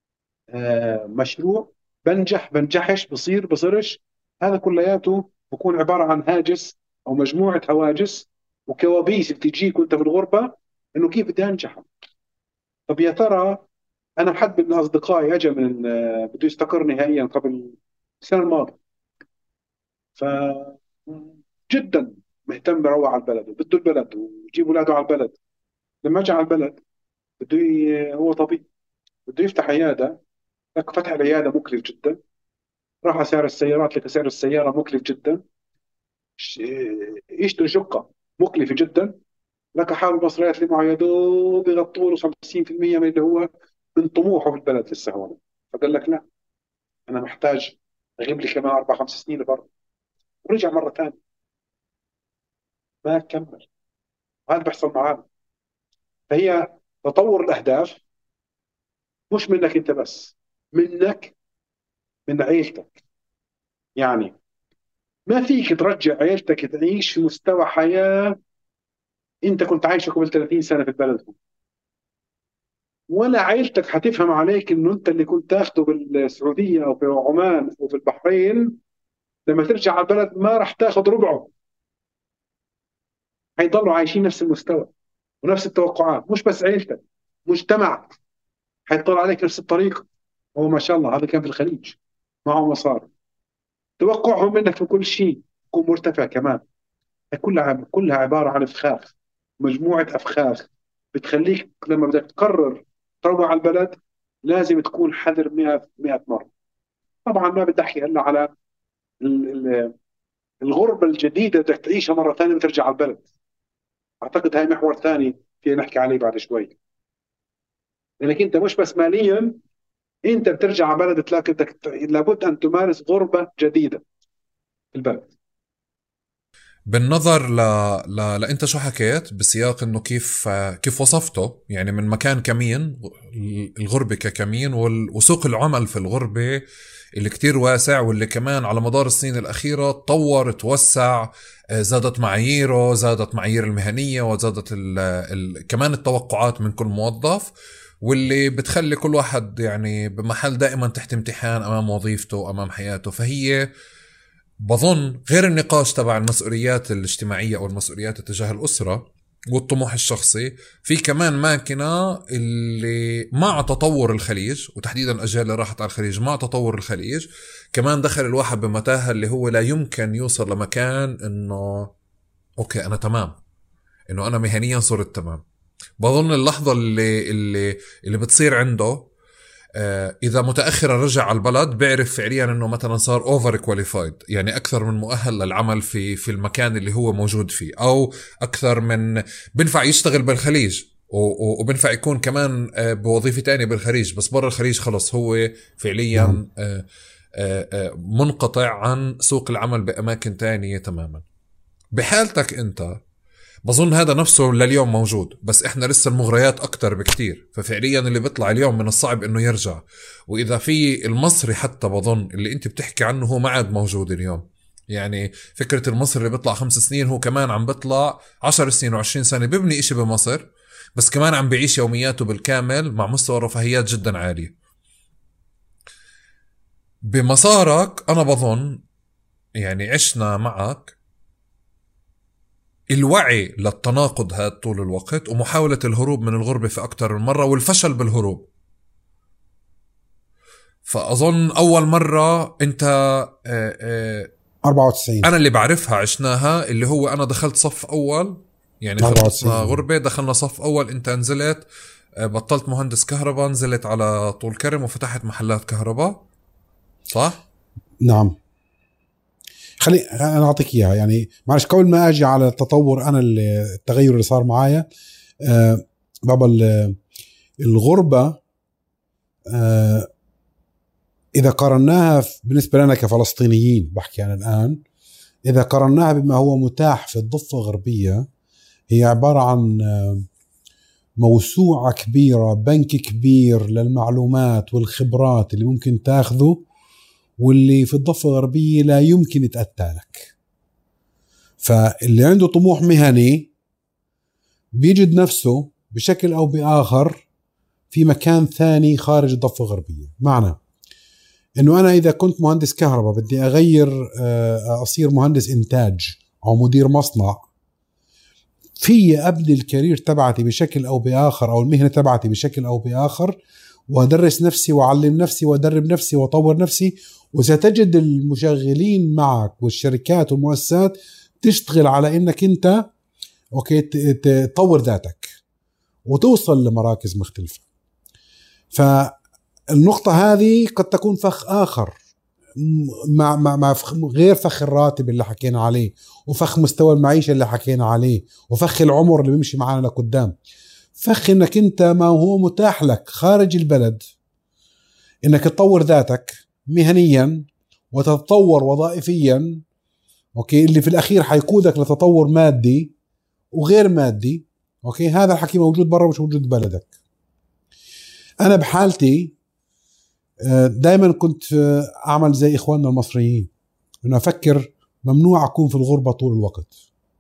[SPEAKER 4] آه مشروع، بنجح بنجحش، بصير بصيرش. هذا كلياته بكون عبارة عن هاجس أو مجموعة هواجس وكوابيس بتجيك وأنت في الغربة، إنه كيف بدي أنجح. طب يا ترى، أنا حد من أصدقائي أجا من آه، بده يستقر نهائيا قبل السنة الماضية، ف جدا مهتم بروح على البلد وبده البلد ويجيب اولاده على البلد. لما اجى على البلد بده ي... هو طبيب، بده يفتح عياده. لك فتح العياده مكلف جدا، راح على سعر السيارات، لك سعر السياره مكلف جدا، ش- يشتري شقه مكلفه جدا، لك حال المصريات اللي معه يا دوب يغطوا له خمسين بالمئة من اللي هو من طموحه في البلد لسه هون. فقال لك لا، انا محتاج اغيب لي كمان اربع خمس سنين لبرا. ورجع مره ثانيه ما كمل. وهذا بيحصل معنا. فهي تطور الاهداف مش منك انت بس، منك، من عيلتك. يعني ما فيك ترجع عيلتك تعيش في مستوى حياة انت كنت عايشه قبل ثلاثين سنة في البلد، ولا عيلتك حتفهم عليك انه انت اللي كنت تاخده بالسعودية او في عمان او في البحرين، لما ترجع على البلد ما راح تاخذ ربعه. حيضلوا عايشين نفس المستوى ونفس التوقعات. مش بس عيلتك، مجتمعك حيطلع عليك نفس الطريقة. هو ما شاء الله هذا كان في الخليج، معه مصاري، توقعهم منك في كل شيء يكون مرتفع كمان. كلها كلها عبارة عن فخاخ، مجموعة أفخاخ بتخليك لما بدك تقرر تروح على البلد لازم تكون حذر مئة مئة مرة. طبعا ما بدي أحكي هلا على ال- ال- الغربة الجديدة بدك تعيشها مرة ثانية وترجع على البلد. أعتقد هاي محور ثاني فينا نحكي عليه بعد شوي. لأنك أنت مش بس ماليا، أنت بترجع على بلد تلاقي بدك لابد أن تمارس غربة جديدة في البلد.
[SPEAKER 2] بالنظر ل... ل... لانت شو حكيت بسياق انه كيف كيف وصفته، يعني من مكان كمين، الغربة ككمين وال... وسوق العمل في الغربة اللي كتير واسع، واللي كمان على مدار السنين الأخيرة تطور توسع، زادت معاييره، زادت معايير المهنية، وزادت ال... ال... كمان التوقعات من كل موظف، واللي بتخلي كل واحد يعني بمحل دائما تحت امتحان أمام وظيفته أمام حياته. فهي بظن غير النقاش تبع المسؤوليات الاجتماعية أو المسؤوليات تجاه الأسرة والطموح الشخصي، في كمان ماكينة اللي مع تطور الخليج، وتحديدا الأجيال اللي راحت على الخليج مع تطور الخليج، كمان دخل الواحد بمتاهة اللي هو لا يمكن يوصل لمكان إنه أوكي أنا تمام، إنه أنا مهنيا صرت تمام. بظن اللحظة اللي اللي اللي بتصير عنده إذا متأخرا رجع على البلد بيعرف فعليا أنه مثلا صار أوفر كواليفايد، يعني أكثر من مؤهل للعمل في في المكان اللي هو موجود فيه، أو أكثر من بنفع يشتغل بالخليج، وبنفع يكون كمان بوظيفة تانية بالخليج، بس برا الخليج خلص هو فعليا منقطع عن سوق العمل بأماكن تانية تماما. بحالتك أنت بظن هذا نفسه لليوم موجود، بس إحنا لسه المغريات أكتر بكتير، ففعليا اللي بيطلع اليوم من الصعب إنه يرجع. وإذا في المصري حتى بظن اللي أنت بتحكي عنه هو ما عاد موجود اليوم. يعني فكرة المصري اللي بيطلع خمس سنين هو كمان عم بيطلع عشر سنين وعشرين سنة بيبني إشي بمصر، بس كمان عم بيعيش يومياته بالكامل مع مستوى رفاهيات جدا عالية. بمسارك أنا بظن يعني عشنا معك الوعي للتناقض هذا طول الوقت، ومحاولة الهروب من الغربة في أكتر من مرة، والفشل بالهروب. فأظن أول مرة أنت آآ آآ
[SPEAKER 1] أربعة وتسعين
[SPEAKER 2] أنا اللي بعرفها عشناها، اللي هو أنا دخلت صف أول، يعني خلصنا غربة دخلنا صف أول، أنت نزلت بطلت مهندس كهرباء، نزلت على طول كرم وفتحت محلات كهرباء، صح؟
[SPEAKER 1] نعم. خلي أنا أعطيك إياها، يعني معلش قبل ما أجي على التطور أنا التغير اللي صار معايا. آه بابا الغربة آه إذا قارناها بالنسبة لنا كفلسطينيين، بحكي أنا الآن، إذا قارناها بما هو متاح في الضفة الغربية، هي عبارة عن موسوعة كبيرة، بنك كبير للمعلومات والخبرات اللي ممكن تاخذه، واللي في الضفة الغربية لا يمكن يتأتى لك. فاللي عنده طموح مهني بيجد نفسه بشكل أو بآخر في مكان ثاني خارج الضفة الغربية. معنى إنه أنا إذا كنت مهندس كهرباء بدي أغير أصير مهندس إنتاج أو مدير مصنع، في أبني الكارير تبعتي بشكل أو بآخر، أو المهنة تبعتي بشكل أو بآخر، وأدرس نفسي وأعلم نفسي وأدرب نفسي وأطور نفسي، وستجد المشغلين معك والشركات والمؤسسات تشتغل على إنك أنت أوكي تطور ذاتك وتوصل لمراكز مختلفة. فالنقطة هذه قد تكون فخ آخر مع, مع, مع غير فخ الراتب اللي حكينا عليه، وفخ مستوى المعيشة اللي حكينا عليه، وفخ العمر اللي بيمشي معانا لقدام. فخ انك انت ما هو متاح لك خارج البلد، انك تطور ذاتك مهنيا وتتطور وظائفيا، اوكي، اللي في الاخير حيقودك لتطور مادي وغير مادي. اوكي، هذا الحكي موجود برا مش موجود ببلدك. انا بحالتي دائما كنت اعمل زي اخواننا المصريين، انه افكر ممنوع اكون في الغربة طول الوقت.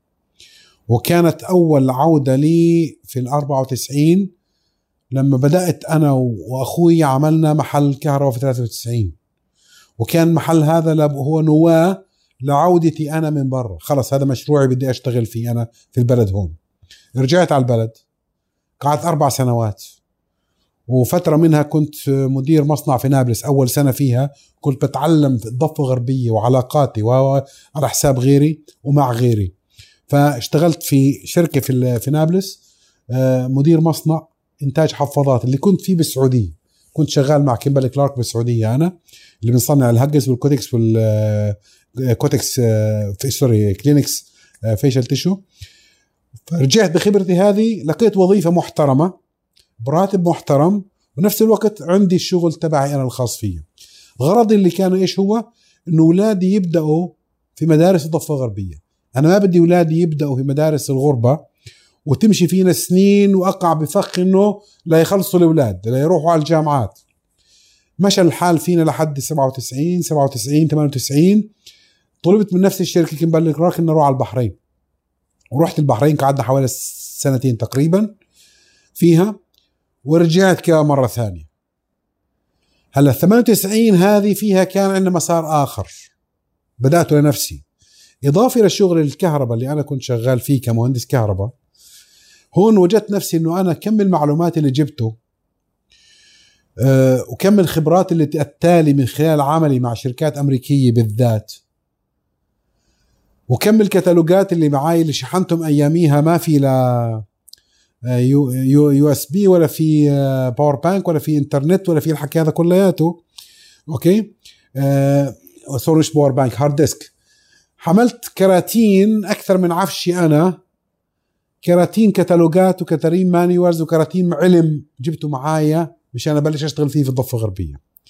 [SPEAKER 1] وكانت أول عودة لي في الأربعة وتسعين لما بدأت أنا وأخوي عملنا محل كهرباء في ثلاثة وتسعين، وكان محل هذا هو نواة لعودتي أنا من برا. خلص هذا مشروعي بدي أشتغل فيه أنا في البلد هون. رجعت على البلد، قعدت أربع سنوات، وفترة منها كنت مدير مصنع في نابلس. أول سنة فيها كنت بتعلم في الضفة الغربية وعلاقاتي وعلى حساب غيري ومع غيري. فاشتغلت في شركة في في نابلس مدير مصنع إنتاج حفاضات اللي كنت فيه بالسعودية. كنت شغال مع كيمبرلي كلارك بالسعودية، أنا اللي بنصنع الهجز والكوتكس والكوتكس في سوري كلينكس فيشل تيشو. فرجعت بخبرتي هذه، لقيت وظيفة محترمة براتب محترم، ونفس الوقت عندي الشغل تبعي أنا الخاص فيه. غرضي اللي كان إيش هو؟ إنه أولادي يبدأوا في مدارس الضفة الغربية. أنا ما بدي أولادي يبدأوا في مدارس الغربة وتمشي فينا سنين وأقع بفخ إنه لا يخلصوا الأولاد لا يروحوا على الجامعات. مشى الحال فينا لحد سبعة وتسعين سبعة وتسعين ثمانية وتسعين. طلبت من نفس الشركة كيمبرلي كلارك إن نروح على البحرين، ورحت البحرين قعدنا حوالي سنتين تقريبا فيها، ورجعت كمان مرة ثانية. هلا ثمانية وتسعين هذه فيها كان عندنا مسار آخر بدأت لنفسي، إضافة للشغل الكهرباء اللي أنا كنت شغال فيه كمهندس كهرباء. هون وجدت نفسي إنه أنا كم المعلومات اللي جبته أه وكم الخبرات اللي تأتالي من خلال عملي مع شركات أمريكية بالذات، وكم الكتالوجات اللي معاي اللي شحنتهم أياميها ما في لا يو, يو, يو اس بي ولا في باور بانك ولا في انترنت ولا في الحكي هذا كلياته. أوكي أه سوري مش باور بانك، هارد ديسك. حملت كراتين أكثر من عفشي أنا، كراتين كتالوجات وكراتين مانيوالز وكراتين علم جبته معايا مشان أبلش أشتغل فيه في الضفة الغربية.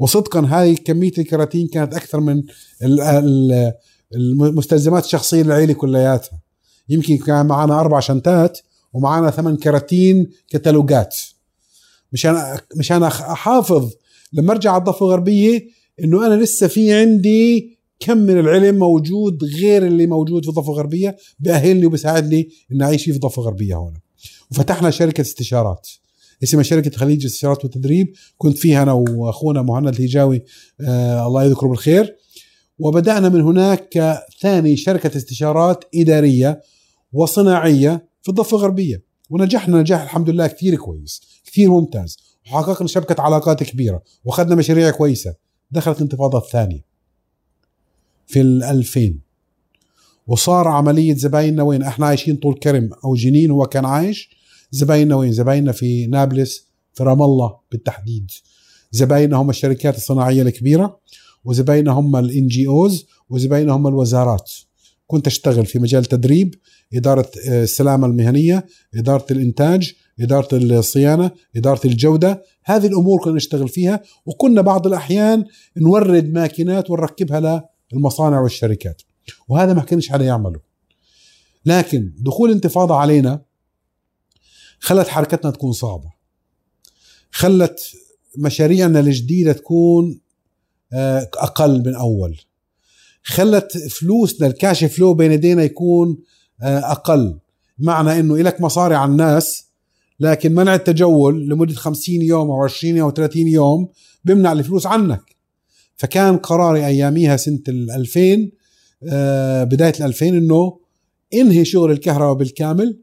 [SPEAKER 1] وصدقا هذه كمية الكراتين كانت أكثر من المستلزمات الشخصية للعيلة كلياتها. يمكن كان معنا أربع شنطات ومعنا ثمان كراتين كتالوجات مشان مشان أحافظ لما أرجع على الضفة الغربية إنه أنا لسه في عندي كم من العلم موجود غير اللي موجود في الضفة الغربية بأهلني وبساعدني إن أعيش في الضفة الغربية هنا. وفتحنا شركة استشارات اسمها شركة خليج استشارات والتدريب، كنت فيها أنا وأخونا مهند الهجاوي آه الله يذكره بالخير. وبدأنا من هناك كثاني شركة استشارات إدارية وصناعية في الضفة الغربية، ونجحنا نجاح الحمد لله كثير كويس كثير ممتاز، وحققنا شبكة علاقات كبيرة وأخذنا مشاريع كويسة. دخلت الانتفاضة الثانية في الألفين وصار عملية زبايننا وين احنا عايشين طول كرم أو جنين، هو كان عايش. زبايننا وين؟ زبايننا في نابلس، في رام الله بالتحديد. زبايننا هم الشركات الصناعية الكبيرة، وزبايننا هم الان جي اوز، وزبايننا هم الوزارات. كنت اشتغل في مجال تدريب، إدارة السلامة المهنية، إدارة الإنتاج، إدارة الصيانة، إدارة الجودة. هذه الأمور كنا نشتغل فيها، وكنا بعض الأحيان نورد ماكينات ونركبها للمصانع والشركات، وهذا ما كانش حدا يعمله. لكن دخول انتفاضة علينا خلت حركتنا تكون صعبة، خلت مشاريعنا الجديدة تكون أقل من أول، خلت فلوسنا الكاش فلو بين يدينا يكون أقل. معنى إنه إلك مصاري على الناس، لكن منع التجول لمدة خمسين يوم أو عشرين أو ثلاثين يوم بمنع الفلوس عنك. فكان قراري أياميها سنة الألفين بداية الألفين إنه انهي شغل الكهرباء بالكامل،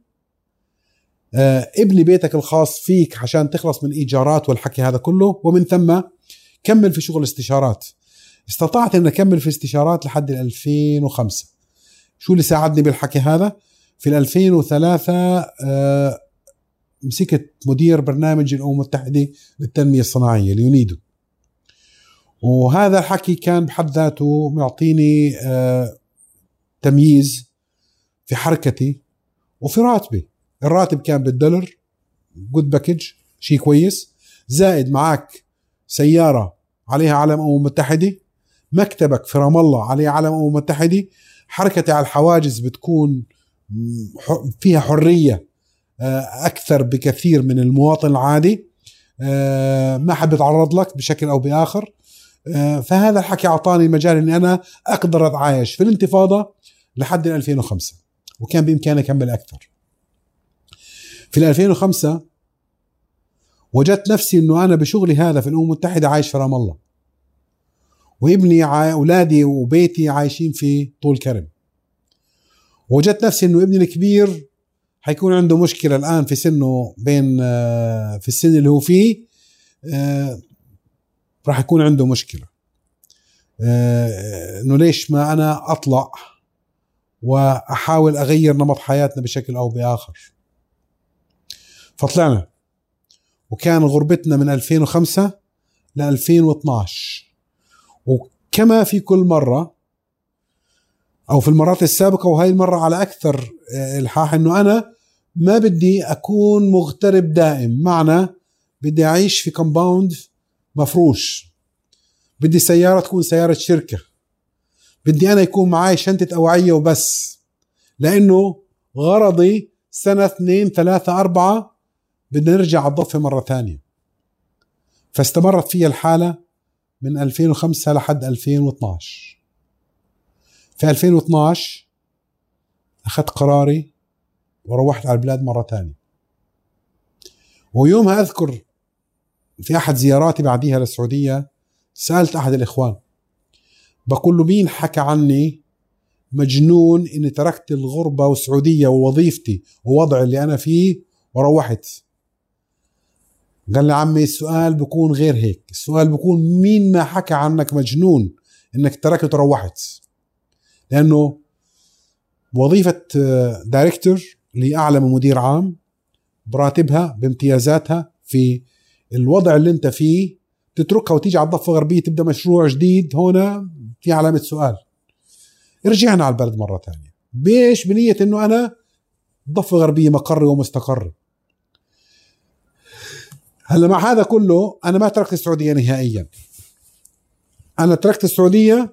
[SPEAKER 1] ابني بيتك الخاص فيك عشان تخلص من إيجارات والحكي هذا كله، ومن ثم كمل في شغل استشارات. استطعت أن أكمل في استشارات لحد ألفين وخمسة. شو اللي ساعدني بالحكي هذا؟ في ألفين وثلاثة آه مسكت مدير برنامج الأمم المتحدة للتنمية الصناعية اليونيدو، وهذا الحكي كان بحد ذاته معطيني آه تمييز في حركتي وفي راتبي. الراتب كان بالدولار، جود باكج، شيء كويس، زائد معك سيارة عليها علم أمم المتحدة، مكتبك في رام الله عليه علم أمم المتحدة، حركتي على الحواجز بتكون فيها حرية أكثر بكثير من المواطن العادي، ما حد بيتعرض لك بشكل أو بآخر. فهذا الحكي أعطاني مجال أني أنا أقدر أتعايش في الانتفاضة لحد ألفين وخمسة، وكان بإمكاني أكمل أكثر. في ألفين وخمسة وجدت نفسي أنه أنا بشغلي هذا في الأمم المتحدة عايش في رام الله، وابني أولادي وبيتي عايشين في طول كرم. وجدت نفسي أنه ابني الكبير حيكون عنده مشكلة الآن في سنه، بين في السن اللي هو فيه راح يكون عنده مشكلة أنه ليش ما أنا أطلع وأحاول أغير نمط حياتنا بشكل أو بآخر. فطلعنا، وكان غربتنا من ألفين وخمسة ل ألفين واثناشر. وكما في كل مرة أو في المرات السابقة، وهي المرة على أكثر الحاح، أنه أنا ما بدي أكون مغترب دائم. معنى بدي أعيش في كومباوند مفروش، بدي سيارة تكون سيارة شركة، بدي أنا يكون معاي شنطة أوعية وبس، لأنه غرضي سنة اثنين ثلاثة أربعة بدنا نرجع على الضفة مرة ثانية. فاستمرت فيها الحالة من ألفين وخمسة لحد ألفين واثناشر. في ألفين واثناشر أخذت قراري وروحت على البلاد مرة ثانية. ويومها أذكر في أحد زياراتي بعديها للسعودية سألت أحد الإخوان، بقول له مين حكى عني مجنون إني تركت الغربة والسعودية ووظيفتي ووضع اللي أنا فيه وروحت؟ قال لي عمي السؤال بيكون غير هيك، السؤال بيكون مين ما حكى عنك مجنون إنك تركت وروحت. لأنه وظيفة دايركتور اللي أعلى من مدير عام براتبها بامتيازاتها في الوضع اللي انت فيه، تتركها وتيجي على الضفة الغربية تبدأ مشروع جديد، هنا في علامة سؤال. رجعنا على البلد مرة ثانية بيش بنية انه انا الضفة الغربية مقري ومستقر. هلا مع هذا كله انا ما تركت السعودية نهائيا، أنا تركت السعودية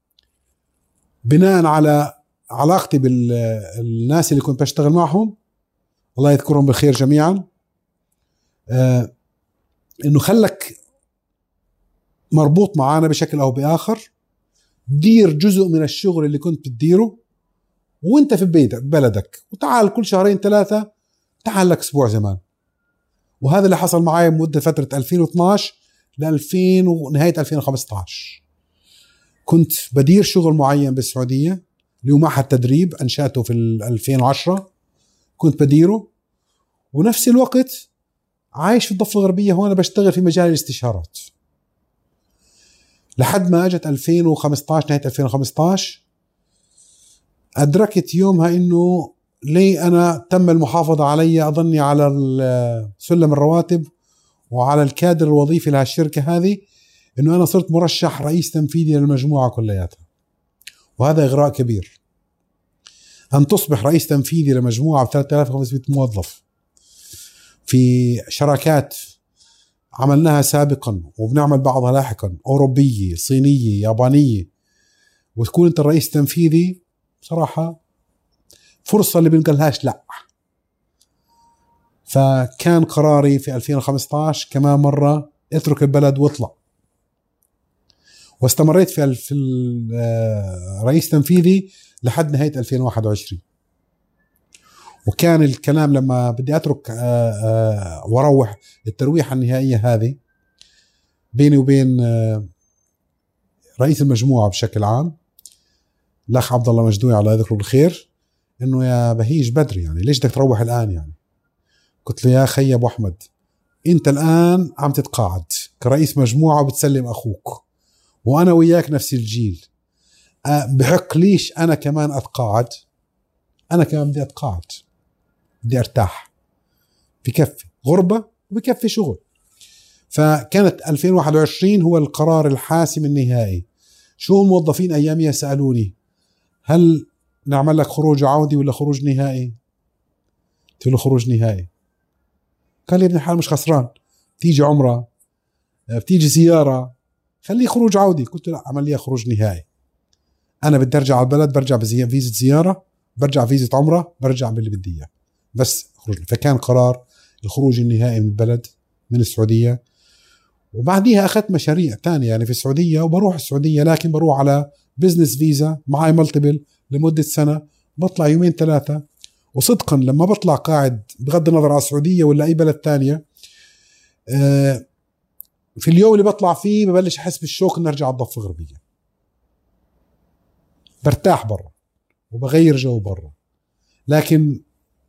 [SPEAKER 1] بناء على علاقتي بالناس اللي كنت بشتغل معهم، الله يذكرهم بالخير جميعا. آه إنه خلك مربوط معانا بشكل أو بآخر، دير جزء من الشغل اللي كنت بتديره وانت في بيتك بلدك، وتعال كل شهرين ثلاثة تعال لك أسبوع زمان. وهذا اللي حصل معي مدة فترة ألفين واثناشر ل ألفين ونهاية ألفين وخمسطعش. كنت بدير شغل معين بالسعودية اللي هو معهد تدريب أنشأته في ألفين وعشرة، كنت بديره، ونفس الوقت عايش في الضفة الغربية هون بشتغل في مجال الاستشارات، لحد ما اجت ألفين وخمسطعش نهاية ألفين وخمسطعش أدركت يومها إنه ليه أنا تم المحافظة علي أظني على سلم الرواتب وعلى الكادر الوظيفي لهالشركة هذه، إنه أنا صرت مرشح رئيس تنفيذي للمجموعة كلياتها. وهذا إغراء كبير، أن تصبح رئيس تنفيذي لمجموعة ب ثلاثة آلاف وخمسمائة موظف في شراكات عملناها سابقا وبنعمل بعضها لاحقا، أوروبية صينية يابانية، وتكون أنت الرئيس التنفيذي، بصراحة فرصة اللي بنقلهاش لا. فكان قراري في ألفين وخمسطعش كمان مرة اترك البلد واطلع، واستمريت في في الرئيس تنفيذي لحد نهاية ألفين وواحد وعشرين. وكان الكلام لما بدي أترك وروح الترويحة النهائية هذه بيني وبين رئيس المجموعة بشكل عام الأخ عبد الله مجدوي الله يذكره بالخير، إنه يا بهيج بدري يعني ليش بدك تروح الآن يعني. قلت له يا خي أبو أحمد أنت الآن عم تتقاعد كرئيس مجموعة وبتسلم أخوك، وأنا وياك نفس الجيل، بحق ليش أنا كمان أتقاعد؟ أنا كمان بدي أتقاعد، بدي أرتاح، بكفي غربة وبكفي شغل. فكانت ألفين وواحد وعشرين هو القرار الحاسم النهائي. شو الموظفين أياميها سألوني هل نعمل لك خروج عودي ولا خروج نهائي؟ قلت له خروج نهائي. قال لي ابن الحلال مش خسران، بتيجي عمرة بتيجي زيارة، خليه خروج عودي. قلت له لا، عمل لي خروج نهائي. أنا بدي أرجع على البلد، برجع بفيزة زيارة، برجع فيزة عمرة، برجع باللي بدي إياه بس خروج. فكان قرار الخروج النهائي من البلد من السعودية. وبعديها أخذت مشاريع تانية يعني في السعودية، وبروح السعودية لكن بروح على بزنس فيزا معي ملتبل لمدة سنة، بطلع يومين ثلاثة. وصدقا لما بطلع قاعد بغض النظر على السعودية ولا أي بلد تانية، في اليوم اللي بطلع فيه ببلش أحس بالشوق إن أرجع الضفة الغربية، برتاح برا وبغير جو برا. لكن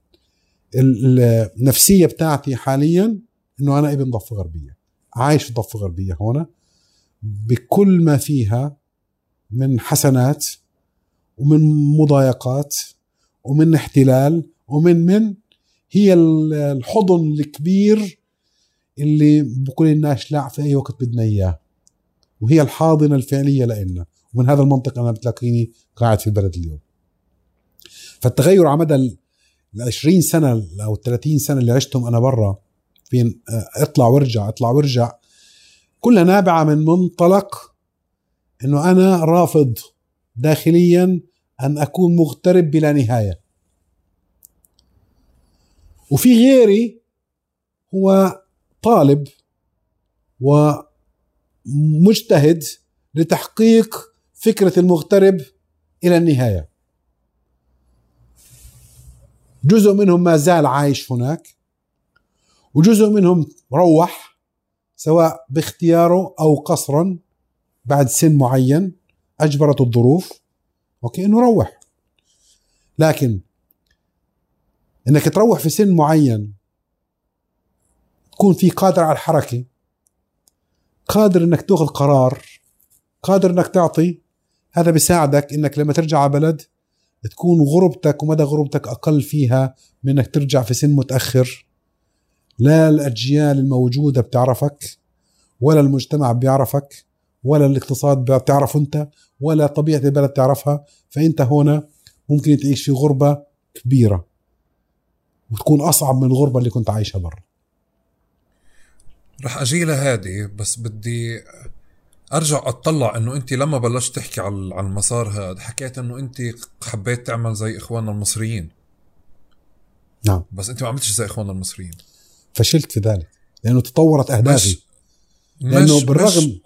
[SPEAKER 1] النفسية بتاعتي حاليا إنه أنا ابن ضفة غربية، عايش في ضفة غربية هنا بكل ما فيها من حسنات ومن مضايقات ومن احتلال ومن من هي الحضن الكبير اللي بكل الناس لا في أي وقت بدنا إياه، وهي الحاضنة الفعلية لنا. ومن هذا المنطق أنا بتلاقيني قاعد في البلد اليوم. فالتغير على مدى العشرين سنة أو الثلاثين سنة اللي عشتهم أنا برا فين اطلع وارجع اطلع وارجع، كلها نابعة من منطلق إنه أنا رافض داخليا أن أكون مغترب بلا نهاية. وفي غيري هو طالب ومجتهد لتحقيق فكرة المغترب إلى النهاية. جزء منهم ما زال عايش هناك، وجزء منهم روح سواء باختياره أو قصرا بعد سن معين أجبرت الظروف أوكي إنه روح. لكن إنك تروح في سن معين تكون في قادر على الحركة، قادر إنك تأخذ قرار، قادر إنك تعطي، هذا بيساعدك إنك لما ترجع على بلد تكون غربتك ومدى غربتك أقل فيها من إنك ترجع في سن متأخر. لا الأجيال الموجودة بتعرفك، ولا المجتمع بيعرفك، ولا الاقتصاد بتعرف أنت، ولا طبيعة البلد تعرفها. فأنت هنا ممكن تعيش في غربة كبيرة وتكون أصعب من الغربة اللي كنت عايشها برا.
[SPEAKER 2] رح أجي لهذه، بس بدي ارجع اطلع انه انت لما بلشت تحكي على على المسار هذا حكيت انه انت حبيت تعمل زي اخواننا المصريين.
[SPEAKER 1] نعم.
[SPEAKER 2] بس انت ما عملتش زي اخواننا المصريين.
[SPEAKER 1] فشلت في ذلك لانه تطورت اهدافي.
[SPEAKER 2] مش
[SPEAKER 1] لانه
[SPEAKER 2] مش
[SPEAKER 1] بالرغم
[SPEAKER 2] مش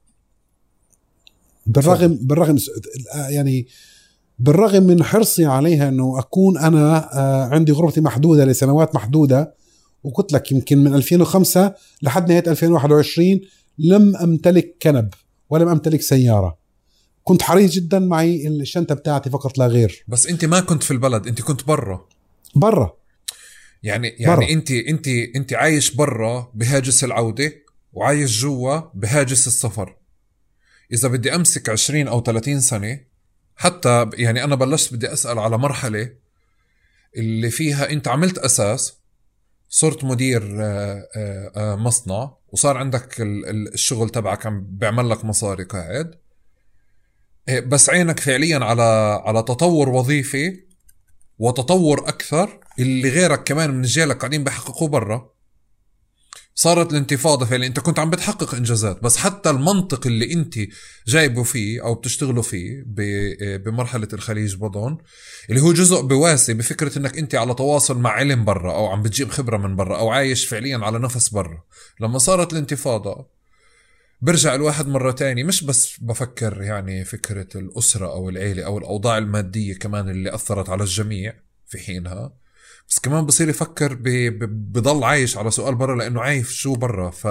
[SPEAKER 1] بالرغم بالرغم يعني بالرغم من حرصي عليها انه اكون انا عندي غرفتي محدوده لسنوات محدوده، وقلت لك يمكن من ألفين وخمسة لحد نهايه ألفين وواحد وعشرين لم امتلك كنب ولم امتلك سياره. كنت حريص جدا معي الشنطه بتاعتي فقط لا غير.
[SPEAKER 2] بس انت ما كنت في البلد، انت كنت برا.
[SPEAKER 1] برا
[SPEAKER 2] يعني يعني
[SPEAKER 1] برا.
[SPEAKER 2] انت انت انت عايش برا بهاجس العوده وعايش جوا بهاجس السفر. اذا بدي امسك عشرين او ثلاثين سنه حتى، يعني انا بلشت بدي اسال على مرحله اللي فيها انت عملت اساس، صرت مدير مصنع وصار عندك الشغل تبعك عم بيعمل لك مصاري قاعد، بس عينك فعليا على على تطور وظيفي وتطور اكثر اللي غيرك كمان من جيلك قاعدين بيحققوا برا. صارت الانتفاضة فعلا، انت كنت عم بتحقق انجازات، بس حتى المنطق اللي انت جايبه فيه او بتشتغلوا فيه بمرحلة الخليج بظن اللي هو جزء بواسي بفكرة انك انت على تواصل مع علم برا او عم بتجيب خبرة من برا او عايش فعليا على نفس برا. لما صارت الانتفاضة برجع الواحد مرة تاني مش بس بفكر يعني فكرة الأسرة او العيلة او الأوضاع المادية كمان اللي أثرت على الجميع في حينها، بس كمان بصير يفكر ب... ب... بضل عايش على سؤال برا لأنه عايش شو برا. ف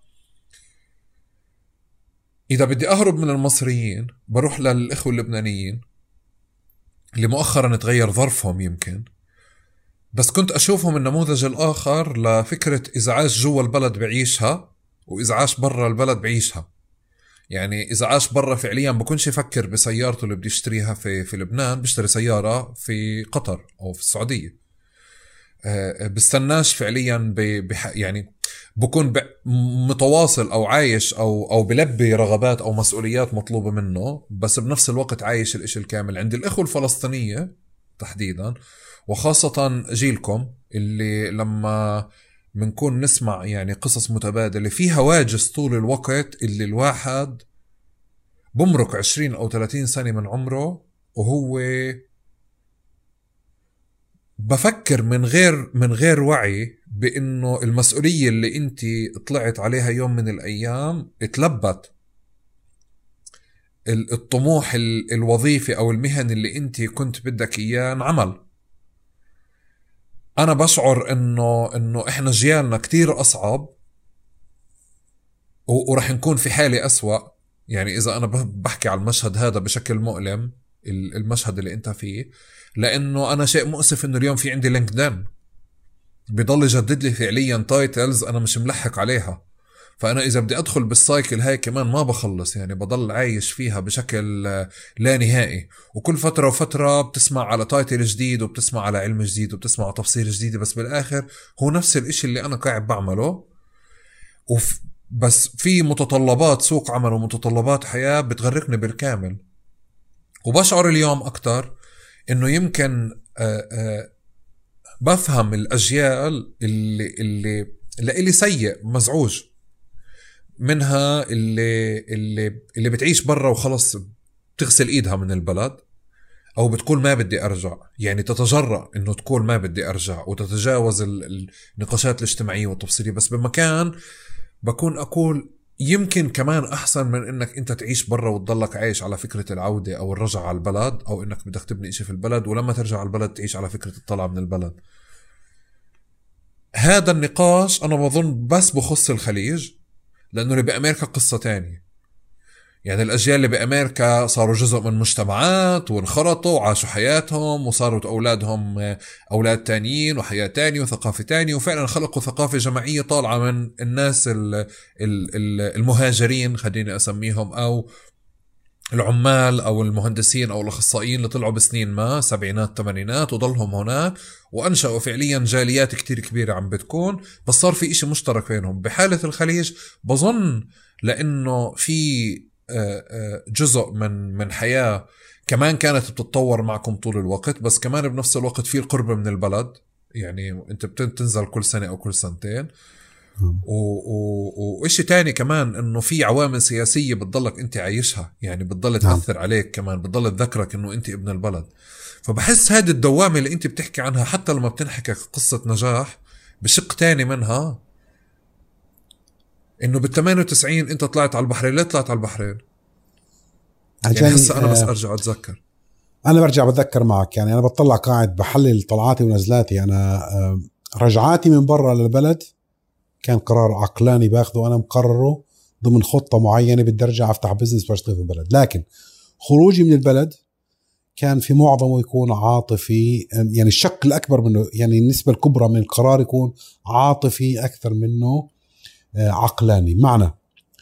[SPEAKER 2] إذا بدي أهرب من المصريين بروح للإخوة اللبنانيين اللي مؤخرا تغير ظرفهم يمكن، بس كنت أشوفهم النموذج الآخر لفكرة إذا عاش جوا البلد بعيشها وإذا عاش برا البلد بعيشها. يعني إذا عاش برا فعليا بكونش يفكر بسيارته اللي بدي يشتريها في في لبنان، بيشتري سيارة في قطر أو في السعودية. بستناش فعليا بح يعني بكون متواصل او عايش او او بلبي رغبات او مسؤوليات مطلوبة منه، بس بنفس الوقت عايش الاشي الكامل. عند الاخوة الفلسطينية تحديدا وخاصة جيلكم اللي لما بنكون نسمع يعني قصص متبادلة فيها واجس طول الوقت اللي الواحد بمرق عشرين او ثلاثين سنة من عمره وهو بفكر من غير من غير وعي بانه المسؤولية اللي انت طلعت عليها يوم من الايام اتلبت. الطموح الوظيفي او المهني اللي انت كنت بدك اياه انعمل. انا بشعر انه انه احنا جيالنا كتير اصعب ورح نكون في حالة اسوأ. يعني اذا انا بحكي على المشهد هذا بشكل مؤلم، المشهد اللي انت فيه، لانه انا شيء مؤسف انه اليوم في عندي لينكدين بيضل يجدد لي فعليا تايتلز انا مش ملحق عليها. فانا اذا بدي ادخل بالسايكل هاي كمان ما بخلص، يعني بضل عايش فيها بشكل لا نهائي، وكل فترة وفترة بتسمع على تايتل جديد وبتسمع على علم جديد وبتسمع على تفصيل جديد، بس بالاخر هو نفس الاشي اللي انا قاعد بعمله. وف بس في متطلبات سوق عمل ومتطلبات حياة بتغرقني بالكامل. وبشعر اليوم اكتر انه يمكن آآ آآ بفهم الاجيال اللي اللي اللي سيء مزعوج منها، اللي اللي اللي بتعيش برا وخلص بتغسل ايدها من البلد او بتقول ما بدي ارجع، يعني تتجرأ انه تقول ما بدي ارجع وتتجاوز النقاشات الاجتماعية والتفصيلية. بس بمكان بكون اقول يمكن كمان أحسن من إنك أنت تعيش برا وتضلك عايش على فكرة العودة أو الرجع على البلد، أو إنك بدك تبني إشي في البلد ولما ترجع على البلد تعيش على فكرة الطلعة من البلد. هذا النقاش أنا بظن بس بخص الخليج، لأنه اللي بأمريكا قصة تانية. يعني الأجيال اللي بأمريكا صاروا جزء من مجتمعات وانخرطوا وعاشوا حياتهم وصاروا أولادهم أولاد تانيين وحياة تانية وثقافة تانية، وفعلا خلقوا ثقافة جماعية طالعة من الناس المهاجرين خليني أسميهم، أو العمال أو المهندسين أو الأخصائيين اللي طلعوا بسنين ما سبعينات تمانينات وضلهم هناك وأنشأوا فعليا جاليات كتير كبيرة عم بتكون، بس صار في إشي مشترك بينهم. بحالة الخليج بظن لأنه في جزء من من حياة كمان كانت بتتطور معكم طول الوقت، بس كمان بنفس الوقت في القرب من البلد، يعني انت بتنزل كل سنة او كل سنتين، وإشي تاني كمان إنه في عوامل سياسية بتضلك أنت عايشها، يعني بتضل تأثر عليك كمان، بتضل تذكرك إنه أنت ابن البلد. فبحس هذه الدوامة اللي أنت بتحكي عنها حتى لما بتنحكي قصة نجاح بشق تاني منها، إنه بالثمانية وتسعين أنت طلعت على البحرين. ليه طلعت على البحرين؟ يعني هسه أنا بس أرجع أتذكر،
[SPEAKER 1] أنا برجع بتذكر معك. يعني أنا بطلع قاعد بحلل طلعاتي ونزلاتي. أنا رجعاتي من برا للبلد كان قرار عقلاني باخده أنا مقرره ضمن خطة معينة، بدي أرجع أفتح بزنس وأشتغل في البلد. لكن خروجي من البلد كان في معظمه يكون عاطفي، يعني الشق الأكبر منه، يعني النسبة الكبرى من القرار يكون عاطفي أكثر منه عقلاني. معنى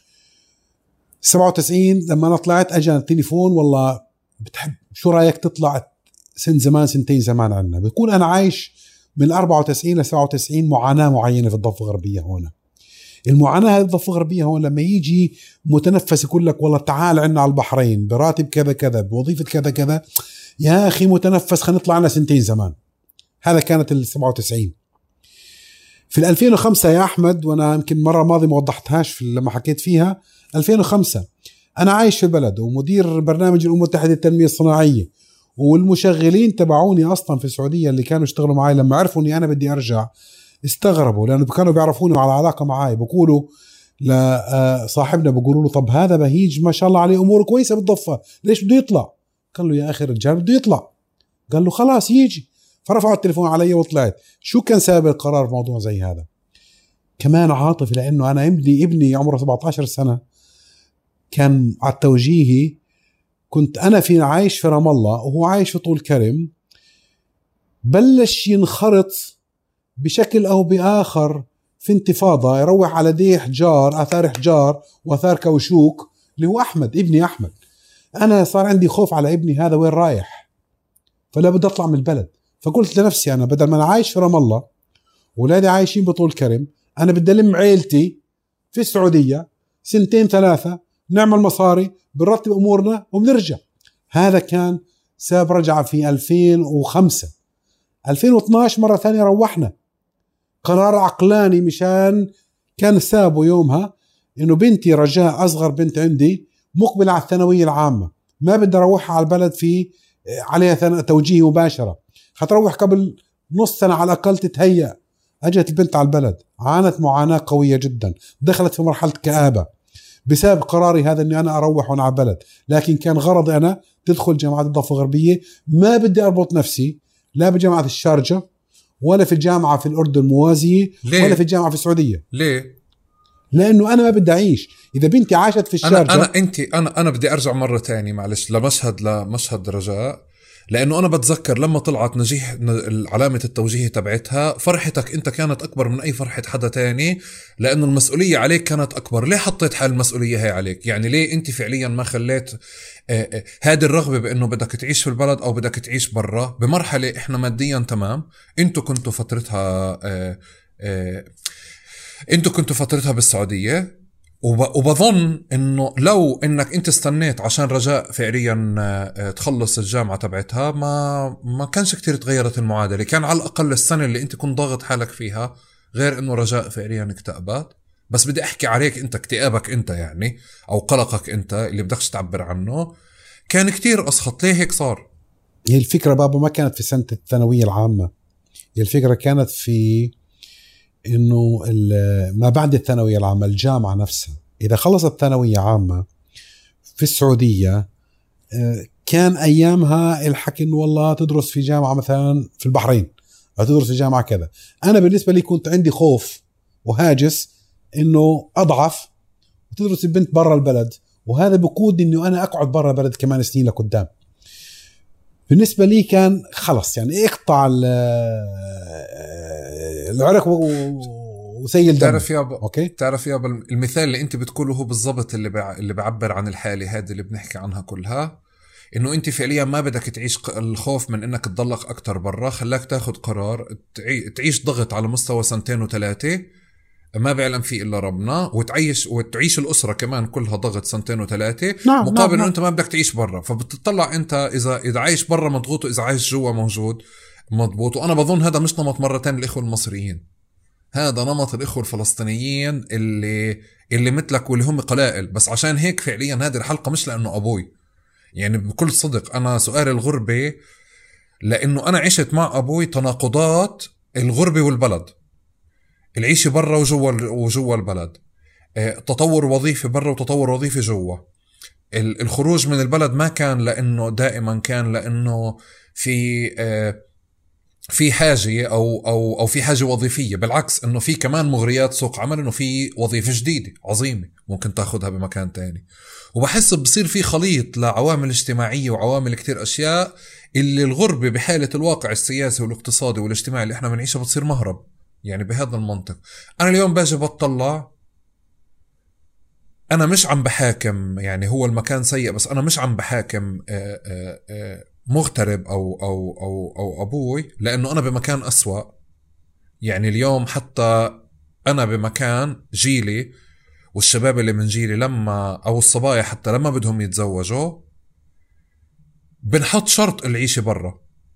[SPEAKER 1] سبعة وتسعين لما أنا طلعت أجا التليفون، والله بتحب شو رأيك تطلع سن زمان سنتين زمان عنا. بيكون أنا عايش من أربعة وتسعين ل سبعة وتسعين معاناة معينة في الضفة الغربية. هنا المعاناة هذه الضفة الغربية هون لما يجي متنفس يقول لك والله تعال عنا على البحرين براتب كذا كذا بوظيفة كذا كذا، يا أخي متنفس خلينا نطلع لنا سنتين زمان. هذا كانت ال سبعة وتسعين. في ال ألفين وخمسة يا أحمد، وأنا يمكن مرة ماضي ما وضحتهاش في لما حكيت فيها، ألفين وخمسة أنا عايش في البلد ومدير برنامج الأمم المتحدة للتنمية الصناعية، والمشغلين تبعوني أصلا في السعودية اللي كانوا يشتغلوا معي لما عرفوا أني أنا بدي أرجع استغربوا، لأنه كانوا بيعرفوني على علاقة معي. بقولوا لصاحبنا بقولوا له طب هذا بهيج ما شاء الله عليه أموره كويسة بالضفة، ليش بده يطلع؟ قال له يا أخي الرجال بده يطلع. قال له خلاص يجي. فرفعوا التليفون علي وطلعت. شو كان سبب القرار في موضوع زي هذا؟ كمان عاطفي، لأنه أنا ابني ابني عمره سبعة عشر سنة كان على التوجيهي، كنت أنا في عايش في رام الله وهو عايش في طول كرم، بلش ينخرط بشكل أو بآخر في انتفاضة، يروح على ديه حجار، آثار حجار وآثار كوشوك اللي هو أحمد ابني أحمد. أنا صار عندي خوف على ابني هذا وين رايح، فلا بدي أطلع من البلد. فقلت لنفسي أنا بدل ما أنا عايش في رام الله ولادي عايشين بطول كرم، أنا بدي ألم عيلتي في السعودية سنتين ثلاثة، نعمل مصاري بنرتب أمورنا وبنرجع. هذا كان سبب رجعة في ألفين وخمسة. ألفين واثناشر مرة ثانية روحنا، قرار عقلاني، مشان كان سابه يومها إنه بنتي رجاء أصغر بنت عندي مقبلة على الثانوية العامة، ما بدي أروحها على البلد في عليها توجيه مباشرة، حتروح قبل نص سنة على الأقل تتهيأ. أجت البنت على البلد، عانت معاناة قوية جدا، دخلت في مرحلة كآبة بسبب قراري هذا إني أنا أروح وأنا على البلد. لكن كان غرضي أنا تدخل جامعة الضفة الغربية، ما بدي أربط نفسي لا بجامعة الشارجة ولا في الجامعة في الأردن الموازية ولا في الجامعة في السعودية.
[SPEAKER 2] ليه؟
[SPEAKER 1] لأنه أنا ما بدي أعيش. إذا بنتي عاشت في الشارجة،
[SPEAKER 2] أنا أنا أنت أنا أنا بدي أرجع مرة تاني معلش لمشهد لمشهد رجاء، لأنه أنا بتذكر لما طلعت نجيح علامة التوجيه تبعتها، فرحتك أنت كانت أكبر من أي فرحة حدا تاني، لأنه المسؤولية عليك كانت أكبر. ليه حطيت حال المسؤولية هاي عليك؟ يعني ليه أنت فعليا ما خليت هذه الرغبة بأنه بدك تعيش في البلد أو بدك تعيش برا بمرحلة إحنا ماديا تمام؟ أنتوا كنتوا فترتها آآ آآ أنتوا كنتوا فترتها بالسعودية، وبظن انه لو انك انت استنيت عشان رجاء فعليا تخلص الجامعة تبعتها ما ما كانش كتير تغيرت المعادلة. كان على الاقل السنة اللي انت كنت ضاغط حالك فيها، غير انه رجاء فعليا اكتئبت. بس بدي احكي عليك انت، اكتئابك انت يعني او قلقك انت اللي بدكش تعبر عنه كان كتير اسخط. ليه هيك صار؟
[SPEAKER 1] هي الفكرة بابا ما كانت في سنة الثانوية العامة، هي الفكرة كانت في إنه ما بعد الثانوية العامة، الجامعة نفسها. إذا خلصت ثانوية عامة في السعودية كان أيامها الحكي إنه والله تدرس في جامعة مثلا في البحرين أو تدرس في جامعة كذا. أنا بالنسبة لي كنت عندي خوف وهاجس إنه أضعف وتدرس البنت برا البلد، وهذا بقود إنه أنا أقعد برا البلد كمان سنين لقدام. بالنسبة لي كان خلص يعني اقطع العرق وسيل دم.
[SPEAKER 2] تعرف يا ب...
[SPEAKER 1] أوكي؟
[SPEAKER 2] تعرف يا ب... المثال اللي انت بتقوله هو بالضبط اللي بع... اللي بعبر عن الحالة هذه اللي بنحكي عنها كلها، انه انت فعليا ما بدك تعيش الخوف من انك تضلك اكتر برا، خلاك تاخد قرار تعي... تعيش ضغط على مستوى سنتين وثلاثة ما بيعلم فيه إلا ربنا، وتعيش وتعيش الأسرة كمان كلها ضغط سنتين وثلاثة،
[SPEAKER 1] نعم
[SPEAKER 2] مقابل
[SPEAKER 1] نعم
[SPEAKER 2] إنه أنت ما بدك تعيش برا. فبتطلع أنت إذا إذا عايش برا مضغوط، وإذا عايش جوا موجود مضبوط. وأنا بظن هذا مش نمط مرتين الإخوة المصريين. هذا نمط الإخوة الفلسطينيين اللي اللي مثلك واللي هم قلائل. بس عشان هيك فعليا هذه الحلقة مش لأنه أبوي، يعني بكل صدق أنا سؤال الغربة لأنه أنا عشت مع أبوي تناقضات الغربة والبلد، العيش برا وجوا وجوا البلد، تطور وظيفي برا وتطور وظيفي جوا. الخروج من البلد ما كان لأنه دائما كان لأنه في في حاجة أو أو أو في حاجة وظيفية، بالعكس إنه في كمان مغريات سوق عمل، إنه في وظيفة جديدة عظيمة ممكن تاخدها بمكان تاني. وبحس بصير في خليط لعوامل اجتماعية وعوامل كتير أشياء اللي الغربة بحالة الواقع السياسي والاقتصادي والاجتماعي اللي إحنا بنعيشه بتصير مهرب. يعني بهذا المنطق أنا اليوم باجي بطلع، أنا مش عم بحاكم يعني هو المكان سيء، بس أنا مش عم بحاكم آآ آآ مغترب أو, أو, أو, أو أبوي لأنه أنا بمكان أسوأ. يعني اليوم حتى أنا بمكان جيلي والشباب اللي من جيلي لما أو الصبايا حتى لما بدهم يتزوجوا بنحط شرط العيشة برا.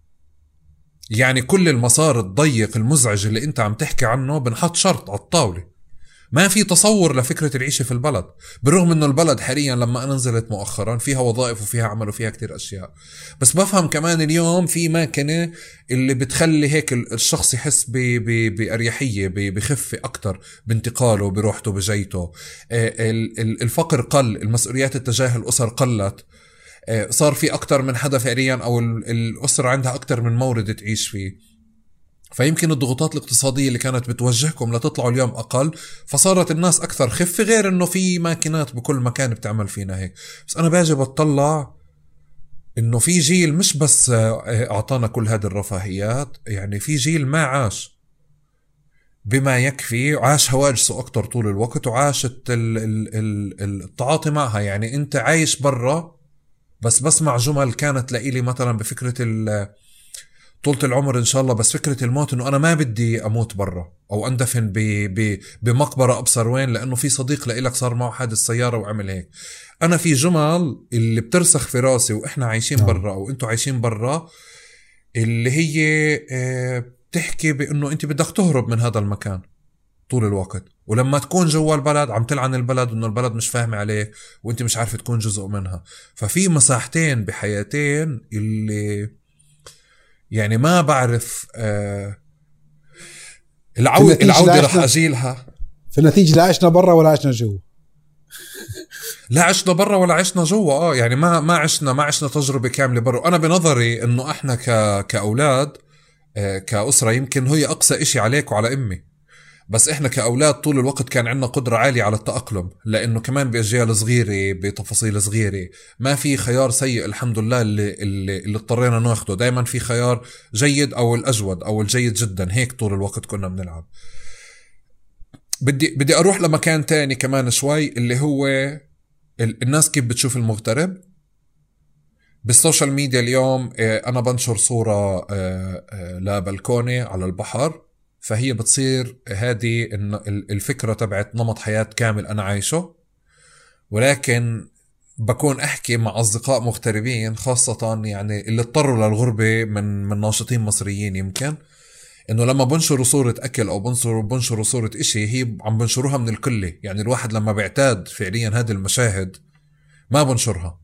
[SPEAKER 2] يعني كل المسار الضيق المزعج اللي انت عم تحكي عنه بنحط شرط على الطاولة. ما في تصور لفكرة العيشة في البلد، بالرغم انه البلد حاليا لما انا نزلت مؤخرا فيها وظائف وفيها عمل وفيها كتير اشياء. بس بفهم كمان اليوم في ماكنة اللي بتخلي هيك الشخص يحس بأريحية بخفة اكتر بانتقاله بروحته بجيته. الفقر قل، المسؤوليات اتجاه الاسر قلت، صار في أكتر من حدا فعليا أو الأسرة عندها أكتر من مورد تعيش فيه. فيمكن الضغوطات الاقتصادية اللي كانت بتوجهكم لتطلعوا اليوم أقل، فصارت الناس أكثر خفة، غير أنه في ماكينات بكل مكان بتعمل فينا هيك. بس أنا باجي بتطلع أنه في جيل مش بس أعطانا كل هذه الرفاهيات، يعني في جيل ما عاش بما يكفي، وعاش هواجسه أكتر طول الوقت، وعاشت التعاطي معها. يعني أنت عايش برا بس بسمع جمل كانت لإلي مثلا بفكرة طولة العمر إن شاء الله، بس فكرة الموت إنه أنا ما بدي أموت برا أو أندفن بمقبرة أبصر وين لأنه في صديق لإلك صار معه حادث سيارة وعمل هيك. أنا في جمل اللي بترسخ في راسي وإحنا عايشين برا أو أنتوا عايشين برا، اللي هي بتحكي بإنه أنت بدك تهرب من هذا المكان طول الوقت، ولما تكون جوا البلد عم تلعن البلد وإنه البلد مش فاهمة عليك وإنت مش عارف تكون جزء منها. ففي مساحتين بحياتين اللي يعني ما بعرف آه العودة العودة رح أجيلها.
[SPEAKER 1] في النتيجة لا عشنا برا ولا عشنا جوا.
[SPEAKER 2] لا عشنا برا ولا عشنا جوا. اه يعني ما ما عشنا ما عشنا تجربة كاملة برا. أنا بنظري إنه إحنا ك كأولاد آه كأسرة يمكن هي أقصى إشي عليك وعلى أمي، بس إحنا كأولاد طول الوقت كان عندنا قدرة عالية على التأقلم، لأنه كمان بأجيال صغيرة بتفاصيل صغيرة. ما في خيار سيء الحمد لله اللي, اللي, اللي اضطرينا ناخده، دايما في خيار جيد أو الأجود أو الجيد جدا، هيك طول الوقت كنا بنلعب. بدي بدي أروح لمكان تاني كمان شوي، اللي هو الناس كيف بتشوف المغترب بالسوشيال ميديا. اليوم أنا بنشر صورة لبلكونة على البحر، فهي بتصير هذه الفكرة تبعت نمط حياة كامل أنا عايشه، ولكن بكون أحكي مع أصدقاء مغتربين خاصة يعني اللي اضطروا للغربة من من ناشطين مصريين، يمكن إنه لما بنشروا صورة أكل أو بنشروا بنشروا صورة إشي هي عم بنشروها من الكلة. يعني الواحد لما بيعتاد فعليا هذه المشاهد ما بنشرها،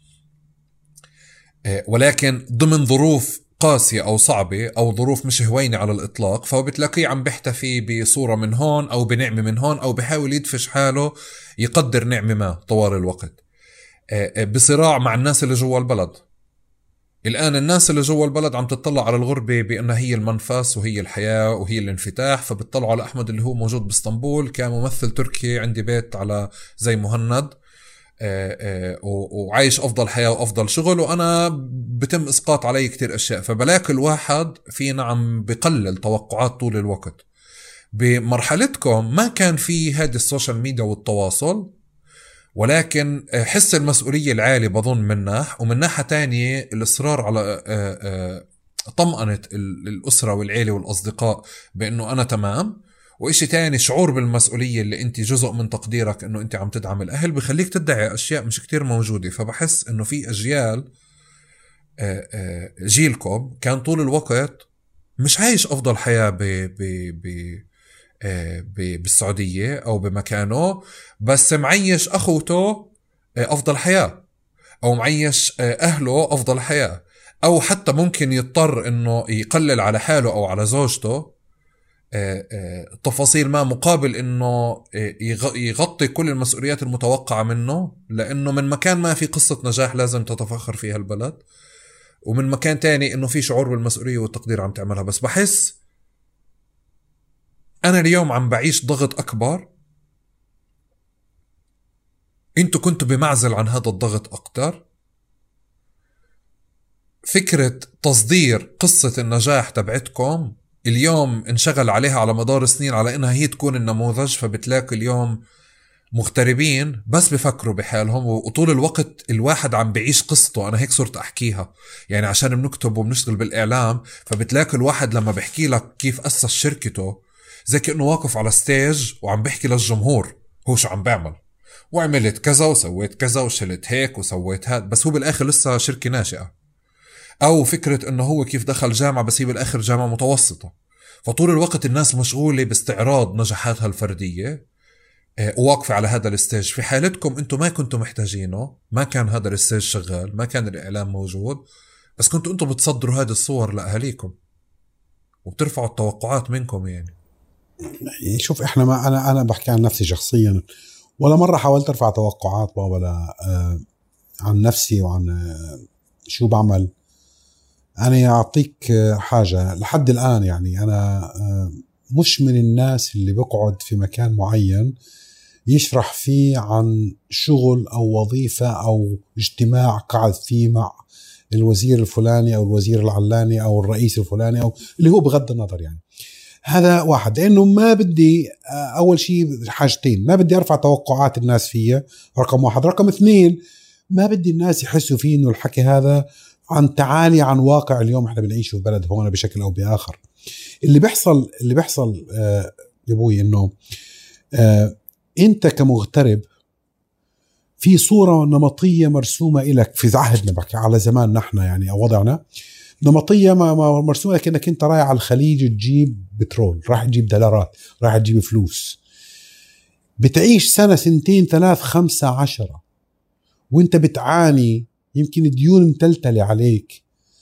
[SPEAKER 2] ولكن ضمن ظروف قاسية أو صعبة أو ظروف مش هوينة على الإطلاق، فهو بتلاقيه عم بيحتفي بصورة من هون أو بنعمة من هون أو بحاول يدفش حاله يقدر نعمة ما طوال الوقت، بصراع مع الناس اللي جوا البلد. الآن الناس اللي جوا البلد عم تطلع على الغربة بأنها هي المنفس وهي الحياة وهي الانفتاح، فبتطلعوا على أحمد اللي هو موجود باسطنبول كممثل تركي عندي بيت على زي مهند وعايش أفضل حياة وأفضل شغل، وأنا بتم إسقاط علي كتير أشياء. فبلاك الواحد فينا عم بقلل توقعات طول الوقت. بمرحلتكم ما كان في هذه السوشيال ميديا والتواصل، ولكن حس المسؤولية العالي بظن من ناح، ومن ناحية تانية الإصرار على طمأنة الأسرة والعيلة والأصدقاء بأنه أنا تمام. وإشي تاني شعور بالمسؤولية اللي أنت جزء من تقديرك أنه أنت عم تدعم الأهل بخليك تدعي أشياء مش كتير موجودة. فبحس أنه في أجيال جيلكم كان طول الوقت مش عايش أفضل حياة ب ب ب بالسعودية أو بمكانه، بس معيش أخوته أفضل حياة، أو معيش أهله أفضل حياة، أو حتى ممكن يضطر إنه يقلل على حاله أو على زوجته تفاصيل ما مقابل إنه يغطي كل المسؤوليات المتوقعة منه، لأنه من مكان ما في قصة نجاح لازم تتفخر فيها البلد، ومن مكان تاني إنه في شعور بالمسؤولية والتقدير عم تعملها. بس بحس أنا اليوم عم بعيش ضغط أكبر، أنتوا كنتوا بمعزل عن هذا الضغط أكتر. فكرة تصدير قصة النجاح تبعتكم اليوم انشغل عليها على مدار سنين على إنها هي تكون النموذج، فبتلاقي اليوم مغتربين بس بفكروا بحالهم، وطول الوقت الواحد عم بعيش قصته. أنا هيك صرت أحكيها يعني عشان بنكتب وبنشتغل بالإعلام، فبتلاقي الواحد لما بحكي لك كيف أسس شركته زي كأنه واقف على ستيج وعم بحكي للجمهور هو شو عم بعمل، وعملت كذا وسويت كذا وشلت هيك وسويت هاد، بس هو بالآخر لسه شركة ناشئة. أو فكرة إنه هو كيف دخل جامعة بس هي بالآخر جامعة متوسطة. فطول الوقت الناس مشغولة باستعراض نجاحاتها الفردية وواقفة على هذا الستيج. في حالتكم أنتم ما كنتم محتاجينه، ما كان هذا الستيج شغال، ما كان الإعلام موجود، بس كنتوا أنتم بتصدروا هذه الصور لأهاليكم وبترفعوا التوقعات منكم. يعني
[SPEAKER 1] شوف إحنا ما أنا أنا بحكي عن نفسي شخصيا، ولا مرة حاولت أرفع توقعات ولا آه عن نفسي وعن آه شو بعمل. أنا أعطيك حاجة لحد الآن، يعني أنا مش من الناس اللي بقعد في مكان معين يشرح فيه عن شغل أو وظيفة أو اجتماع قعد فيه مع الوزير الفلاني أو الوزير العلاني أو الرئيس الفلاني أو اللي هو بغض النظر. يعني هذا واحد، لأنه ما بدي أول شيء حاجتين، ما بدي أرفع توقعات الناس فيه، رقم واحد. رقم اثنين، ما بدي الناس يحسوا فيه إنه الحكي هذا عن تعالي عن واقع اليوم احنا بنعيشه في بلد هون بشكل او باخر. اللي بيحصل اللي بيحصل آه يبوي انه آه انت كمغترب في صورة نمطية مرسومة إلك في عهدنا، بحكي على زمان نحن يعني او وضعنا نمطية مرسومة لك انك انت رايح على الخليج تجيب بترول، راح تجيب دولارات، راح تجيب فلوس، بتعيش سنة سنتين ثلاث خمسة عشرة وانت بتعاني، يمكن ديون متلتلة عليك،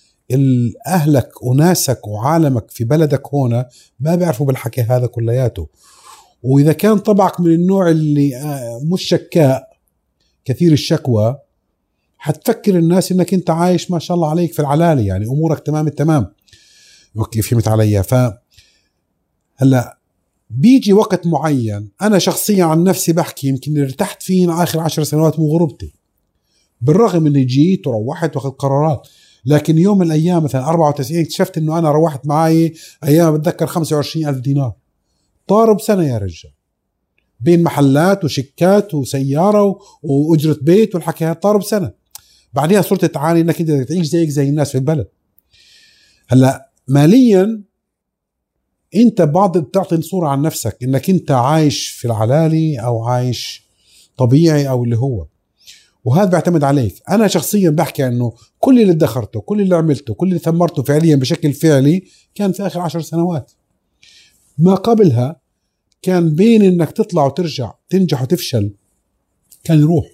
[SPEAKER 1] أهلك وناسك وعالمك في بلدك هنا ما بيعرفوا بالحكي هذا كلياته. وإذا كان طبعك من النوع اللي مش شكاء كثير الشكوى، حتفكر الناس إنك أنت عايش ما شاء الله عليك في العلالي، يعني أمورك تمام التمام. أوكي، فهمت علي؟ فهلأ بيجي وقت معين، أنا شخصيا عن نفسي بحكي يمكن ارتحت فيه آخر عشر سنوات من غربتي، بالرغم اني جيت وروحت واخذ قرارات، لكن يوم من الايام مثلا أربعة وتسعين اكتشفت انه انا روحت معي ايام بتذكر خمسة وعشرين ألف دينار طاروا بسنه يا رجال، بين محلات وشيكات وسياره واجره بيت والحكي هذا طاروا بسنه. بعدها صرت تعاني انك انت تعيش زيك زي الناس في البلد. هلا ماليا انت بعض بتعطي صوره عن نفسك انك انت عايش في العلالي او عايش طبيعي او اللي هو، وهذا بيعتمد عليك. أنا شخصيا بحكي أنه كل اللي ادخرته، كل اللي عملته، كل اللي ثمرته فعليا بشكل فعلي كان في آخر عشر سنوات. ما قبلها كان بين أنك تطلع وترجع، تنجح وتفشل، كان يروح.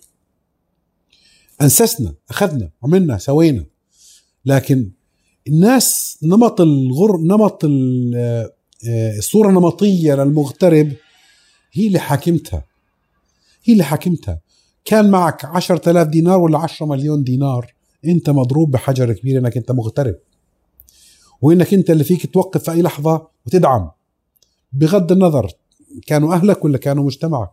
[SPEAKER 1] أنسسنا، أخذنا، عملنا، سوينا. لكن الناس نمط الغر نمط الصورة النمطية للمغترب هي اللي حاكمتها هي اللي حاكمتها كان معك عشرة آلاف دينار ولا عشرة مليون دينار، انت مضروب بحجر كبير انك انت مغترب، وانك انت اللي فيك توقف في اي لحظة وتدعم بغض النظر كانوا اهلك ولا كانوا مجتمعك.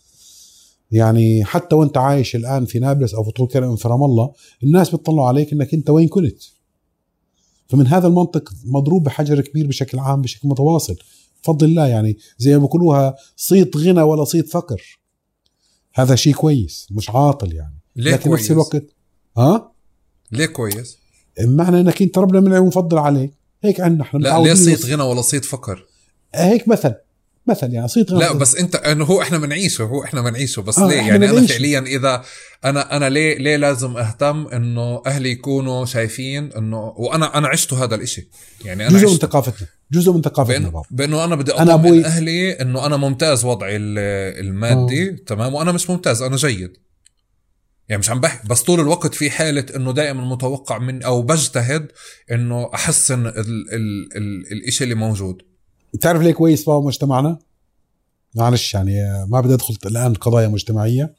[SPEAKER 1] يعني حتى وانت عايش الان في نابلس او في طول كرم في رام الله، الناس بتطلعوا عليك انك انت وين كنت. فمن هذا المنطق مضروب بحجر كبير بشكل عام بشكل متواصل بفضل الله. يعني زي ما بيقولوها صيت غنى ولا صيت فقر، هذا شيء كويس مش عاطل يعني. لكن نفس الوقت ها
[SPEAKER 2] ليه كويس؟
[SPEAKER 1] معنى انك انت ربنا منعم ومفضل عليك، هيك عنا احنا
[SPEAKER 2] لا ليه صيت غنى ولا صيت فقر؟
[SPEAKER 1] هيك مثلا مثلا يعني صيغة
[SPEAKER 2] لا بس انت انه هو احنا بنعيشه هو احنا بنعيشه بس
[SPEAKER 1] آه
[SPEAKER 2] ليه يعني انا
[SPEAKER 1] بنعيشه.
[SPEAKER 2] فعليا اذا انا انا ليه ليه لازم اهتم انه اهلي يكونوا شايفين انه وانا انا عشته هذا الاشي يعني انا
[SPEAKER 1] جزء من
[SPEAKER 2] عشته
[SPEAKER 1] ثقافتنا جزء من ثقافتنا
[SPEAKER 2] بأن
[SPEAKER 1] بابا.
[SPEAKER 2] بانه انا بدي
[SPEAKER 1] أنا
[SPEAKER 2] اطمن
[SPEAKER 1] أبوي
[SPEAKER 2] اهلي انه انا ممتاز وضعي المادي
[SPEAKER 1] آه.
[SPEAKER 2] تمام وانا مش ممتاز انا جيد يعني مش عم بحكي بس طول الوقت في حالة انه دائما متوقع من او بجتهد انه احسن ال ال ال الاشي اللي موجود.
[SPEAKER 1] تعرف ليه كويس بابا مجتمعنا؟ معلش يعني ما بدي ادخل الان قضايا مجتمعية.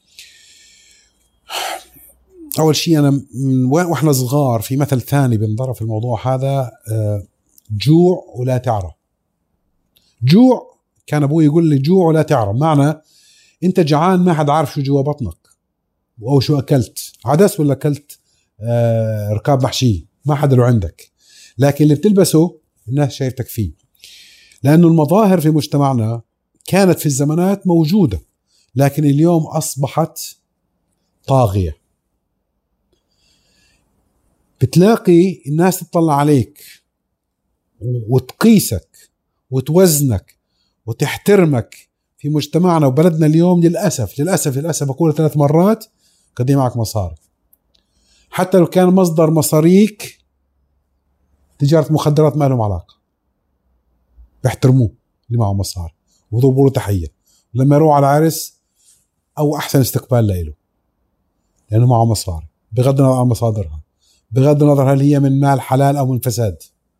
[SPEAKER 1] اول شيء انا من واحنا صغار في مثل ثاني بنضرب في الموضوع هذا، جوع ولا تعرى. جوع كان ابوي يقول لي جوع ولا تعرى، معنى انت جعان ما حد عارف شو جوا بطنك او شو اكلت، عدس ولا اكلت آه ركاب محشي، ما حدا له عندك، لكن اللي بتلبسه الناس شايفتك فيه. لانه المظاهر في مجتمعنا كانت في الزمانات موجودة لكن اليوم اصبحت طاغية. بتلاقي الناس تطلع عليك وتقيسك وتوزنك وتحترمك في مجتمعنا وبلدنا اليوم. للأسف للأسف للأسف بقول ثلاث مرات قد معك مصاري، حتى لو كان مصدر مصاريك تجارة مخدرات ما لهم علاقة، بيحترموه اللي معه مصاري وضربوا له تحية لما يروح على عرس أو أحسن استقبال له لأنه معه مصاري، بغض النظر عن مصادرها، بغض النظر هل هي من مال حلال أو من فساد.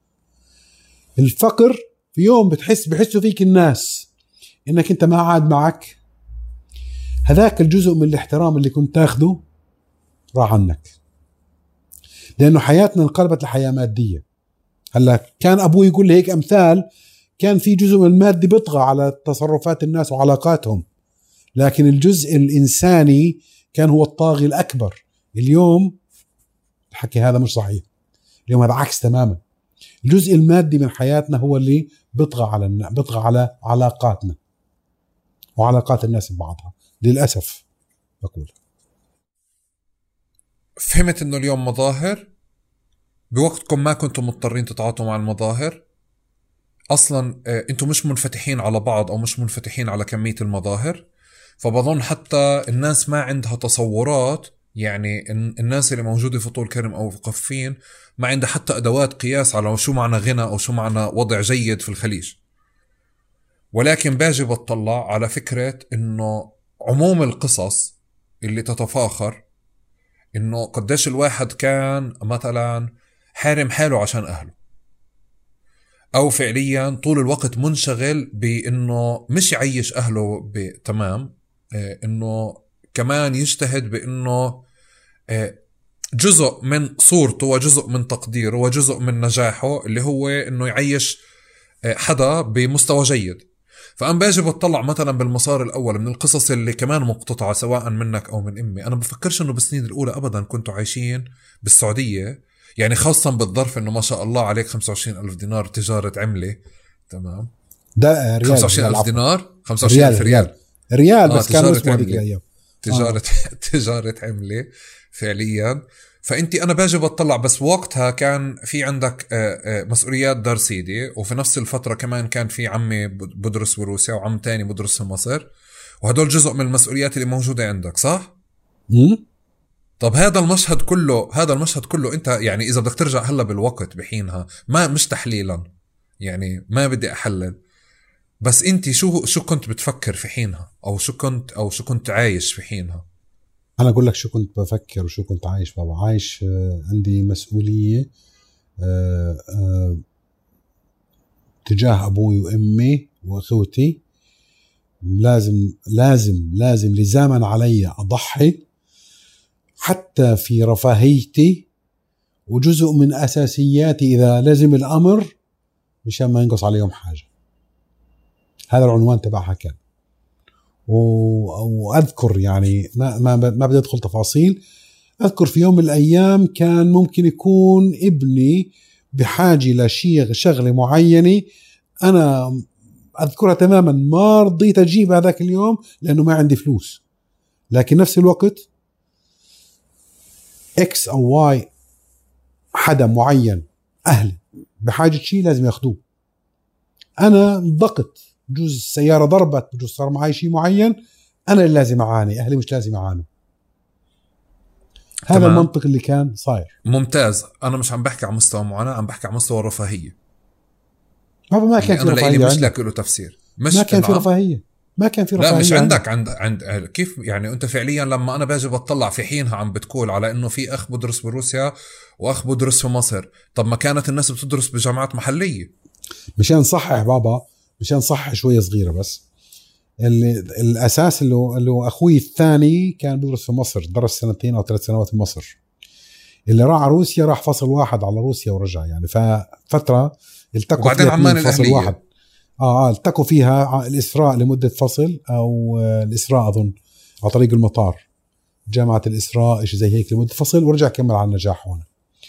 [SPEAKER 1] الفقر في يوم بتحس بحسوا فيك الناس إنك أنت ما عاد معك، هذاك الجزء من الاحترام اللي كنت تاخده راح عنك، لأنه حياتنا انقلبت لحياة مادية. هلا كان أبوي يقول لي هيك أمثال، كان في جزء من المادي بيطغى على تصرفات الناس وعلاقاتهم، لكن الجزء الإنساني كان هو الطاغي الأكبر. اليوم الحكي هذا مش صحيح، اليوم هذا عكس تماما. الجزء المادي من حياتنا هو اللي بيطغى على بيطغى على علاقاتنا وعلاقات الناس ببعضها للأسف. بقول
[SPEAKER 2] فهمت انه اليوم مظاهر، بوقتكم ما كنتم مضطرين تتعاطوا مع المظاهر اصلا، انتم مش منفتحين على بعض او مش منفتحين على كمية المظاهر، فبظن حتى الناس ما عندها تصورات. يعني الناس اللي موجودة في طول كرم او في قفين ما عندها حتى ادوات قياس على شو معنى غنى او شو معنى وضع جيد في الخليج. ولكن باجي بطلع على فكرة انه عموم القصص اللي تتفاخر انه قديش الواحد كان مثلا حارم حاله عشان اهله، او فعليا طول الوقت منشغل بانه مش يعيش اهله تمام، انه كمان يجتهد بانه جزء من صورته وجزء من تقديره وجزء من نجاحه اللي هو انه يعيش حدا بمستوى جيد. فأنا باجي بطلع مثلا بالمسار الأول من القصص اللي كمان مقتطعة سواء منك أو من أمي، أنا بفكرش أنه بالسنين الأولى أبدا كنتوا عايشين بالسعودية، يعني خاصة بالظرف أنه ما شاء الله عليك خمسة وعشرين ألف دينار تجارة عملة، تمام؟
[SPEAKER 1] ده ريال،
[SPEAKER 2] خمسة وعشرين ألف دينار، خمسة وعشرين ألف ريال
[SPEAKER 1] ريال
[SPEAKER 2] آه
[SPEAKER 1] بس كانوا اسمه هذيك الأيام
[SPEAKER 2] تجارة آه. تجارة عملة فعليا. فأنتي أنا باجي بطلع بس وقتها كان في عندك مسؤوليات دار سيدي، وفي نفس الفترة كمان كان في عمي بدرس بروسيا وعم تاني بدرس في مصر، وهدول جزء من المسؤوليات اللي موجودة عندك، صح؟
[SPEAKER 1] مم؟
[SPEAKER 2] طب هذا المشهد كله هذا المشهد كله أنت يعني إذا بدك ترجع هلا بالوقت بحينها، ما مش تحليلا يعني ما بدي أحلل، بس أنتي شو شو كنت بتفكر في حينها، أو شو كنت أو شو كنت عايش في حينها؟
[SPEAKER 1] أنا أقول لك شو كنت بفكر وشو كنت عايش بابا. عايش عندي مسؤولية أه أه تجاه أبوي وأمي وأخوتي، لازم لازم لازم لزاما علي أضحي حتى في رفاهيتي، وجزء من أساسياتي إذا لازم الأمر مشان ما ينقص عليهم حاجة. هذا العنوان تبعها كان. وأذكر يعني ما ما ما بدي أدخل تفاصيل، أذكر في يوم من الأيام كان ممكن يكون ابني بحاجة لشيء شغلة معينة، أنا أذكرها تماما، ما رضيت أجيب هذاك اليوم لأنه ما عندي فلوس، لكن نفس الوقت إكس أو واي حدا معين أهل بحاجة شيء لازم ياخدوه. أنا ضغط بجوز السيارة ضربت، بجوز صار معي شيء معين، أنا اللي لازم أعاني، أهلي مش لازم يعانوا. هذا
[SPEAKER 2] تمام.
[SPEAKER 1] المنطق اللي كان صاير.
[SPEAKER 2] ممتاز. أنا مش عم بحكي عن مستوى معاناة، عم بحكي عن مستوى الرفاهية.
[SPEAKER 1] بابا ما كان في رفاهية،
[SPEAKER 2] مش لاقي له تفسير. مش
[SPEAKER 1] ما كان في رفاهية، ما كان في رفاهية.
[SPEAKER 2] لا مش عندك عند عند كيف يعني أنت فعليا لما أنا باجي بطلع في حينها عم بتقول على إنه في أخ بدرس بروسيا وأخ بدرس في مصر، طب ما كانت الناس بتدرس بجامعات محلية.
[SPEAKER 1] مشان نصحح بابا، مشان نصحح شوية صغيرة بس. اللي الأساس اللي هو اللي هو أخوي الثاني كان بدرس في مصر، درس سنتين أو ثلاث سنوات في مصر. اللي راح على روسيا راح فصل واحد على روسيا ورجع، يعني ففترة التقوا فيها
[SPEAKER 2] عمان
[SPEAKER 1] فصل
[SPEAKER 2] الأهلية.
[SPEAKER 1] واحد. آه, آه التقوا فيها الإسراء لمدة فصل، أو آه الإسراء أظن على طريق المطار، جامعة الإسراء إيش زي هيك لمدة فصل، ورجع كمل على النجاح هنا.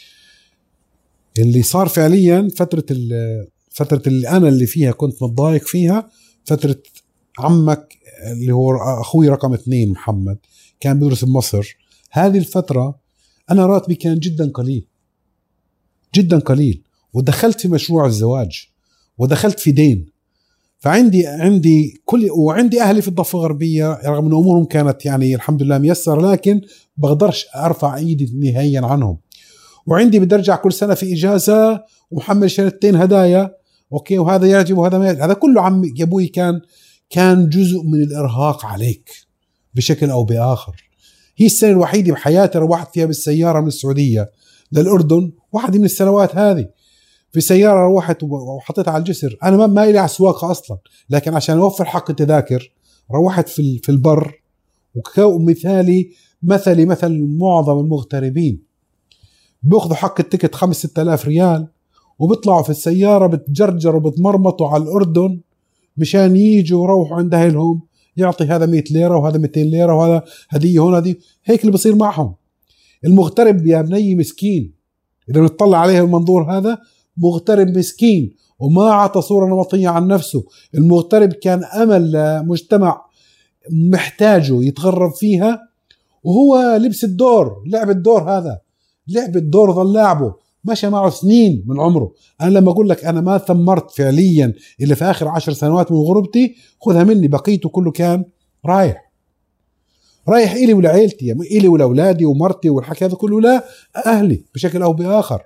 [SPEAKER 1] اللي صار فعليا فترة فترة اللي أنا اللي فيها كنت متضايق فيها، فترة عمك اللي هو أخوي رقم اثنين محمد كان بيدرس بمصر. هذه الفترة أنا راتبي كان جدا قليل جدا قليل، ودخلت في مشروع الزواج، ودخلت في دين. فعندي عندي كل وعندي أهلي في الضفة الغربية، رغم أن أمورهم كانت يعني الحمد لله ميسر، لكن بقدرش أرفع إيدي نهائيا عنهم. وعندي بدي أرجع كل سنة في إجازة ومحمل شنطتين هدايا، أوكي، وهذا يعجب وهذا ما يعجب. هذا كله عم يا أبوي كان كان جزء من الإرهاق عليك بشكل أو بآخر. هي السنة الوحيدة بحياتي روحت فيها بالسيارة من السعودية للأردن، واحدة من السنوات هذه في سيارة روحت وحطيتها على الجسر. أنا ما ما إلي على السواقة أصلا، لكن عشان أوفر حق التذاكر روحت في في البر. ومثالي مثلي مثل معظم المغتربين بيأخذوا حق التكت خمس ستة آلاف ريال، وبيطلعوا في السيارة بتجرجروا وبتمرمطوا على الأردن مشان ييجوا يروحوا عند أهلهم، يعطي هذا مئة ليرة وهذا مئتين ليرة وهذا هدية هون هذه. هيك اللي بصير معهم. المغترب يا بني مسكين، إذا نطلع عليه المنظور هذا مغترب مسكين وما عطى صورة نمطية عن نفسه. المغترب كان أمل لمجتمع محتاجه يتغرب فيها، وهو لبس الدور، لعب الدور، هذا لعب الدور ظل لعبه، مشى معه سنين من عمره. أنا لما أقول لك أنا ما ثمرت فعليا إلا في آخر عشر سنوات من غربتي، خذها مني، بقيته كله كان رايح رايح إلي ولعيلتي، إلي ولأولادي ومرتي والحكي هذا كله، لا أهلي بشكل أو بآخر.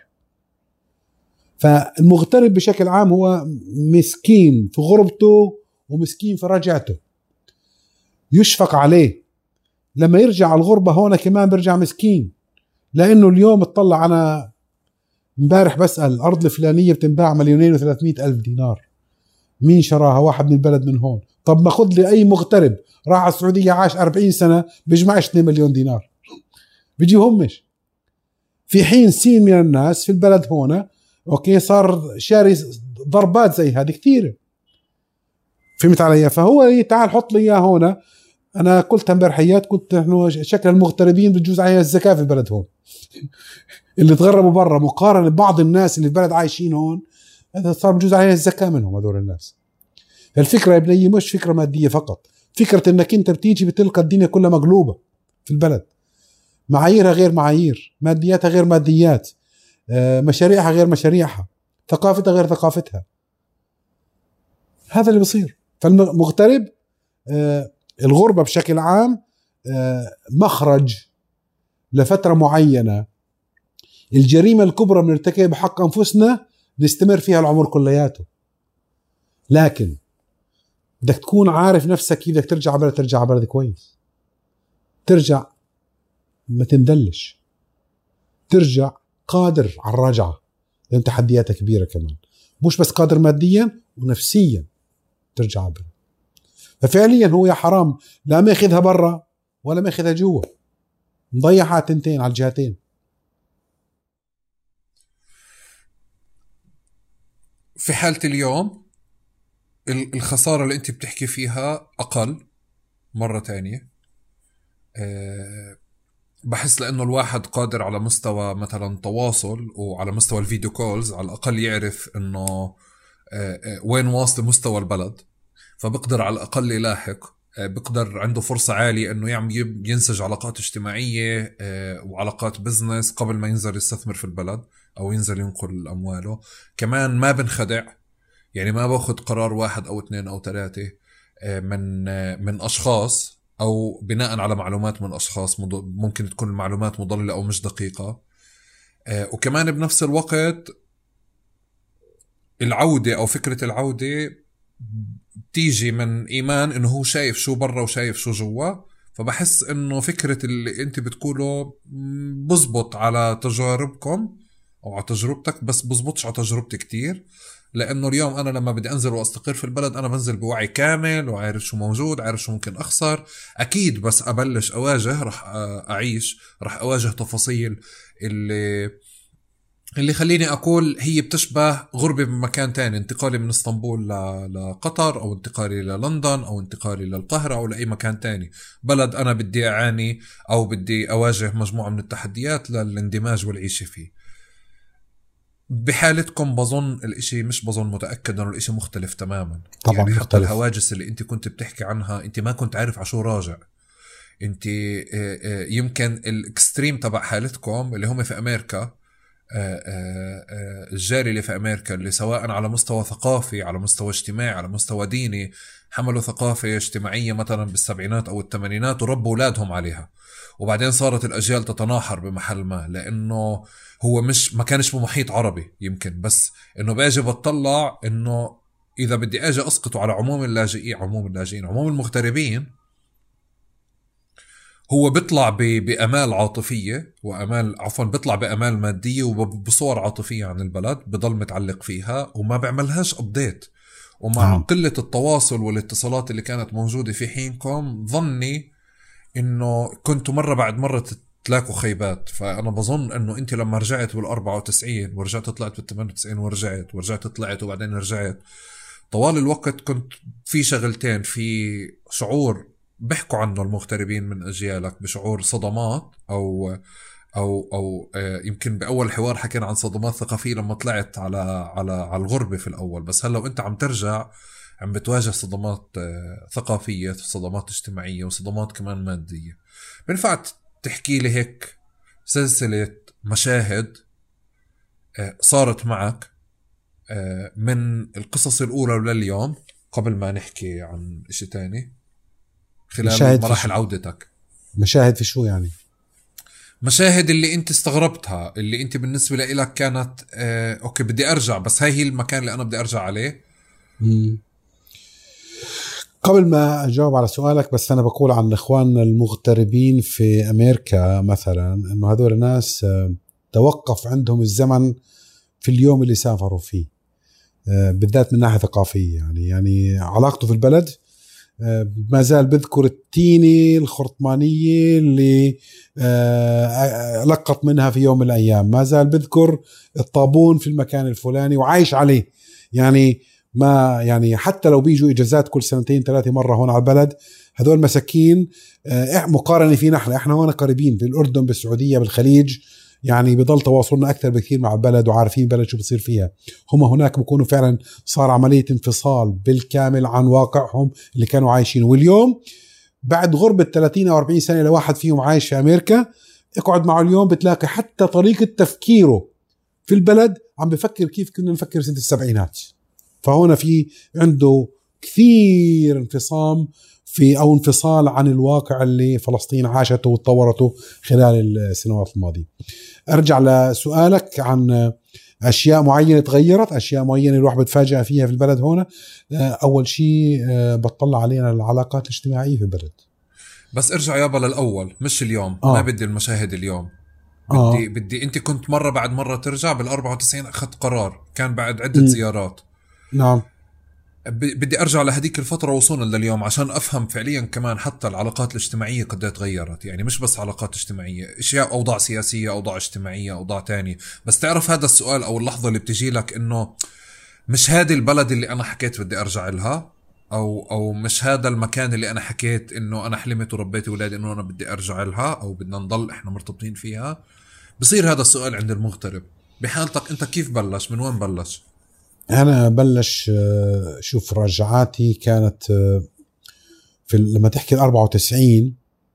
[SPEAKER 1] فالمغترب بشكل عام هو مسكين في غربته ومسكين في رجعته، يشفق عليه. لما يرجع على الغربة هون كمان برجع مسكين، لأنه اليوم اطلع أنا امبارح بسأل الأرض الفلانية بتنباع مليونين وثلاثمائة ألف دينار، مين شراها؟ واحد من البلد من هون. طب ما خذ لي أي مغترب راح على السعودية عاش أربعين سنة بيجمعش اثنين مليون دينار، بيجيهمش. في حين سين من الناس في البلد هون أوكي صار شاري ضربات زي هذه كثيرة، فهمت علي؟ فهو تعال حط لي إياه هون. أنا قلت امبارحيات، قلت إنه شكل المغتربين بتجوز عليها الزكاة في البلد هون اللي تغربوا برا مقارنة ببعض الناس اللي في البلد عايشين هون، هذا صار بجوز عليها الزكاة منهم هذول الناس. الفكرة يا بني مش فكرة مادية فقط، فكرة إنك أنت بتيجي بتلقى الدنيا كلها مقلوبة في البلد، معاييرها غير معايير، مادياتها غير ماديات، مشاريعها غير مشاريعها، ثقافتها غير ثقافتها. هذا اللي بصير. فالمغترب الغربة بشكل عام مخرج لفترة معينة. الجريمة الكبرى بنرتكب بحق أنفسنا نستمر فيها العمر كلياته، لكن بدك تكون عارف نفسك كيف بدك ترجع بلد، ترجع بلد كويس، ترجع ما تندلش، ترجع قادر على الرجعة، لأن تحدياتها كبيرة كمان، مش بس قادر ماديا ونفسيا ترجع بلد. ففعليا هو يا حرام لا ما ياخذها برا ولا ما ياخذها جوا، مضيعها تنتين على الجهتين.
[SPEAKER 2] في حالة اليوم الخسارة اللي انت بتحكي فيها أقل مرة تانية، أه بحس لأنه الواحد قادر على مستوى مثلا تواصل وعلى مستوى الفيديو كولز على الأقل يعرف أنه أه أه وين واصل مستوى البلد، فبقدر على الأقل يلاحق، أه بقدر عنده فرصة عالية أنه يعمل ينسج علاقات اجتماعية أه وعلاقات بزنس قبل ما ينزل يستثمر في البلد أو ينزل ينقل أمواله. كمان ما بنخدع، يعني ما باخد قرار واحد أو اثنين أو ثلاثة من من أشخاص أو بناء على معلومات من أشخاص، ممكن تكون المعلومات مضللة أو مش دقيقة. وكمان بنفس الوقت العودة أو فكرة العودة بتيجي من إيمان إنه هو شايف شو برا وشايف شو جوا. فبحس إنه فكرة اللي أنت بتقوله بزبط على تجاربكم أو على تجربتك، بس بزبطش على تجربتي كتير، لأنه اليوم أنا لما بدي أنزل وأستقر في البلد أنا بنزل بوعي كامل وعارف شو موجود، عارف شو ممكن أخسر. أكيد بس أبلش أواجه رح أعيش، رح أواجه تفاصيل اللي اللي خليني أقول هي بتشبه غربة بمكان تاني، انتقالي من اسطنبول لقطر أو انتقالي للندن أو انتقالي للقاهرة أو لأي مكان تاني، بلد أنا بدي أعاني أو بدي أواجه مجموعة من التحديات للاندماج والعيش فيه. بحالتكم بظن الاشي مش بظن متأكد انه الاشي مختلف تماما.
[SPEAKER 1] طبعا
[SPEAKER 2] يعني حتى
[SPEAKER 1] مختلف.
[SPEAKER 2] الهواجس اللي انت كنت بتحكي عنها انت ما كنت عارف عشو راجع. انت يمكن الاكستريم تبع حالتكم اللي هم في امريكا، الجاري اللي في امريكا اللي سواء على مستوى ثقافي، على مستوى اجتماعي، على مستوى ديني، حملوا ثقافة اجتماعية مثلا بالسبعينات او الثمانينات وربوا اولادهم عليها، وبعدين صارت الأجيال تتناحر بمحل ما لأنه هو مش ما كانش بمحيط عربي يمكن، بس إنه باجي بتطلع إنه إذا بدي أجي أسقطه على عموم اللاجئين عموم اللاجئين عموم المغتربين، هو بيطلع بأمال عاطفية وأمال عفوا بيطلع بأمال مادية وبصور عاطفية عن البلد، بضل متعلق فيها وما بعملهاش أبديت. ومع آه. قلة التواصل والاتصالات اللي كانت موجودة في حينكم ظني انه كنتوا مرة بعد مرة تلاقوا خيبات. فانا بظن انه انت لما رجعت بالاربعة وتسعين ورجعت طلعت بالثمانية وتسعين ورجعت ورجعت طلعت وبعدين رجعت، طوال الوقت كنت في شغلتين، في شعور بيحكوا عنه المغتربين من اجيالك بشعور صدمات او او او يمكن باول حوار حكينا عن صدمات ثقافية لما طلعت على على على الغربة في الاول، بس هلا وانت عم ترجع عم بتواجه صدمات ثقافية، صدمات اجتماعية، وصدمات كمان مادية. بنفع تحكي لي هيك سلسلة مشاهد صارت معك من القصص الأولى لليوم قبل ما نحكي عن إشي تاني خلال مراحل عودتك؟
[SPEAKER 1] مشاهد في شو يعني؟
[SPEAKER 2] مشاهد اللي انت استغربتها، اللي انت بالنسبة لك كانت اه اوكي بدي ارجع، بس هاي هي المكان اللي انا بدي ارجع عليه.
[SPEAKER 1] مم. قبل ما أجاوب على سؤالك، بس أنا بقول عن إخواننا المغتربين في أمريكا مثلا إنه هذول الناس توقف عندهم الزمن في اليوم اللي سافروا فيه، بالذات من ناحية ثقافية. يعني يعني علاقته في البلد ما زال بذكر التيني الخرطمانية اللي لقط منها في يوم من الأيام، ما زال بذكر الطابون في المكان الفلاني وعايش عليه. يعني ما يعني حتى لو بيجوا إجازات كل سنتين ثلاثة مرة هون على البلد، هذول مساكين مقارنة فينا احنا احنا هون قريبين في الأردن بالسعودية بالخليج، يعني بضل تواصلنا أكثر بكثير مع البلد وعارفين البلد شو بصير فيها. هم هناك بيكونوا فعلا صار عملية انفصال بالكامل عن واقعهم اللي كانوا عايشينه. واليوم بعد غربة ثلاثين أو أربعين سنة لواحد فيهم عايش في أمريكا، اقعد معه اليوم بتلاقي حتى طريقة تفكيره في البلد عم بفكر كيف كنا نفكر سنة السبعينات. فهنا في عنده كثير انفصام في أو انفصال عن الواقع اللي فلسطين عاشته وتطورته خلال السنوات الماضية. أرجع لسؤالك عن أشياء معينة تغيرت، أشياء معينة الواحد بتفاجأ فيها في البلد هنا. أول شيء بتطلع علينا العلاقات الاجتماعية في البلد.
[SPEAKER 2] بس ارجع يابا للأول مش اليوم. آه. ما بدي المشاهد اليوم، بدي آه. بدي أنت كنت مرة بعد مرة ترجع. بالأربعة وتسعين أخذت قرار كان بعد عدة م. زيارات.
[SPEAKER 1] نعم.
[SPEAKER 2] بدي أرجع لهديك الفترة وصولا لليوم عشان أفهم فعليا كمان حتى العلاقات الاجتماعية قد تغيرت. يعني مش بس علاقات اجتماعية، إشياء أوضاع سياسية، أوضاع اجتماعية، أوضاع تاني. بس تعرف هذا السؤال أو اللحظة اللي بتجي لك إنه مش هذه البلد اللي أنا حكيت بدي أرجع لها، أو أو مش هذا المكان اللي أنا حكيت إنه أنا حلمت وربيت أولادي إنه أنا بدي أرجع لها أو بدنا نضل إحنا مرتبطين فيها. بصير هذا السؤال عند المغترب. بحالتك أنت كيف بلش؟ من وين بلش؟
[SPEAKER 1] أنا بلش شوف رجعاتي كانت في لما تحكي الأربعة وتسعين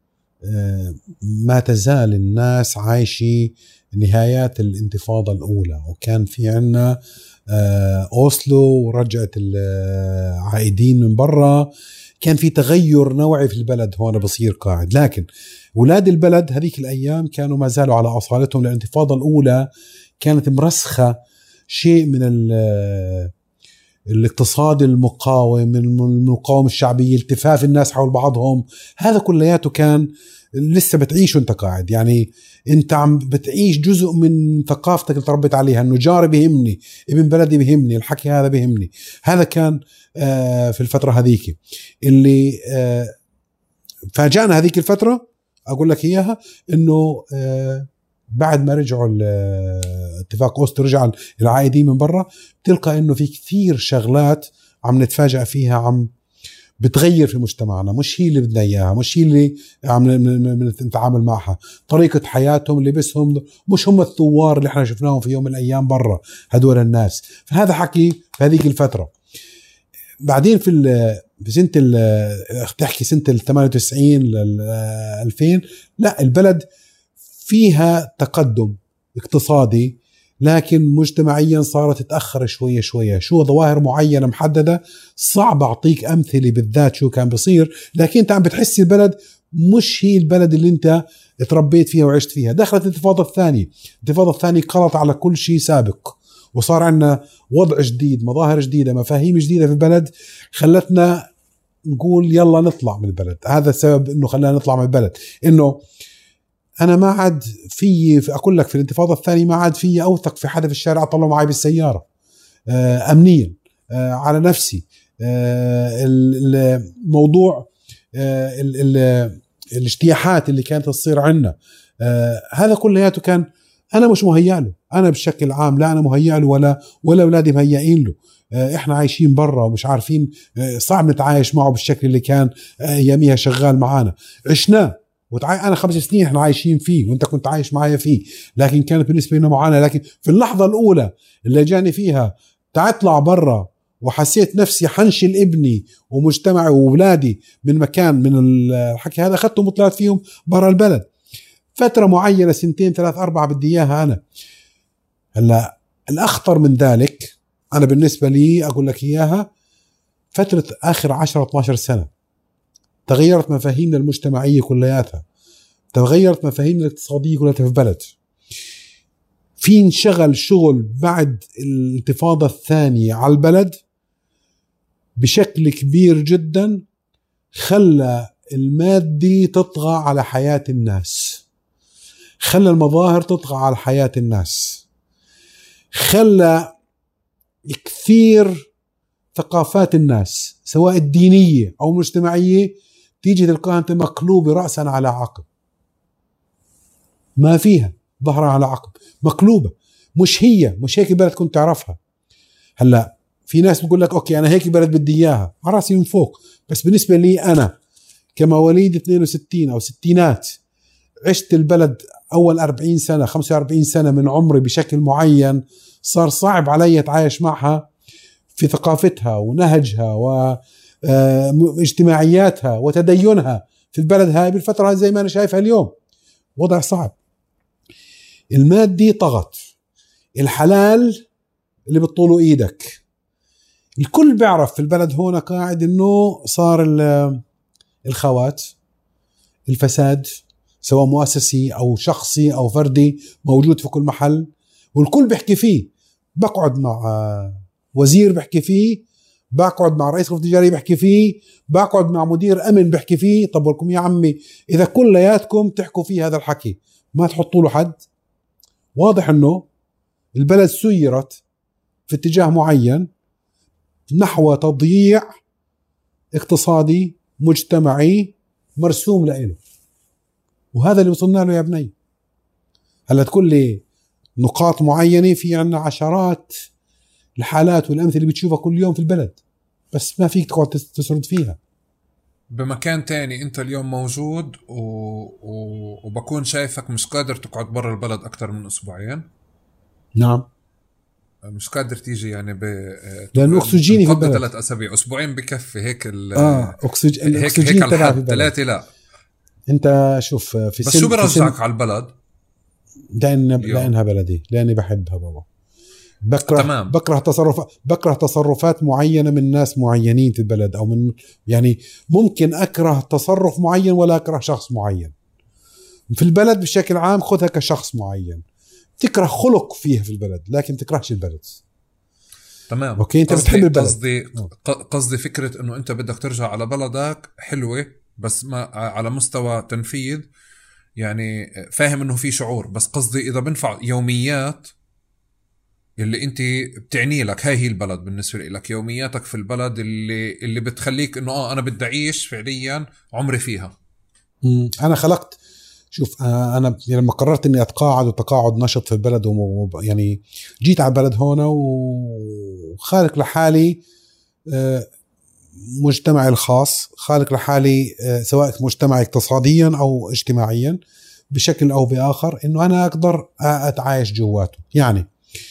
[SPEAKER 1] ما تزال الناس عايشي نهايات الانتفاضة الأولى، وكان في عنا أوسلو ورجعت العائدين من برا. كان في تغير نوعي في البلد هون بصير قاعد. لكن أولاد البلد هذيك الأيام كانوا ما زالوا على أصالتهم، لأن الانتفاضة الأولى كانت مرسخة شيء من الاقتصاد المقاوم، من المقاومة الشعبية، التفاف الناس حول بعضهم. هذا كلياته كان لسه بتعيشه انت قاعد، يعني انت عم بتعيش جزء من ثقافتك اللي تربيت عليها، انه جاري بيهمني، ابن بلدي بيهمني، الحكي هذا بيهمني. هذا كان آه في الفترة هذيك اللي آه فاجأنا هذيك الفترة. اقول لك اياها انه آه بعد ما رجعوا اتفاق أوسلو رجع العائدين من برا، تلقى انه في كثير شغلات عم نتفاجأ فيها، عم بتغير في مجتمعنا. مش هي اللي بدنا اياها، مش هي اللي عم نتعامل معها. طريقة حياتهم، لبسهم، مش هم الثوار اللي احنا شفناهم في يوم من الايام برا هدول الناس. فهذا حكي في هذيك الفترة. بعدين في في سنة تحكي سنة ثمانية وتسعين لل ألفين، لا البلد فيها تقدم اقتصادي، لكن مجتمعيا صارت تتأخر شوية شوية. شو ظواهر معينة محددة صعب أعطيك أمثلة بالذات شو كان بصير، لكن أنت عم بتحس البلد مش هي البلد اللي أنت تربيت فيها وعشت فيها. دخلت الانتفاضة الثانية، الانتفاضة الثانية قضت على كل شيء سابق، وصار عندنا وضع جديد، مظاهر جديدة، مفاهيم جديدة في البلد، خلتنا نقول يلا نطلع من البلد. هذا السبب إنه خلانا نطلع من البلد. إنه أنا ما عاد في أقول لك في الانتفاضة الثانية ما عاد في أوثق في حدا في الشارع أطلع معي بالسيارة آه أمنيا آه على نفسي. آه الموضوع آه ال ال الاجتياحات اللي كانت تصير عنا آه هذا كلياته كان أنا مش مهيأ له. أنا بشكل عام لا أنا مهيأ له ولا ولا أولادي مهيئين له. آه إحنا عايشين برا ومش عارفين آه صعب نتعايش معه بالشكل اللي كان آه يوميها شغال معانا. عشناه وتعاي... أنا خمس سنين إحنا عايشين فيه وأنت كنت عايش معايا فيه، لكن كانت بالنسبة لنا معانا. لكن في اللحظة الأولى اللي جاني فيها تطلع برا وحسيت نفسي حنشل ابني ومجتمعي وولادي من مكان من الحكي هذا، أخذتهم وطلعت فيهم برا البلد فترة معينة، سنتين ثلاث أربعة بدي إياها أنا. هلا الأخطر من ذلك أنا بالنسبة لي أقول لك إياها فترة آخر عشرة اثنا عشر سنة. تغيرت مفاهيمنا المجتمعية كلياتها، تغيرت مفاهيمنا الاقتصادية كلها في البلد. في انشغل شغل بعد الانتفاضة الثانية على البلد بشكل كبير جدا، خلى المادي تطغى على حياة الناس، خلى المظاهر تطغى على حياة الناس، خلى كثير ثقافات الناس سواء الدينية أو المجتمعية تيجي تلقاها أنت مقلوبة رأسا على عقب، ما فيها ظهرها على عقب، مقلوبة. مش هي مش هيك البلد كنت تعرفها. هلا في ناس بيقول لك أوكي أنا هيك البلد بدي إياها، على رأسي من فوق، بس بالنسبة لي أنا كمواليد اثنين وستين أو ستينات عشت البلد أول أربعين سنة خمسة وأربعين سنة من عمري بشكل معين، صار صعب علي أتعايش معها في ثقافتها ونهجها واجتماعياتها وتدينها في البلد هاي بالفترة زي ما أنا شايفها اليوم. وضع صعب، المادي طغت، الحلال اللي بتطوله إيدك. الكل بيعرف في البلد هون قاعد إنه صار الخوات، الفساد سواء مؤسسي أو شخصي أو فردي موجود في كل محل، والكل بيحكي فيه. بقعد مع وزير بحكي فيه، بقعد مع رئيس غرفة تجارية بحكي فيه، بقعد مع مدير أمن بحكي فيه. طب لكم يا عمي إذا كلياتكم تحكوا فيه هذا الحكي ما تحطوا له حد؟ واضح أنه البلد سيرت في اتجاه معين نحو تضييع اقتصادي مجتمعي مرسوم لإله، وهذا اللي وصلنا له يا بني. هلا تقول لي نقاط معينة، في عنا عشرات الحالات والأمثلة اللي بتشوفها كل يوم في البلد، بس ما فيك تقعد تسرد فيها.
[SPEAKER 2] بمكان تاني انت اليوم موجود و... و... وبكون شايفك مش قادر تقعد برا البلد اكتر من اسبوعين.
[SPEAKER 1] نعم
[SPEAKER 2] مش قادر تيجي يعني ب
[SPEAKER 1] لأنه أكسجيني في البلد
[SPEAKER 2] ثلاث أسابيع أسبوعين بكفي هيك ال
[SPEAKER 1] آه أكسج...
[SPEAKER 2] هيك
[SPEAKER 1] الأكسجين
[SPEAKER 2] هيك
[SPEAKER 1] تبع في
[SPEAKER 2] ثلاثة. لا
[SPEAKER 1] أنت شوف في
[SPEAKER 2] بس شو برجعك على البلد؟
[SPEAKER 1] لأن لأنها بلدي، لأني بحبها بابا. بكره
[SPEAKER 2] تمام.
[SPEAKER 1] بكره تصرفات بكره تصرفات معينه من ناس معينين في البلد، او من يعني ممكن اكره تصرف معين ولا اكره شخص معين في البلد بشكل عام. خذها كشخص معين، تكره خلق فيها في البلد لكن تكرهش البلد.
[SPEAKER 2] تمام.
[SPEAKER 1] اوكي انت بتحب البلد.
[SPEAKER 2] قصدي قصدي فكره انه انت بدك ترجع على بلدك حلوه، بس ما على مستوى تنفيذ يعني فاهم انه في شعور، بس قصدي اذا بنفع يوميات اللي انت بتعني لك هاي هي البلد بالنسبه لك، يومياتك في البلد اللي اللي بتخليك انه اه انا بدي اعيش فعليا عمري فيها.
[SPEAKER 1] مم. انا خلقت شوف انا لما قررت اني اتقاعد وتقاعد نشط في البلد، يعني جيت على البلد هنا وخالق لحالي مجتمعي الخاص، خالق لحالي سواء مجتمعي اقتصاديا او اجتماعيا بشكل او باخر، انه انا اقدر اتعايش جواته. يعني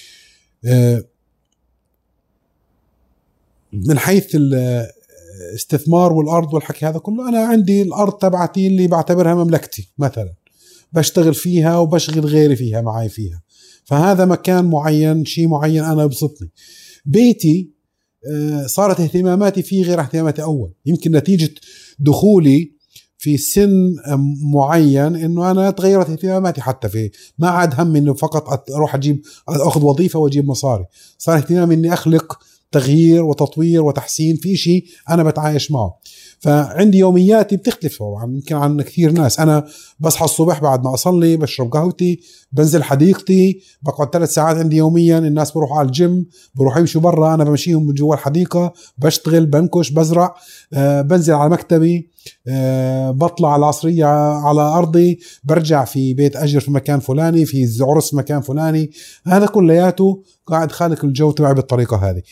[SPEAKER 1] من حيث الاستثمار والارض والحكي هذا كله، انا عندي الارض تبعتي اللي بعتبرها مملكتي مثلا، بشتغل فيها وبشغل غيري فيها معي فيها، فهذا مكان معين، شيء معين انا بسطني. بيتي صارت اهتماماتي فيه غير اهتماماتي اول، يمكن نتيجة دخولي في سن معين انه انا تغيرت اهتماماتي، حتى في ما عاد هم انه فقط اروح اجيب اخذ وظيفة واجيب مصاري، صار اهتمامي اني اخلق تغيير وتطوير وتحسين في شيء انا بتعايش معه. فعندي يومياتي بتختلف طبعا يمكن عن كثير ناس. انا بصحى الصبح بعد ما اصلي، بشرب قهوتي، بنزل حديقتي، بقعد ثلاث ساعات عندي يوميا. الناس بروحوا على الجيم، بروحوا يمشوا برا، انا بمشيهم من جوا الحديقة، بشتغل، بنكش، بزرع، آه بنزل على مكتبي، آه بطلع على العصرية على أرضي، برجع في بيت أجر في مكان فلاني، في عرس في مكان فلاني. هذا كلياته قاعد خالق الجو تبعي بالطريقة هذه.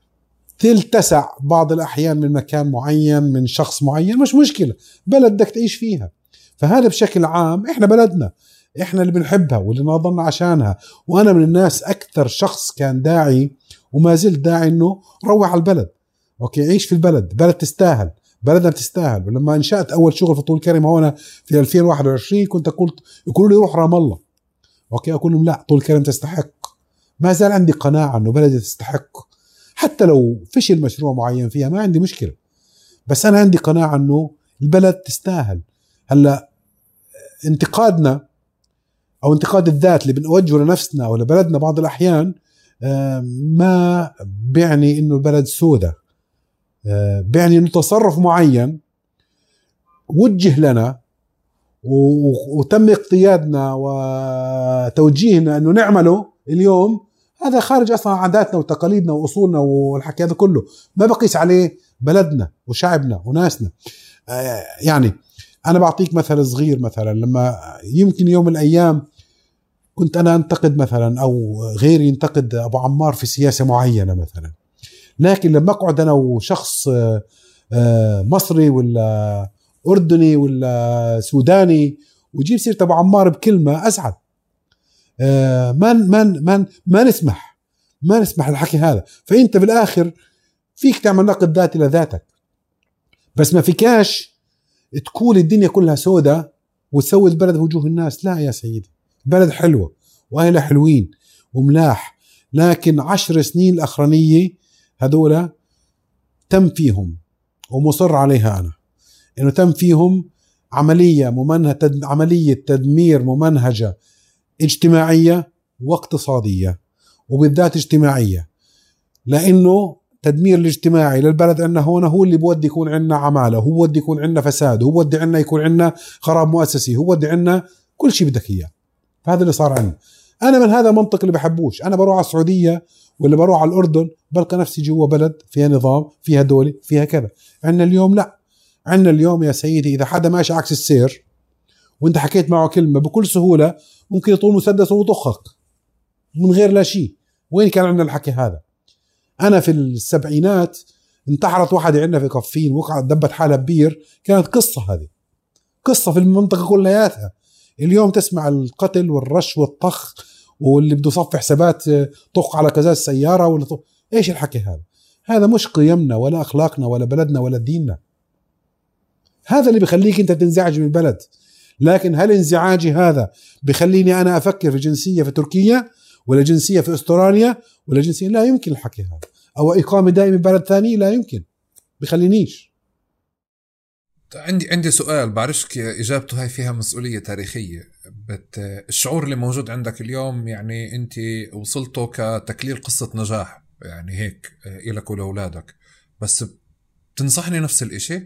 [SPEAKER 1] تلتسع بعض الأحيان من مكان معين، من شخص معين، مش مشكلة، بلد بدك تعيش فيها. فهذا بشكل عام إحنا بلدنا، إحنا اللي بنحبها واللي نضلنا عشانها. وأنا من الناس أكثر شخص كان داعي وما زلت داعي إنه روح على البلد، أوكي عيش في البلد، بلد تستاهل، بلدنا بتستاهل. ولما انشأت أول شغل في طول كرم هنا في ألفين وواحد وعشرين كنت قلت يقولوا لي روح رام الله، أوكي أقول لهم لا، طول كرم تستحق. ما زال عندي قناعة إنه بلدي تستحق، حتى لو فشل مشروع معين فيها ما عندي مشكلة، بس أنا عندي قناعة أنه البلد تستاهل. هلأ انتقادنا أو انتقاد الذات اللي بنوجهه لنفسنا أو لبلدنا بعض الأحيان ما بيعني أنه البلد سودة، بيعني أنه تصرف معين وجه لنا وتم اقتيادنا وتوجيهنا أنه نعمله اليوم، هذا خارج أصلا عاداتنا وتقاليدنا وأصولنا والحكي هذا كله، ما بقيس عليه بلدنا وشعبنا وناسنا. آه يعني أنا بعطيك مثل صغير، مثلا لما يمكن يوم من الأيام كنت أنا أنتقد مثلا أو غيري ينتقد أبو عمار في سياسة معينة مثلا، لكن لما أقعد أنا وشخص آه آه مصري ولا أردني ولا سوداني ويجيب سيرة أبو عمار بكلمة أسعد. آه ما ما ما ما نسمح ما نسمح الحكي هذا. فأنت بالآخر فيك تعمل نقد ذاتي لذاتك، بس ما فيكاش تكون الدنيا كلها سودة وتسوي البلد بوجوه الناس. لا يا سيدي، البلد حلوة وأهلها حلوين وملاح، لكن عشر سنين الأخرانية هذولا تم فيهم، ومصر عليها أنا، إنه تم فيهم عملية ممنهجة، عملية تدمير ممنهجة اجتماعية واقتصادية، وبالذات اجتماعية، لأنه تدمير الاجتماعي للبلد عندنا هون هو اللي بودي يكون عندنا عمالة، هو بودي يكون عندنا فساد، هو بودي عندنا يكون عندنا خراب مؤسسي، هو بودي عندنا كل شيء بدك إياه. فهذا اللي صار عندنا. أنا من هذا المنطق اللي بحبوش. أنا بروح على السعودية ولا بروح على الأردن بلقى نفسي جوا بلد فيها نظام، فيها دولة، فيها كذا. عندنا اليوم لا، عندنا اليوم يا سيدي إذا حدا ماشي عكس السير وانت حكيت معه كلمة بكل سهولة ممكن يطول مسدس ويطخك من غير لا شيء. وين كان عندنا الحكي هذا؟ أنا في السبعينات انتحرت واحدة عندنا في كفين، وقعت دبت حالها ببير، كانت قصة، هذه قصة في المنطقة كلياتها. اليوم تسمع القتل والرش والطخ، واللي بده يصفي حسابات طخ على كذا السيارة ولا طخ. ايش الحكي هذا؟ هذا مش قيمنا ولا أخلاقنا ولا بلدنا ولا ديننا. هذا اللي بيخليك انت تنزعج من البلد. لكن هل انزعاجي هذا بيخليني أنا أفكر في جنسية في تركيا، ولا جنسية في أستراليا ولا جنسية، لا يمكن الحكي هذا. أو إقامة دائمة ببلد ثاني، لا يمكن، بخلينيش.
[SPEAKER 2] عندي عندي سؤال بعرفش إجابته، هاي فيها مسؤولية تاريخية. بت الشعور اللي موجود عندك اليوم، يعني أنت وصلته كتكليل قصة نجاح يعني هيك إلك ولأولادك، بس بتنصحني نفس الإشي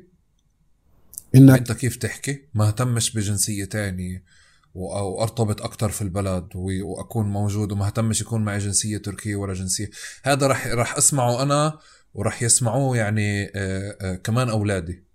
[SPEAKER 2] إنك أنت كيف تحكي ما اهتمش بجنسية تاني أو أرتبط أكتر في البلد وأكون موجود وما اهتمش يكون معي جنسية تركية ولا جنسية؟ هذا رح رح أسمعه أنا ورح يسمعوه يعني آآ آآ كمان أولادي.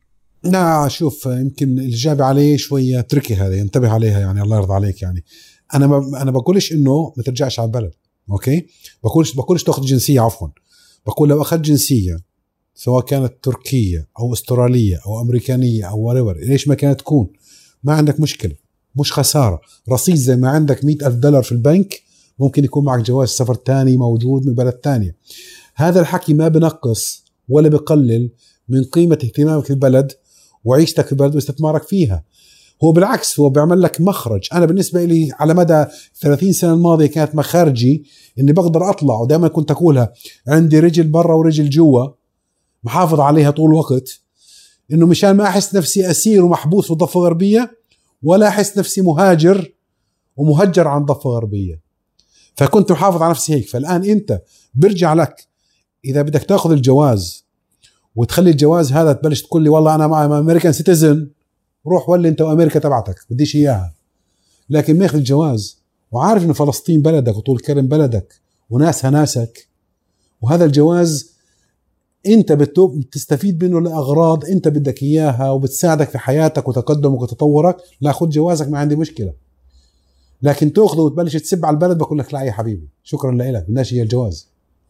[SPEAKER 1] لا شوف، يمكن الإجابة عليه شوية تركي، هذا ينتبه عليها يعني، الله يرضى عليك. يعني أنا ما أنا بقولش إنه ما ترجعش على البلد، أوكي؟ بقولش بقولش تأخذ جنسية، عفوا بقول لو أخذت جنسية سواء كانت تركية أو أسترالية أو أمريكانية أو وريفر، ليش ما كانت تكون، ما عندك مشكلة، مش خسارة. رصيد زي ما عندك مئة ألف دولار في البنك، ممكن يكون معك جواز سفر تاني موجود من بلد تانية. هذا الحكي ما بنقص ولا بقلل من قيمة اهتمامك في البلد وعيشتك في البلد واستثمارك فيها. هو بالعكس، هو بيعمل لك مخرج. أنا بالنسبة لي على مدى ثلاثين سنة الماضية كانت مخارجي إني بقدر أطلع، ودائما كنت أقولها، عندي رجل برا ورجل جوا، محافظ عليها طول الوقت، إنه مشان ما أحس نفسي أسير ومحبوس في الضفة الغربية، ولا أحس نفسي مهاجر ومهجر عن الضفة الغربية. فكنت محافظ على نفسي هيك. فالآن أنت برجع لك، إذا بدك تأخذ الجواز وتخلي الجواز هذا تبلش تقول لي والله أنا مع أمريكان سيتيزن، روح ولي أنت وأمريكا تبعتك، بديش إياها. لكن ما ياخذ الجواز وعارف إنه فلسطين بلدك وطول كرم بلدك وناسها ناسك، وهذا الجواز أنت بتستفيد منه لأغراض أنت بدك إياها وبتساعدك في حياتك وتقدمك وتطورك، لا خذ جوازك، ما عندي مشكلة. لكن تأخذه وتبلش تسب على البلد، بقول لك لا يا حبيبي، شكرا لك، بدناش هي الجواز.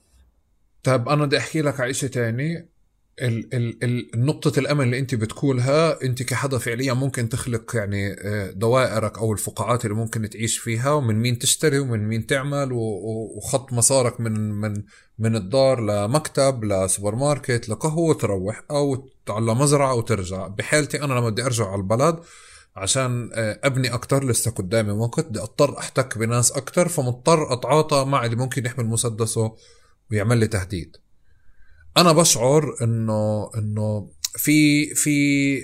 [SPEAKER 2] طيب أنا بدي أحكي لك عيشة تاني. ال ال ال نقطة الأمل اللي أنت بتقولها، أنت كحدا فعليا ممكن تخلق يعني دوائرك أو الفقاعات اللي ممكن تعيش فيها، ومن مين تشتري ومن مين تعمل، وخط مسارك من من من الدار لمكتب لسوبر ماركت لقهوة وتروح، أو على مزرعة وترجع. بحالتي أنا لما بدي أرجع على البلد عشان أبني أكتر، لسه قدامي وقت، بدي أضطر أحتك بناس أكتر، فمضطر أتعاطى مع اللي ممكن يحمل مسدسه ويعمل لي تهديد. أنا بشعر إنه إنه في في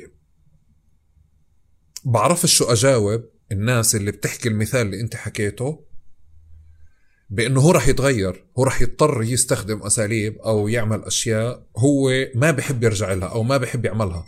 [SPEAKER 2] بعرفش شو أجاوب الناس اللي بتحكي المثال اللي أنت حكيته، بأنه هو رح يتغير، هو رح يضطر يستخدم أساليب أو يعمل أشياء هو ما بيحب يرجع لها أو ما بيحب يعملها.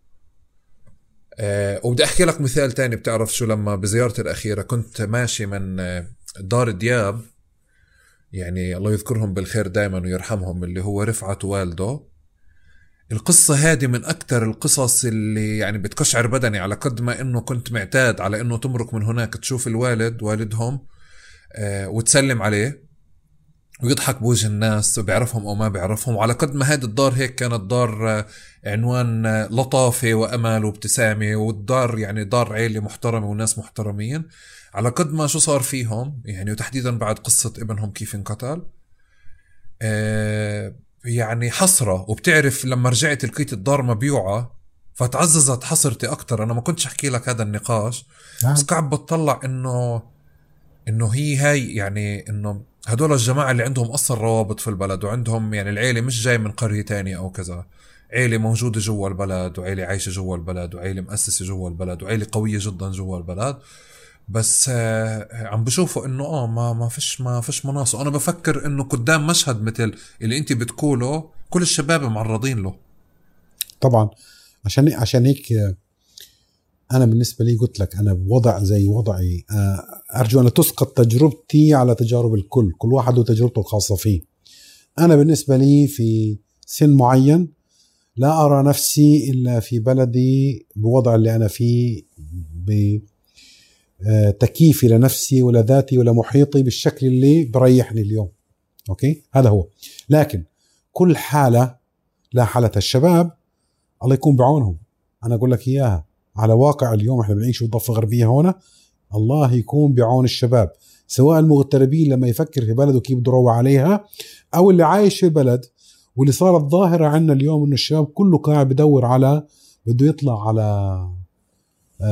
[SPEAKER 2] أه وبدي أحكي لك مثال تاني. بتعرف شو، لما بزيارتي الأخيرة كنت ماشي من دار دياب، يعني الله يذكرهم بالخير دايما ويرحمهم، اللي هو رفعت والده. القصة هذه من أكتر القصص اللي يعني بتكشعر بدني، على قد ما إنه كنت معتاد على إنه تمرك من هناك تشوف الوالد والدهم آه وتسلم عليه ويضحك بوجه الناس بيعرفهم أو ما بيعرفهم. وعلى قد ما هذه الدار هيك كانت دار آه عنوان آه لطافة وأمل وابتسامة، والدار يعني دار عيلة محترمة وناس محترمين، على قد ما شو صار فيهم يعني، وتحديدا بعد قصة ابنهم كيف انقتل، آه يعني حسرة. وبتعرف لما رجعت لقيت الدار مبيوعة، فتعززت حسرتي أكتر. أنا ما كنتش أحكي لك هذا النقاش، بس قاعد بتطلع إنه إنه هي هاي يعني إنه هدول الجماعة اللي عندهم أصلا روابط في البلد، وعندهم يعني العيلة مش جاي من قرية تانية أو كذا، عيلة موجودة جوا البلد، وعيلة عايشة جوا البلد، وعيلة مؤسسة جوا البلد، وعيلة قوية جدا جوا البلد، بس آه عم بشوفوا انه اه ما ما فيش ما فيش مناص. انا بفكر انه قدام مشهد مثل اللي انت بتقوله كل الشباب معرضين له.
[SPEAKER 1] طبعا عشان عشان هيك انا بالنسبه لي قلت لك انا بوضع زي وضعي، ارجو ان تسقط تجربتي على تجارب الكل، كل واحد له تجربته الخاصه فيه. انا بالنسبه لي في سن معين لا ارى نفسي الا في بلدي بوضع اللي انا فيه، ب تكييفي لنفسي ولا ذاتي ولا محيطي بالشكل اللي بريحني اليوم. أوكي، هذا هو. لكن كل حالة لا حالة الشباب، الله يكون بعونهم. أنا أقول لك إياها على واقع اليوم، إحنا بنعيش في الضفة الغربية هنا، الله يكون بعون الشباب، سواء المغتربين لما يفكر في بلده كيف بده يروح عليها، أو اللي عايش في بلد. واللي صارت ظاهرة عنا اليوم إنه الشباب كله قاعد بدور على بده يطلع على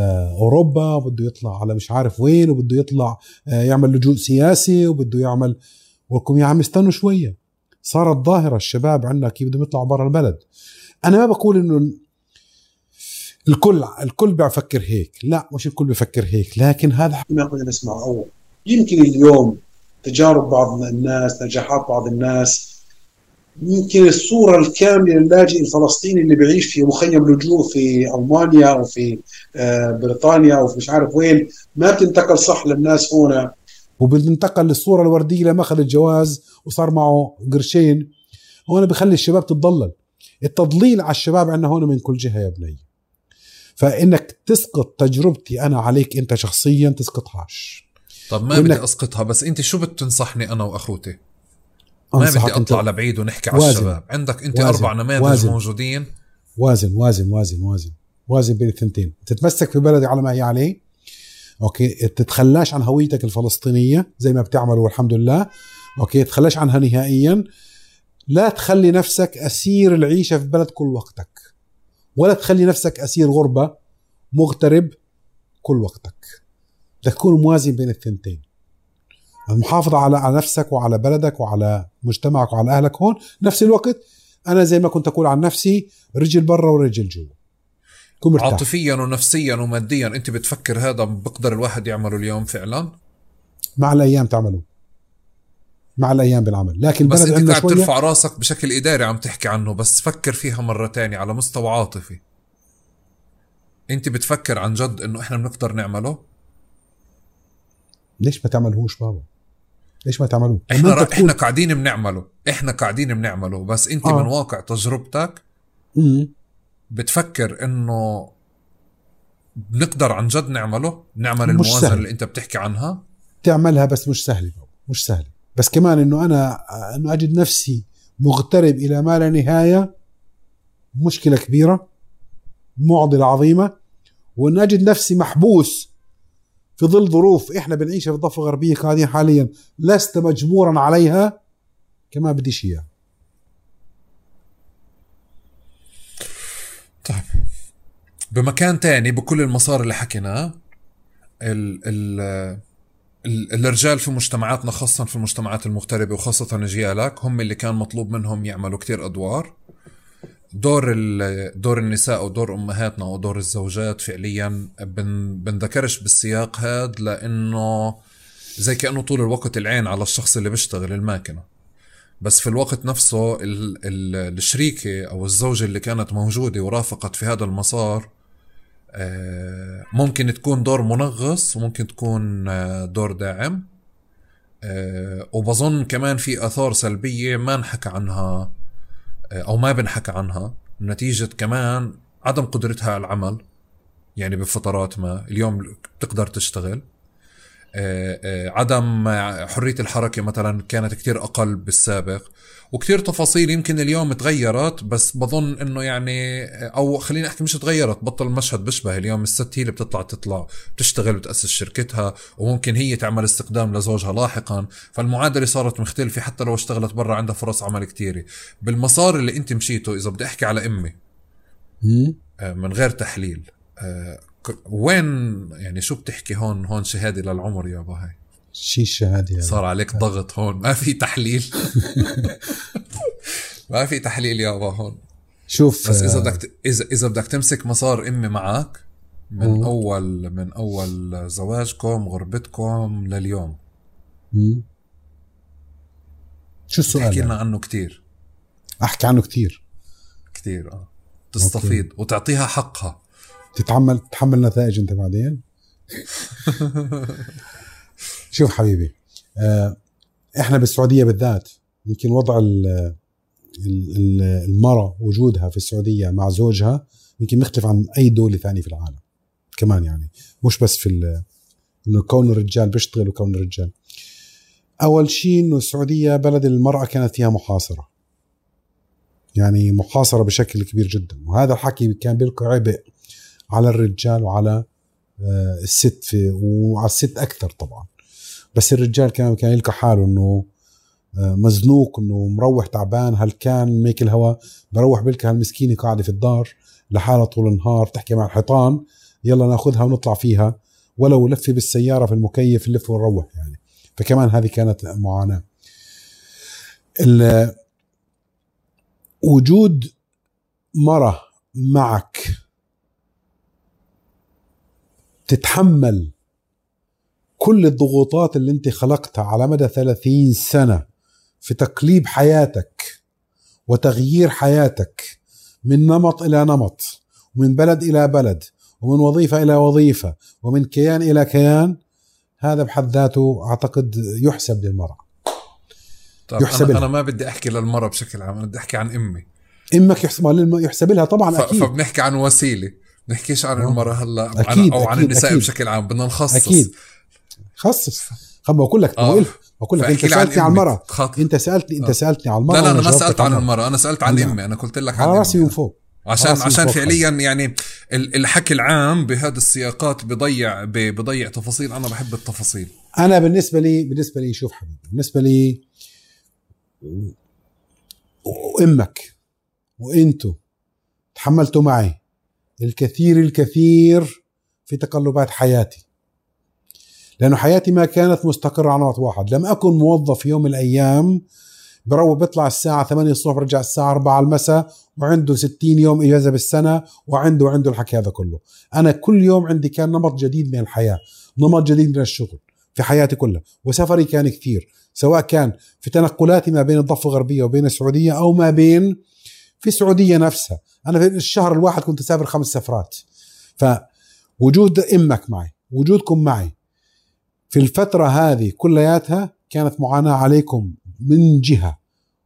[SPEAKER 1] أوروبا، وبده يطلع على مش عارف وين، وبده يطلع يعمل لجوء سياسي، وبده يعمل. ولكم يا عم استنوا شوية، صارت ظاهرة الشباب عندنا كيف بدهم يطلعوا برا البلد. أنا ما بقول إنه الكل الكل بيفكر هيك، لا مش الكل بيفكر هيك، لكن هذا
[SPEAKER 4] ما كنا نسمع أول. يمكن اليوم تجارب بعض الناس، نجاحات بعض الناس، يمكن الصورة الكاملة للاجئ الفلسطيني اللي بيعيش في مخيم لجوء في ألمانيا أو في بريطانيا أو في مش عارف وين ما بتنتقل صح للناس هنا،
[SPEAKER 1] وبننتقل للصورة الوردية لما أخذ الجواز وصار معه قرشين. هون بخلي الشباب تتضلل. التضليل على الشباب عندنا هون من كل جهة يا بني. فإنك تسقط تجربتي أنا عليك أنت شخصيا تسقطهاش.
[SPEAKER 2] طب ما بدي أسقطها، بس أنت شو بتنصحني أنا وأخوتي؟ ما بدي أطلع لبعيد ونحكي على الشباب. عندك أنت وازن أربع نماذج وازن موجودين.
[SPEAKER 1] وازن وازن وازن وازن وازن بين الثنتين. تتمسك في بلدك على ما هي عليه، أوكي، تتخلاش عن هويتك الفلسطينية زي ما بتعمل والحمد لله، أوكي، تتخلاش عنها نهائيا. لا تخلي نفسك أسير العيشة في بلد كل وقتك، ولا تخلي نفسك أسير غربة مغترب كل وقتك. بدك تكون موازن بين الثنتين، المحافظة على على نفسك وعلى بلدك وعلى مجتمعك وعلى أهلك هون. نفس الوقت أنا زي ما كنت أقول عن نفسي، رجل برا ورجل جوا.
[SPEAKER 2] عاطفيا ونفسيا وماديا أنت بتفكر هذا بقدر الواحد يعمله اليوم فعلا؟
[SPEAKER 1] مع الأيام تعمله، مع الأيام بالعمل. لكن
[SPEAKER 2] بس
[SPEAKER 1] أنت
[SPEAKER 2] قاعد ترفع راسك بشكل إداري عم تحكي عنه، بس فكر فيها مرة تانية على مستوى عاطفي. أنت بتفكر عن جد إنه إحنا بنقدر نعمله؟
[SPEAKER 1] ليش ما تعملهوش بابا؟ ليش ما تعملوه؟
[SPEAKER 2] إحنا, را... إحنا قاعدين بنعمله إحنا قاعدين بنعمله بس أنت آه. من واقع تجربتك م- بتفكر إنه بنقدر عن جد نعمله، نعمل الموازنة اللي أنت بتحكي عنها.
[SPEAKER 1] تعملها بس مش سهلة بابا، مش سهلة. بس كمان إنه أنا إنه أجد نفسي مغترب إلى ما لا نهاية، مشكلة كبيرة، معضلة عظيمة. وإن أجد نفسي محبوس في ظل ظروف إحنا بنعيشها في الضفة الغربية قاعدين حاليا لست مجبورا عليها، كما بديش إياه.
[SPEAKER 2] طيب بمكان تاني بكل المسار اللي حكيناه، ال ال الرجال في مجتمعاتنا خاصة في المجتمعات المغتربة وخاصة أجيالك هم اللي كان مطلوب منهم يعملوا كتير أدوار. دور دور النساء ودور أمهاتنا ودور الزوجات فعليا بن بنذكرش بالسياق هذا، لأنه زي كأنه طول الوقت العين على الشخص اللي بيشتغل الماكنة، بس في الوقت نفسه ال ال الشريكة أو الزوجة اللي كانت موجودة ورافقت في هذا المسار ممكن تكون دور منغص وممكن تكون دور داعم. وبظن كمان في آثار سلبية ما نحكى عنها أو ما بنحكى عنها نتيجة كمان عدم قدرتها على العمل. يعني بفترات ما اليوم بتقدر تشتغل، عدم حرية الحركة مثلا كانت كتير أقل بالسابق، وكتير تفاصيل يمكن اليوم تغيرت. بس بظن انه يعني او خليني احكي مش تغيرت، بطل المشهد بشبه. اليوم الست هي اللي بتطلع تطلع بتشتغل وتأسس شركتها، وممكن هي تعمل استقدام لزوجها لاحقا. فالمعادلة صارت مختلفة، حتى لو اشتغلت برا عندها فرص عمل كتيرة. بالمسار اللي انت مشيته، اذا بدي احكي على امي من غير تحليل، وين يعني شو بتحكي هون؟ هون شهادة للعمر يا باهي.
[SPEAKER 1] شي الشهادة
[SPEAKER 2] صار عليك ضغط هون، ما في تحليل. ما في تحليل يابا هون.
[SPEAKER 1] شوف
[SPEAKER 2] بس اذا بدك اذا اذا بدك تمسك مسار امي معك من مم. اول من اول زواجكم غربتكم لليوم،
[SPEAKER 1] مم. شو السؤال؟
[SPEAKER 2] احكي لنا عنه كتير.
[SPEAKER 1] احكي عنه كتير
[SPEAKER 2] كتير اه تستفيد أوكي. وتعطيها حقها،
[SPEAKER 1] تتحمل تتحمل نتائج انت بعدين. شوف حبيبي، احنا بالسعودية بالذات يمكن وضع المرأة وجودها في السعودية مع زوجها يمكن مختلف عن اي دولة ثانية في العالم كمان. يعني مش بس في انه كون الرجال بيشتغل وكون الرجال. اول شيء انه السعودية بلد المرأة كانت فيها محاصرة، يعني محاصرة بشكل كبير جدا، وهذا الحكي كان بيلقى عبء على الرجال وعلى الست في وعلى الست اكثر طبعا. بس الرجال كان كان يلقى حاله انه مزنوق، انه مروح تعبان، هل كان ميك الهواء بروح بلك هالمسكينه قاعده في الدار لحالها طول النهار تحكي مع الحيطان يلا ناخذها ونطلع فيها، ولو لفي بالسيارة في المكيف نلف ونروح يعني. فكمان هذه كانت معاناة. وجود مرة معك تتحمل كل الضغوطات اللي انت خلقتها على مدى ثلاثين سنة في تقليب حياتك وتغيير حياتك من نمط إلى نمط، ومن بلد إلى بلد، ومن وظيفة إلى وظيفة، ومن كيان إلى كيان، هذا بحد ذاته أعتقد يحسب للمرأة.
[SPEAKER 2] طب يحسب أنا, أنا ما بدي أحكي للمرأة بشكل عام، أنا بدي أحكي عن أمي.
[SPEAKER 1] إمك يحسب, يحسب لها طبعا أكيد.
[SPEAKER 2] فبنحكي عن وسيلة، نحكيش عن المرأة هلا أكيد أو عن النساء أكيد بشكل عام، بدنا نخصص.
[SPEAKER 1] أكيد خصص. خم بقول لك بقول بقول لك انت سالتني عن المرأة، انت سالتني انت سالتني عن المرأة.
[SPEAKER 2] لا لا انا ما سالت عن المرأة، انا سالت عن امي. انا قلت لك عن
[SPEAKER 1] راسي من فوق،
[SPEAKER 2] عشان عشان فعليا يعني الحكي العام بهذه السياقات بضيع بضيع تفاصيل. انا بحب التفاصيل.
[SPEAKER 1] انا بالنسبه لي بالنسبه لي شوف حبيبي، بالنسبه لي وامك وانتو تحملتوا معي الكثير الكثير في تقلبات حياتي، لأنه حياتي ما كانت مستقرة على نمط واحد. لم أكن موظف يوم من الأيام بروح بيطلع الساعة ثمانية الصبح برجع الساعة أربعة المساء وعنده ستين يوم إجازة بالسنة وعنده وعنده الحكي هذا كله. أنا كل يوم عندي كان نمط جديد من الحياة، نمط جديد من الشغل في حياتي كلها، وسفري كان كثير، سواء كان في تنقلاتي ما بين الضفة الغربية وبين السعودية أو ما بين في السعودية نفسها. أنا في الشهر الواحد كنت أسافر خمس سفرات. فوجود أمك معي، وجودكم معي في الفترة هذه كلياتها كانت معاناة عليكم من جهة،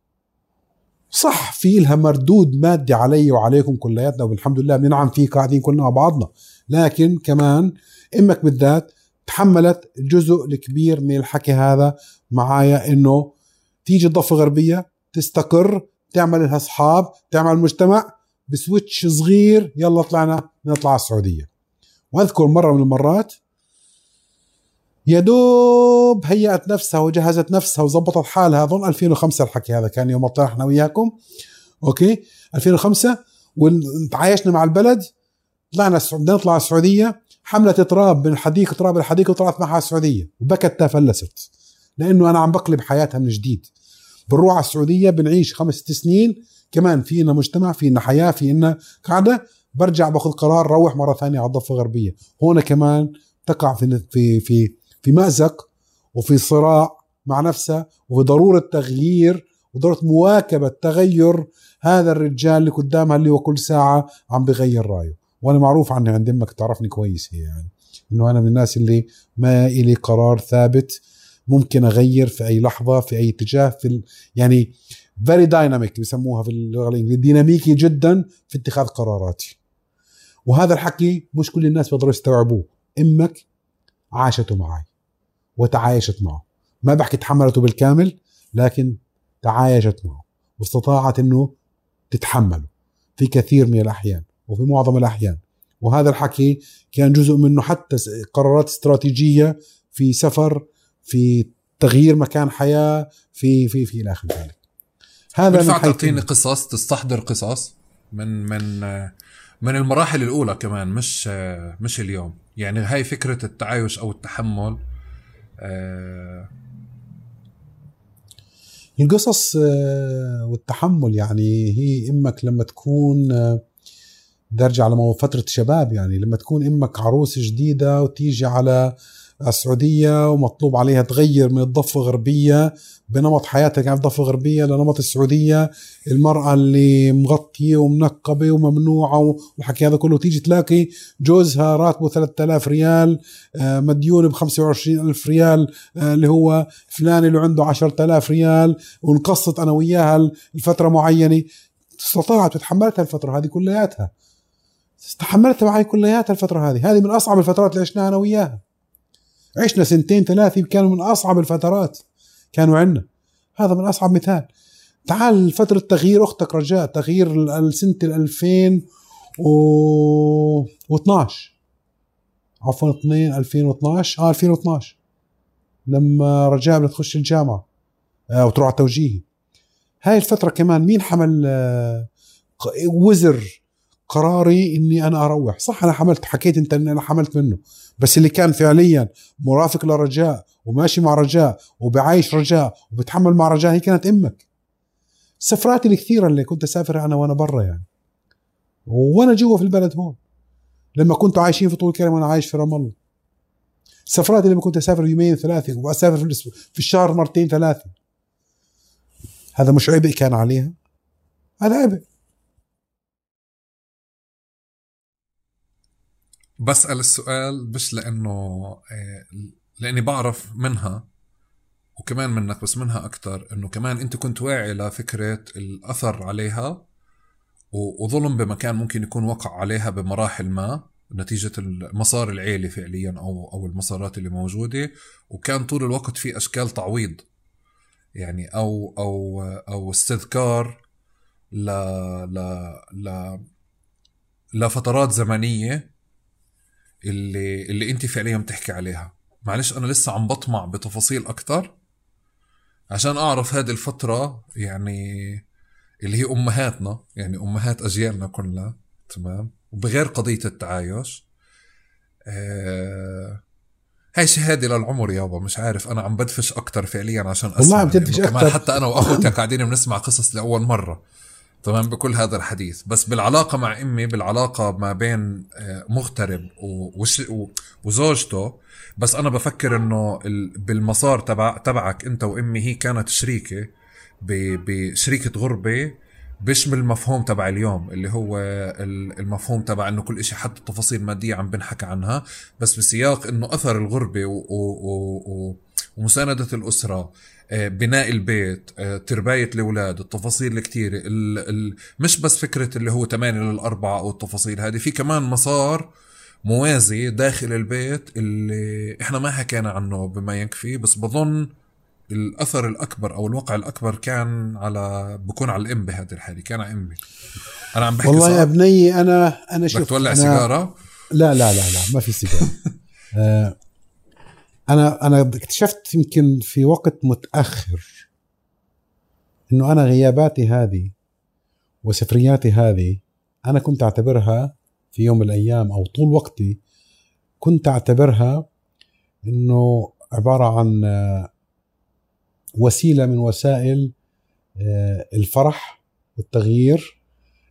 [SPEAKER 1] صح في لها مردود مادي علي وعليكم كلياتنا، والحمد لله بننعم فيه قاعدين كلنا مع بعضنا، لكن كمان أمك بالذات تحملت الجزء الكبير من الحكي هذا معايا، إنه تيجي الضفة الغربية تستقر، تعمل لها أصحاب، تعمل مجتمع، بسويتش صغير يلا طلعنا نطلع السعودية. وأذكر مرة من المرات يدوب هيأت نفسها وجهزت نفسها وزبطت حالها، أظن ألفين وخمسة الحكي هذا كان يوم طلعنا وياكم، أوكي ألفين وخمسة، وتعايشنا مع البلد، طلعنا بدنا نطلع السعودية، حملت تراب من الحديقة تراب الحديقة وطلعت معها السعودية وبكت تفلست، لأنه أنا عم بقلب حياتها من جديد. بنروح على السعودية بنعيش خمس ست سنين كمان، فينا مجتمع، فينا حياة، فينا قاعدة، برجع باخذ قرار روح مرة ثانية على الضفة الغربية. هنا كمان تقع في في في في مأزق وفي صراع مع نفسها، وفي ضرورة تغيير وضرورة مواكبة تغير هذا الرجال اللي قدامها اللي هو كل ساعة عم بغير رأيه. وأنا معروف عني عند أمك، تعرفني كويس هي يعني إنه أنا من الناس اللي ما إلي قرار ثابت، ممكن أغير في أي لحظة في أي اتجاه، في ال... يعني very dynamic بيسموها في اللغة الإنجليزية، ديناميكي جدا في اتخاذ قراراتي. وهذا الحكي مش كل الناس بيقدروا يستوعبوه. أمك عاشته معي وتعايشت معه، ما بحكي تحملته بالكامل، لكن تعايشت معه واستطاعت انه تتحمله في كثير من الأحيان وفي معظم الأحيان. وهذا الحكي كان جزء منه حتى قرارات استراتيجية في سفر، في تغيير مكان حياة، في في في إلى آخر ذلك.
[SPEAKER 2] هذا من تعطيني قصص، تستحضر قصص من من من المراحل الأولى كمان، مش مش اليوم يعني. هاي فكرة التعايش أو التحمل. آه
[SPEAKER 1] القصص والتحمل يعني هي أمك لما تكون درجة على فترة شباب، يعني لما تكون أمك عروس جديدة وتيجي على السعودية ومطلوب عليها تغير من الضفة الغربية بنمط حياتك على الضفة الغربية لنمط السعودية، المرأة اللي مغطية ومنقبة وممنوعة والحكي هذا كله، تيجي تلاقي جوزها راتبه ثلاثة آلاف ريال، مديون بخمسة وعشرين ألف ريال، اللي هو فلان اللي عنده عشرة آلاف ريال، ونقصت أنا وياها الفترة معينة. استطاعت وتحملتها الفترة هذه كلياتها، استحملتها معي كلياتها الفترة هذه. هذه من أصعب الفترات اللي عشناها أنا وياها. عشنا سنتين ثلاثة كانوا من أصعب الفترات كانوا عنا. هذا من أصعب مثال. تعال فترة تغيير أختك رجاء، تغيير السنة الألفين واثناشر عفوا اثنين ألفين واثناشر آه ألفين واثناشر لما رجاء بتخش الجامعة آه وتروح على توجيهي. هاي الفترة كمان مين حمل آه وزر قراري اني انا اروح. صح انا حملت، حكيت انت ان انا حملت منه، بس اللي كان فعليا مرافق لرجاء وماشي مع رجاء وبعايش رجاء وبتحمل مع رجاء هي كانت امك. السفرات الكثيرة اللي كنت اسافر انا وانا برا يعني، وانا جوا في البلد هون، لما كنت عايشين في طول كرم وانا عايش في رام الله. السفرات اللي كنت اسافر يومين ثلاثة واسافر في الاسبوع في الشهر مرتين ثلاثة، هذا مش عبء كان عليها؟ هذا عبء.
[SPEAKER 2] بسأل السؤال مش لأنه لأني بعرف منها وكمان منك، بس منها أكتر إنه كمان أنت كنت واعي لفكرة الأثر عليها وظلم بمكان ممكن يكون وقع عليها بمراحل ما نتيجة المسار العيلي فعليا أو أو المسارات اللي موجودة، وكان طول الوقت في أشكال تعويض يعني أو أو أو استذكار ل ل ل لفترات زمنية اللي اللي أنت فعليا بتحكي عليها. معلش أنا لسه عم بطمع بتفاصيل أكتر عشان أعرف هذه الفترة يعني اللي هي أمهاتنا، يعني أمهات أجيالنا كلها، تمام، وبغير قضية التعايش. آه هاي شهادة للعمر يابا، مش عارف أنا عم بدفش أكتر فعليا عشان أسمع،
[SPEAKER 1] والله بتدفش
[SPEAKER 2] كمان
[SPEAKER 1] أكتر.
[SPEAKER 2] حتى أنا وأخوتي قاعدين بنسمع قصص لأول مرة، تمام، بكل هذا الحديث. بس بالعلاقة مع أمي، بالعلاقة ما بين مغترب وزوجته، بس أنا بفكر إنه بالمسار تبع تبعك أنت وأمي هي كانت شريكة بشريكة غربة، بيشمل المفهوم تبع اليوم اللي هو المفهوم تبع إنه كل إشي حتى التفاصيل المادية عم بنحكي عنها، بس بسياق إنه أثر الغربة و و و ومساندة الأسرة، بناء البيت، ترباية الأولاد، التفاصيل الكتيرة، مش بس فكرة اللي هو تمانية للأربعة أو التفاصيل هذه، في كمان مسار موازي داخل البيت اللي إحنا ما حكينا عنه بما يكفي. بس بظن الأثر الأكبر أو الوقع الأكبر كان على بكون على الأم بهذه الحالة، كان على أمي. أنا عم بحكي
[SPEAKER 1] والله يا ابني أنا أنا شفت
[SPEAKER 2] تولع سيجارة؟
[SPEAKER 1] لا لا لا لا ما في سيجارة. آه أنا أنا اكتشفت يمكن في وقت متأخر إنه أنا غياباتي هذه وسفرياتي هذه أنا كنت أعتبرها في يوم من الأيام أو طول وقتي كنت أعتبرها إنه عبارة عن وسيلة من وسائل الفرح والتغيير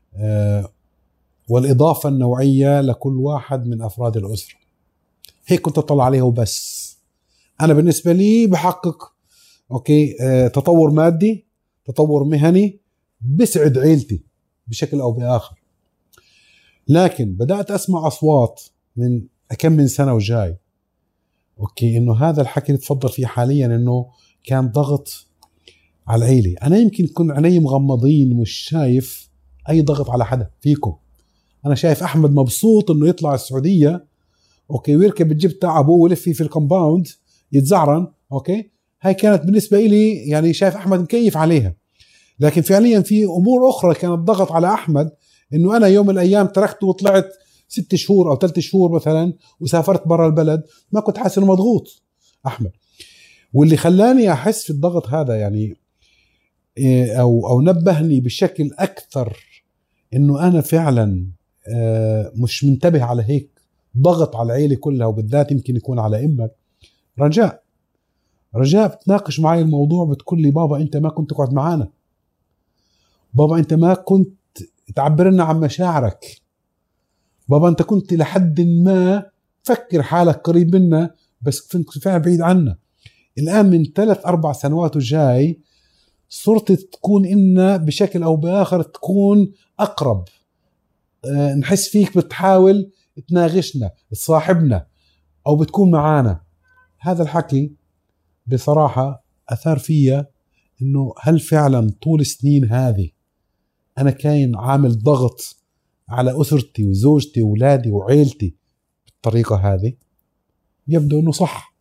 [SPEAKER 1] والإضافة النوعية لكل واحد من أفراد الأسرة. هيك كنت أطلع عليه وبس. أنا بالنسبة لي بحقق أوكي تطور مادي، تطور مهني، بسعد عيلتي بشكل أو بآخر. لكن بدأت أسمع أصوات من كم من سنة وجاي أوكي إنه هذا الحكي اللي تفضل فيه حاليا إنه كان ضغط على العيلة. أنا يمكن كن عيني مغمضين مش شايف أي ضغط على حدا فيكم. أنا شايف أحمد مبسوط إنه يطلع السعودية أوكي ويركب الجيب تاع أبوه ويلف في الكومباوند يتزعرن أوكي. هاي كانت بالنسبة إلي يعني شايف أحمد مكيف عليها. لكن فعليا في أمور أخرى كانت ضغط على أحمد إنه أنا يوم من الأيام تركته وطلعت ست شهور أو ثلاث شهور مثلا وسافرت برا البلد، ما كنت حاسس إنه مضغوط أحمد. واللي خلاني أحس في الضغط هذا يعني أو أو نبهني بشكل أكثر إنه أنا فعلا مش منتبه على هيك ضغط على العيلة كلها وبالذات يمكن يكون على أمك. رجاء رجاء بتناقش معي الموضوع، بتقول لي بابا أنت ما كنت تقعد معانا، بابا أنت ما كنت تعبر لنا عن مشاعرك، بابا أنت كنت لحد ما فكر حالك قريب منا بس كنت فعلا بعيد عنا. الآن من ثلاث أربع سنوات وجاي صرت تكون إنا بشكل أو بآخر تكون أقرب، أه نحس فيك بتحاول تناغشنا تصاحبنا أو بتكون معانا. هذا الحكي بصراحة أثار فيا إنه هل فعلا طول السنين هذه أنا كاين عامل ضغط على أسرتي وزوجتي وولادي وعيلتي بالطريقة هذه؟ يبدو إنه صح.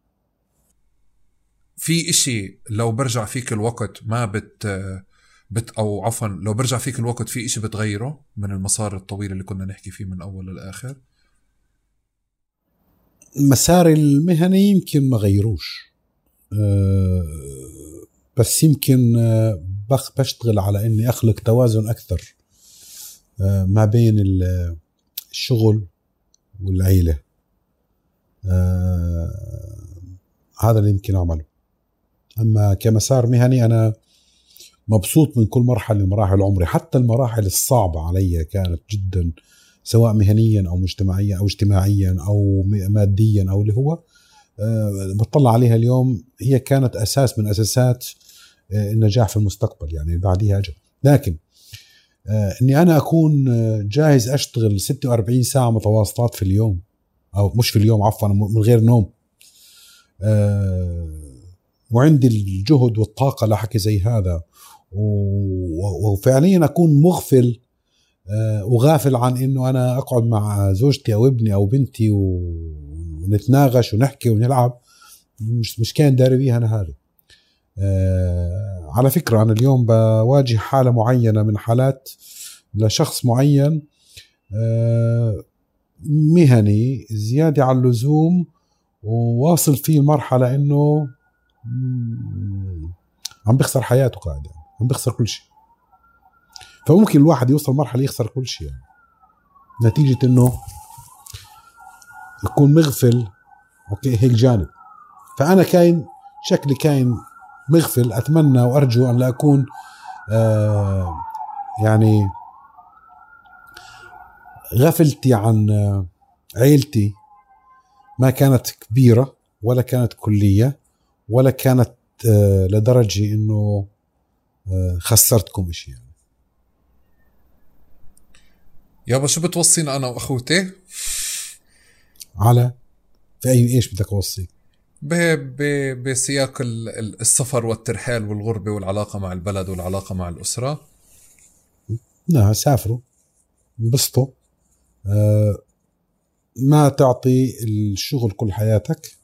[SPEAKER 2] في إشي لو برجع فيك الوقت ما بت بت أو عفوا لو برجع فيك الوقت في إشي بتغيره من المسار الطويل اللي كنا نحكي فيه من أول للآخر؟
[SPEAKER 1] مساري المهني يمكن ما غيروش، أه بس يمكن بشتغل على إني أخلق توازن أكثر ما بين الشغل والعيلة. هذا اللي يمكن أعمله. أما كمسار مهني أنا مبسوط من كل مرحلة من مراحل عمري، حتى المراحل الصعبة علي كانت جدا، سواء مهنيا أو مجتمعيا أو اجتماعيا أو ماديا أو اللي هو أه بطلع عليها اليوم هي كانت أساس من أساسات النجاح في المستقبل، يعني بعديها أجل. لكن أه أني أنا أكون جاهز أشتغل ستة وأربعين ساعة متواصلات في اليوم، أو مش في اليوم عفوا، من غير نوم، أه وعندي الجهد والطاقة لحكي زي هذا، وفعليا أكون مغفل وغافل عن إنه أنا أقعد مع زوجتي أو ابني أو بنتي ونتناقش ونحكي ونلعب، مش مش كان داري بيها أنا هذا. على فكرة أنا اليوم بواجه حالة معينة من حالات لشخص معين مهني زيادة على اللزوم، وواصل فيه مرحلة إنه عم بيخسر حياته قاعد، يعني عم بيخسر كل شيء. فممكن الواحد يوصل مرحلة يخسر كل شيء، يعني نتيجة إنه يكون مغفل. أوكي هيك جانب. فأنا كاين شكلي كاين مغفل، أتمنى وأرجو أن لا أكون آه يعني غفلتي عن عيلتي ما كانت كبيرة ولا كانت كلية ولا كانت آه لدرجة إنه آه خسرتكم إشي. يعني
[SPEAKER 2] يابا شو بتوصينا أنا وأخوتي
[SPEAKER 1] على في أي إيش بدك أوصي
[SPEAKER 2] ب ب بسياق السفر والترحال والغربة والعلاقة مع البلد والعلاقة مع الأسرة؟
[SPEAKER 1] لا سافروا انبسطوا، آه ما تعطي الشغل كل حياتك،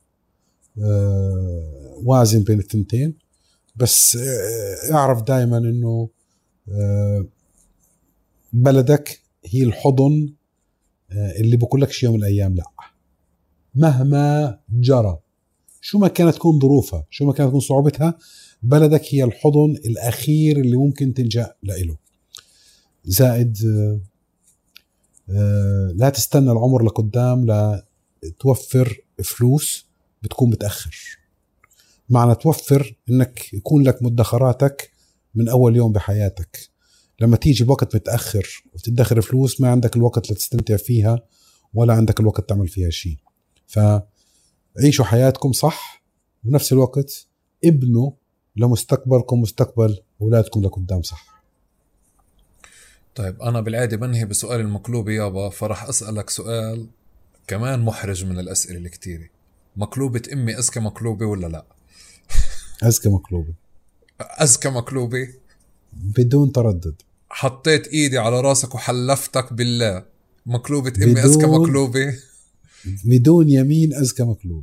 [SPEAKER 1] آه وازن بين الثنتين، بس آه اعرف دائما انه آه بلدك هي الحضن آه اللي بقول لك يوم من الايام لا، مهما جرى، شو ما كانت تكون ظروفها، شو ما كانت تكون صعوبتها، بلدك هي الحضن الأخير اللي ممكن تلجأ له. زائد آه آه لا تستنى العمر لقدام لا توفر فلوس، بتكون متأخر. معنى توفر إنك يكون لك مدخراتك من أول يوم بحياتك. لما تيجي بوقت متأخر وتدخر فلوس ما عندك الوقت لتستمتع فيها ولا عندك الوقت تعمل فيها شيء. فعيشوا حياتكم صح، ونفس الوقت ابنوا لمستقبلكم مستقبل أولادكم لقدام صح.
[SPEAKER 2] طيب أنا بالعادة بنهي بسؤال المقلوبة يابا، فرح أسألك سؤال كمان محرج من الأسئلة الكتيرة. مقلوبة أمي أذكى مقلوبة ولا لا؟
[SPEAKER 1] أذكى مقلوبة.
[SPEAKER 2] أذكى مقلوبة
[SPEAKER 1] بدون تردد.
[SPEAKER 2] حطيت إيدي على راسك وحلفتك بالله مقلوبة أمي أذكى مقلوبة.
[SPEAKER 1] بدون يمين أذكى مقلوبة.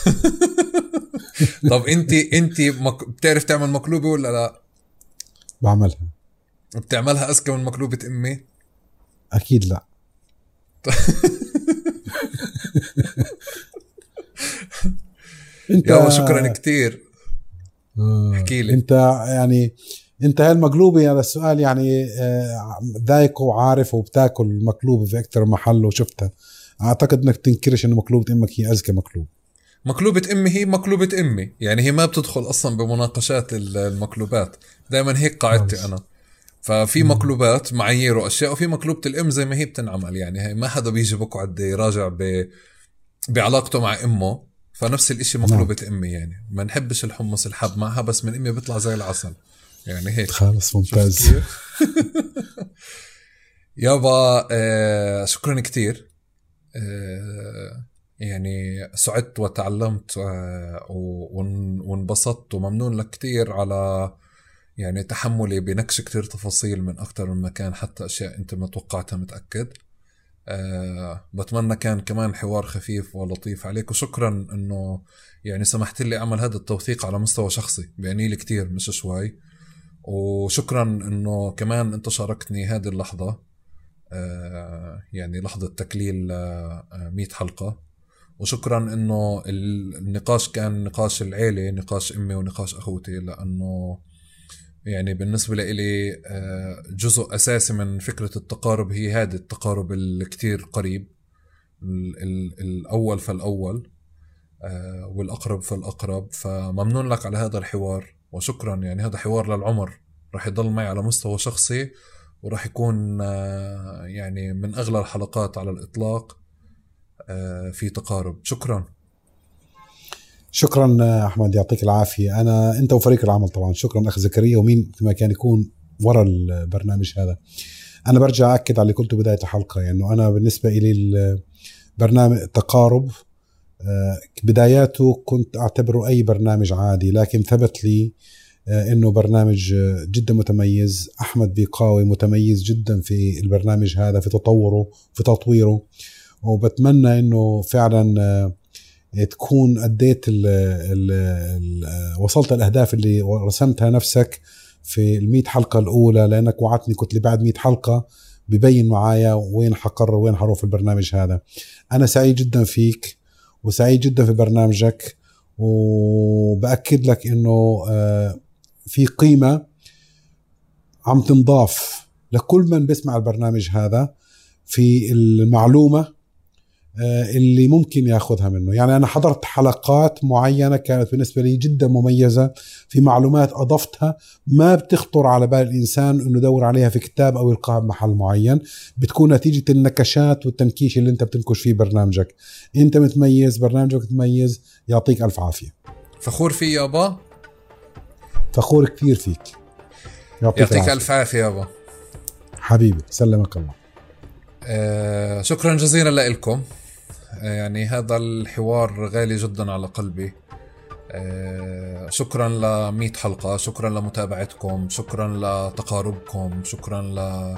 [SPEAKER 2] طب أنتي أنتي مك... بتعرف تعمل مقلوبة ولا لا؟
[SPEAKER 1] بعملها.
[SPEAKER 2] بتعملها أذكى من مقلوبة أمي؟
[SPEAKER 1] أكيد لا.
[SPEAKER 2] انت يا شكرا كتير.
[SPEAKER 1] احكي لي انت، يعني انت هالمقلوبه هذا السؤال يعني ذايق وعارف وبتاكل مقلوبه في اكثر محل وشفتها، اعتقد انك تنكرش انه مقلوبه امك هي اذكى مقلوب.
[SPEAKER 2] مقلوبه امي هي مقلوبه امي، يعني هي ما بتدخل اصلا بمناقشات المقلوبات، دائما هيك قاعدتي انا. ففي مقلوبات معايير واشياء، وفي مقلوبه الام زي ما هي بتنعمل، يعني هي ما حدا بيجي بقعد يراجع ب بعلاقته مع امه. فنفس الاشي مقلوبة نعم. امي يعني ما نحبش الحمص الحب معها، بس من امي بيطلع زي العسل، يعني هيك.
[SPEAKER 1] خالص ممتاز.
[SPEAKER 2] يابا آه شكرا كتير، آه يعني سعدت وتعلمت آه وانبسطت، وممنون لك كتير على يعني تحملي بنكش كتير تفاصيل من أكتر من مكان، حتى أشياء أنت ما توقعتها متأكد. أه بتمنى كان كمان حوار خفيف ولطيف عليك، وشكرا انه يعني سمحت لي اعمل هذا التوثيق على مستوى شخصي، بيعني لي كتير مش شوي. وشكرا انه كمان انت شاركتني هذه اللحظة، أه يعني لحظة تكليل أه مية حلقة. وشكرا انه النقاش كان نقاش العيلة، نقاش امي ونقاش اخوتي، لانه يعني بالنسبة لي جزء أساسي من فكرة التقارب هي هذا التقارب الكتير قريب، الأول فالأول والأقرب فالأقرب. فممنون لك على هذا الحوار وشكرا. يعني هذا حوار للعمر، رح يضل معي على مستوى شخصي ورح يكون يعني من أغلى الحلقات على الإطلاق في تقارب. شكرا.
[SPEAKER 1] شكرا أحمد، يعطيك العافية. أنا أنت وفريق العمل طبعا. شكرا أخ زكريا ومين ما كان يكون وراء البرنامج هذا. أنا برجع أكد على اللي قلته بداية الحلقة، يعني أنا بالنسبة إلي البرنامج تقارب بداياته كنت أعتبره أي برنامج عادي، لكن ثبت لي إنه برنامج جدا متميز. أحمد بيقاوي متميز جدا في البرنامج هذا، في تطوره في تطويره، وبتمنى إنه فعلا تكون أديت ال ال ال وصلت الأهداف اللي رسمتها نفسك في المئة حلقة الأولى، لأنك وعدتني كنت لي بعد مئة حلقة ببين معايا وين حقرر وين حروح في البرنامج هذا. أنا سعيد جدا فيك وسعيد جدا في برنامجك، وبأكد لك إنه في قيمة عم تنضاف لكل من بيسمع البرنامج هذا في المعلومة اللي ممكن ياخذها منه. يعني أنا حضرت حلقات معينة كانت بالنسبة لي جدا مميزة، في معلومات أضفتها ما بتخطر على بال الإنسان إنه يدور عليها في كتاب أو يلقاها بمحل معين، بتكون نتيجة النكشات والتنكيش اللي أنت بتنكش فيه برنامجك. أنت متميز، برنامجك متميز، يعطيك ألف عافية.
[SPEAKER 2] فخور فيه يابا.
[SPEAKER 1] فخور كثير فيك.
[SPEAKER 2] يعطيك, يعطيك ألف عافية يابا
[SPEAKER 1] حبيبي. سلمك الله.
[SPEAKER 2] آه شكرا جزيلا لكم. يعني هذا الحوار غالي جدا على قلبي. آه شكرا لمئة حلقة، شكرا لمتابعتكم، شكرا لتقاربكم، شكرا ل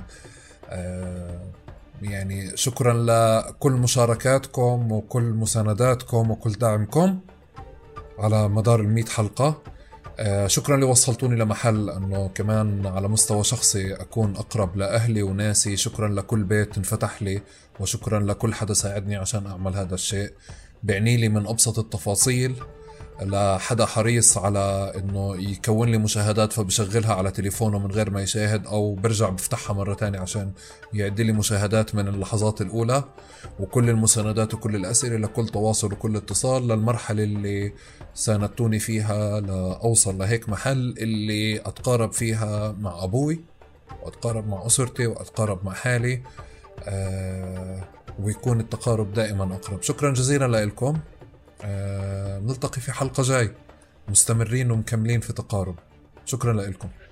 [SPEAKER 2] آه يعني شكرا لكل مشاركاتكم وكل مسانداتكم وكل دعمكم على مدار المئة حلقة. آه شكرا اللي وصلتوني لمحل أنه كمان على مستوى شخصي أكون أقرب لأهلي وناسي. شكرا لكل بيت انفتح لي، وشكرا لكل حدا ساعدني عشان أعمل هذا الشيء. بعني لي من أبسط التفاصيل لحدا حريص على أنه يكون لي مشاهدات فبشغلها على تليفونه من غير ما يشاهد، أو برجع بفتحها مرة تانية عشان يعدي لي مشاهدات من اللحظات الأولى. وكل المساندات وكل الأسئلة لكل تواصل وكل اتصال للمرحلة اللي ساندتوني فيها لأوصل لهيك محل اللي أتقارب فيها مع أبوي وأتقارب مع أسرتي وأتقارب مع حالي، آه ويكون التقارب دائما أقرب. شكرا جزيلا لكم. آه نلتقي في حلقة جاي مستمرين ومكملين في تقارب. شكرا لكم.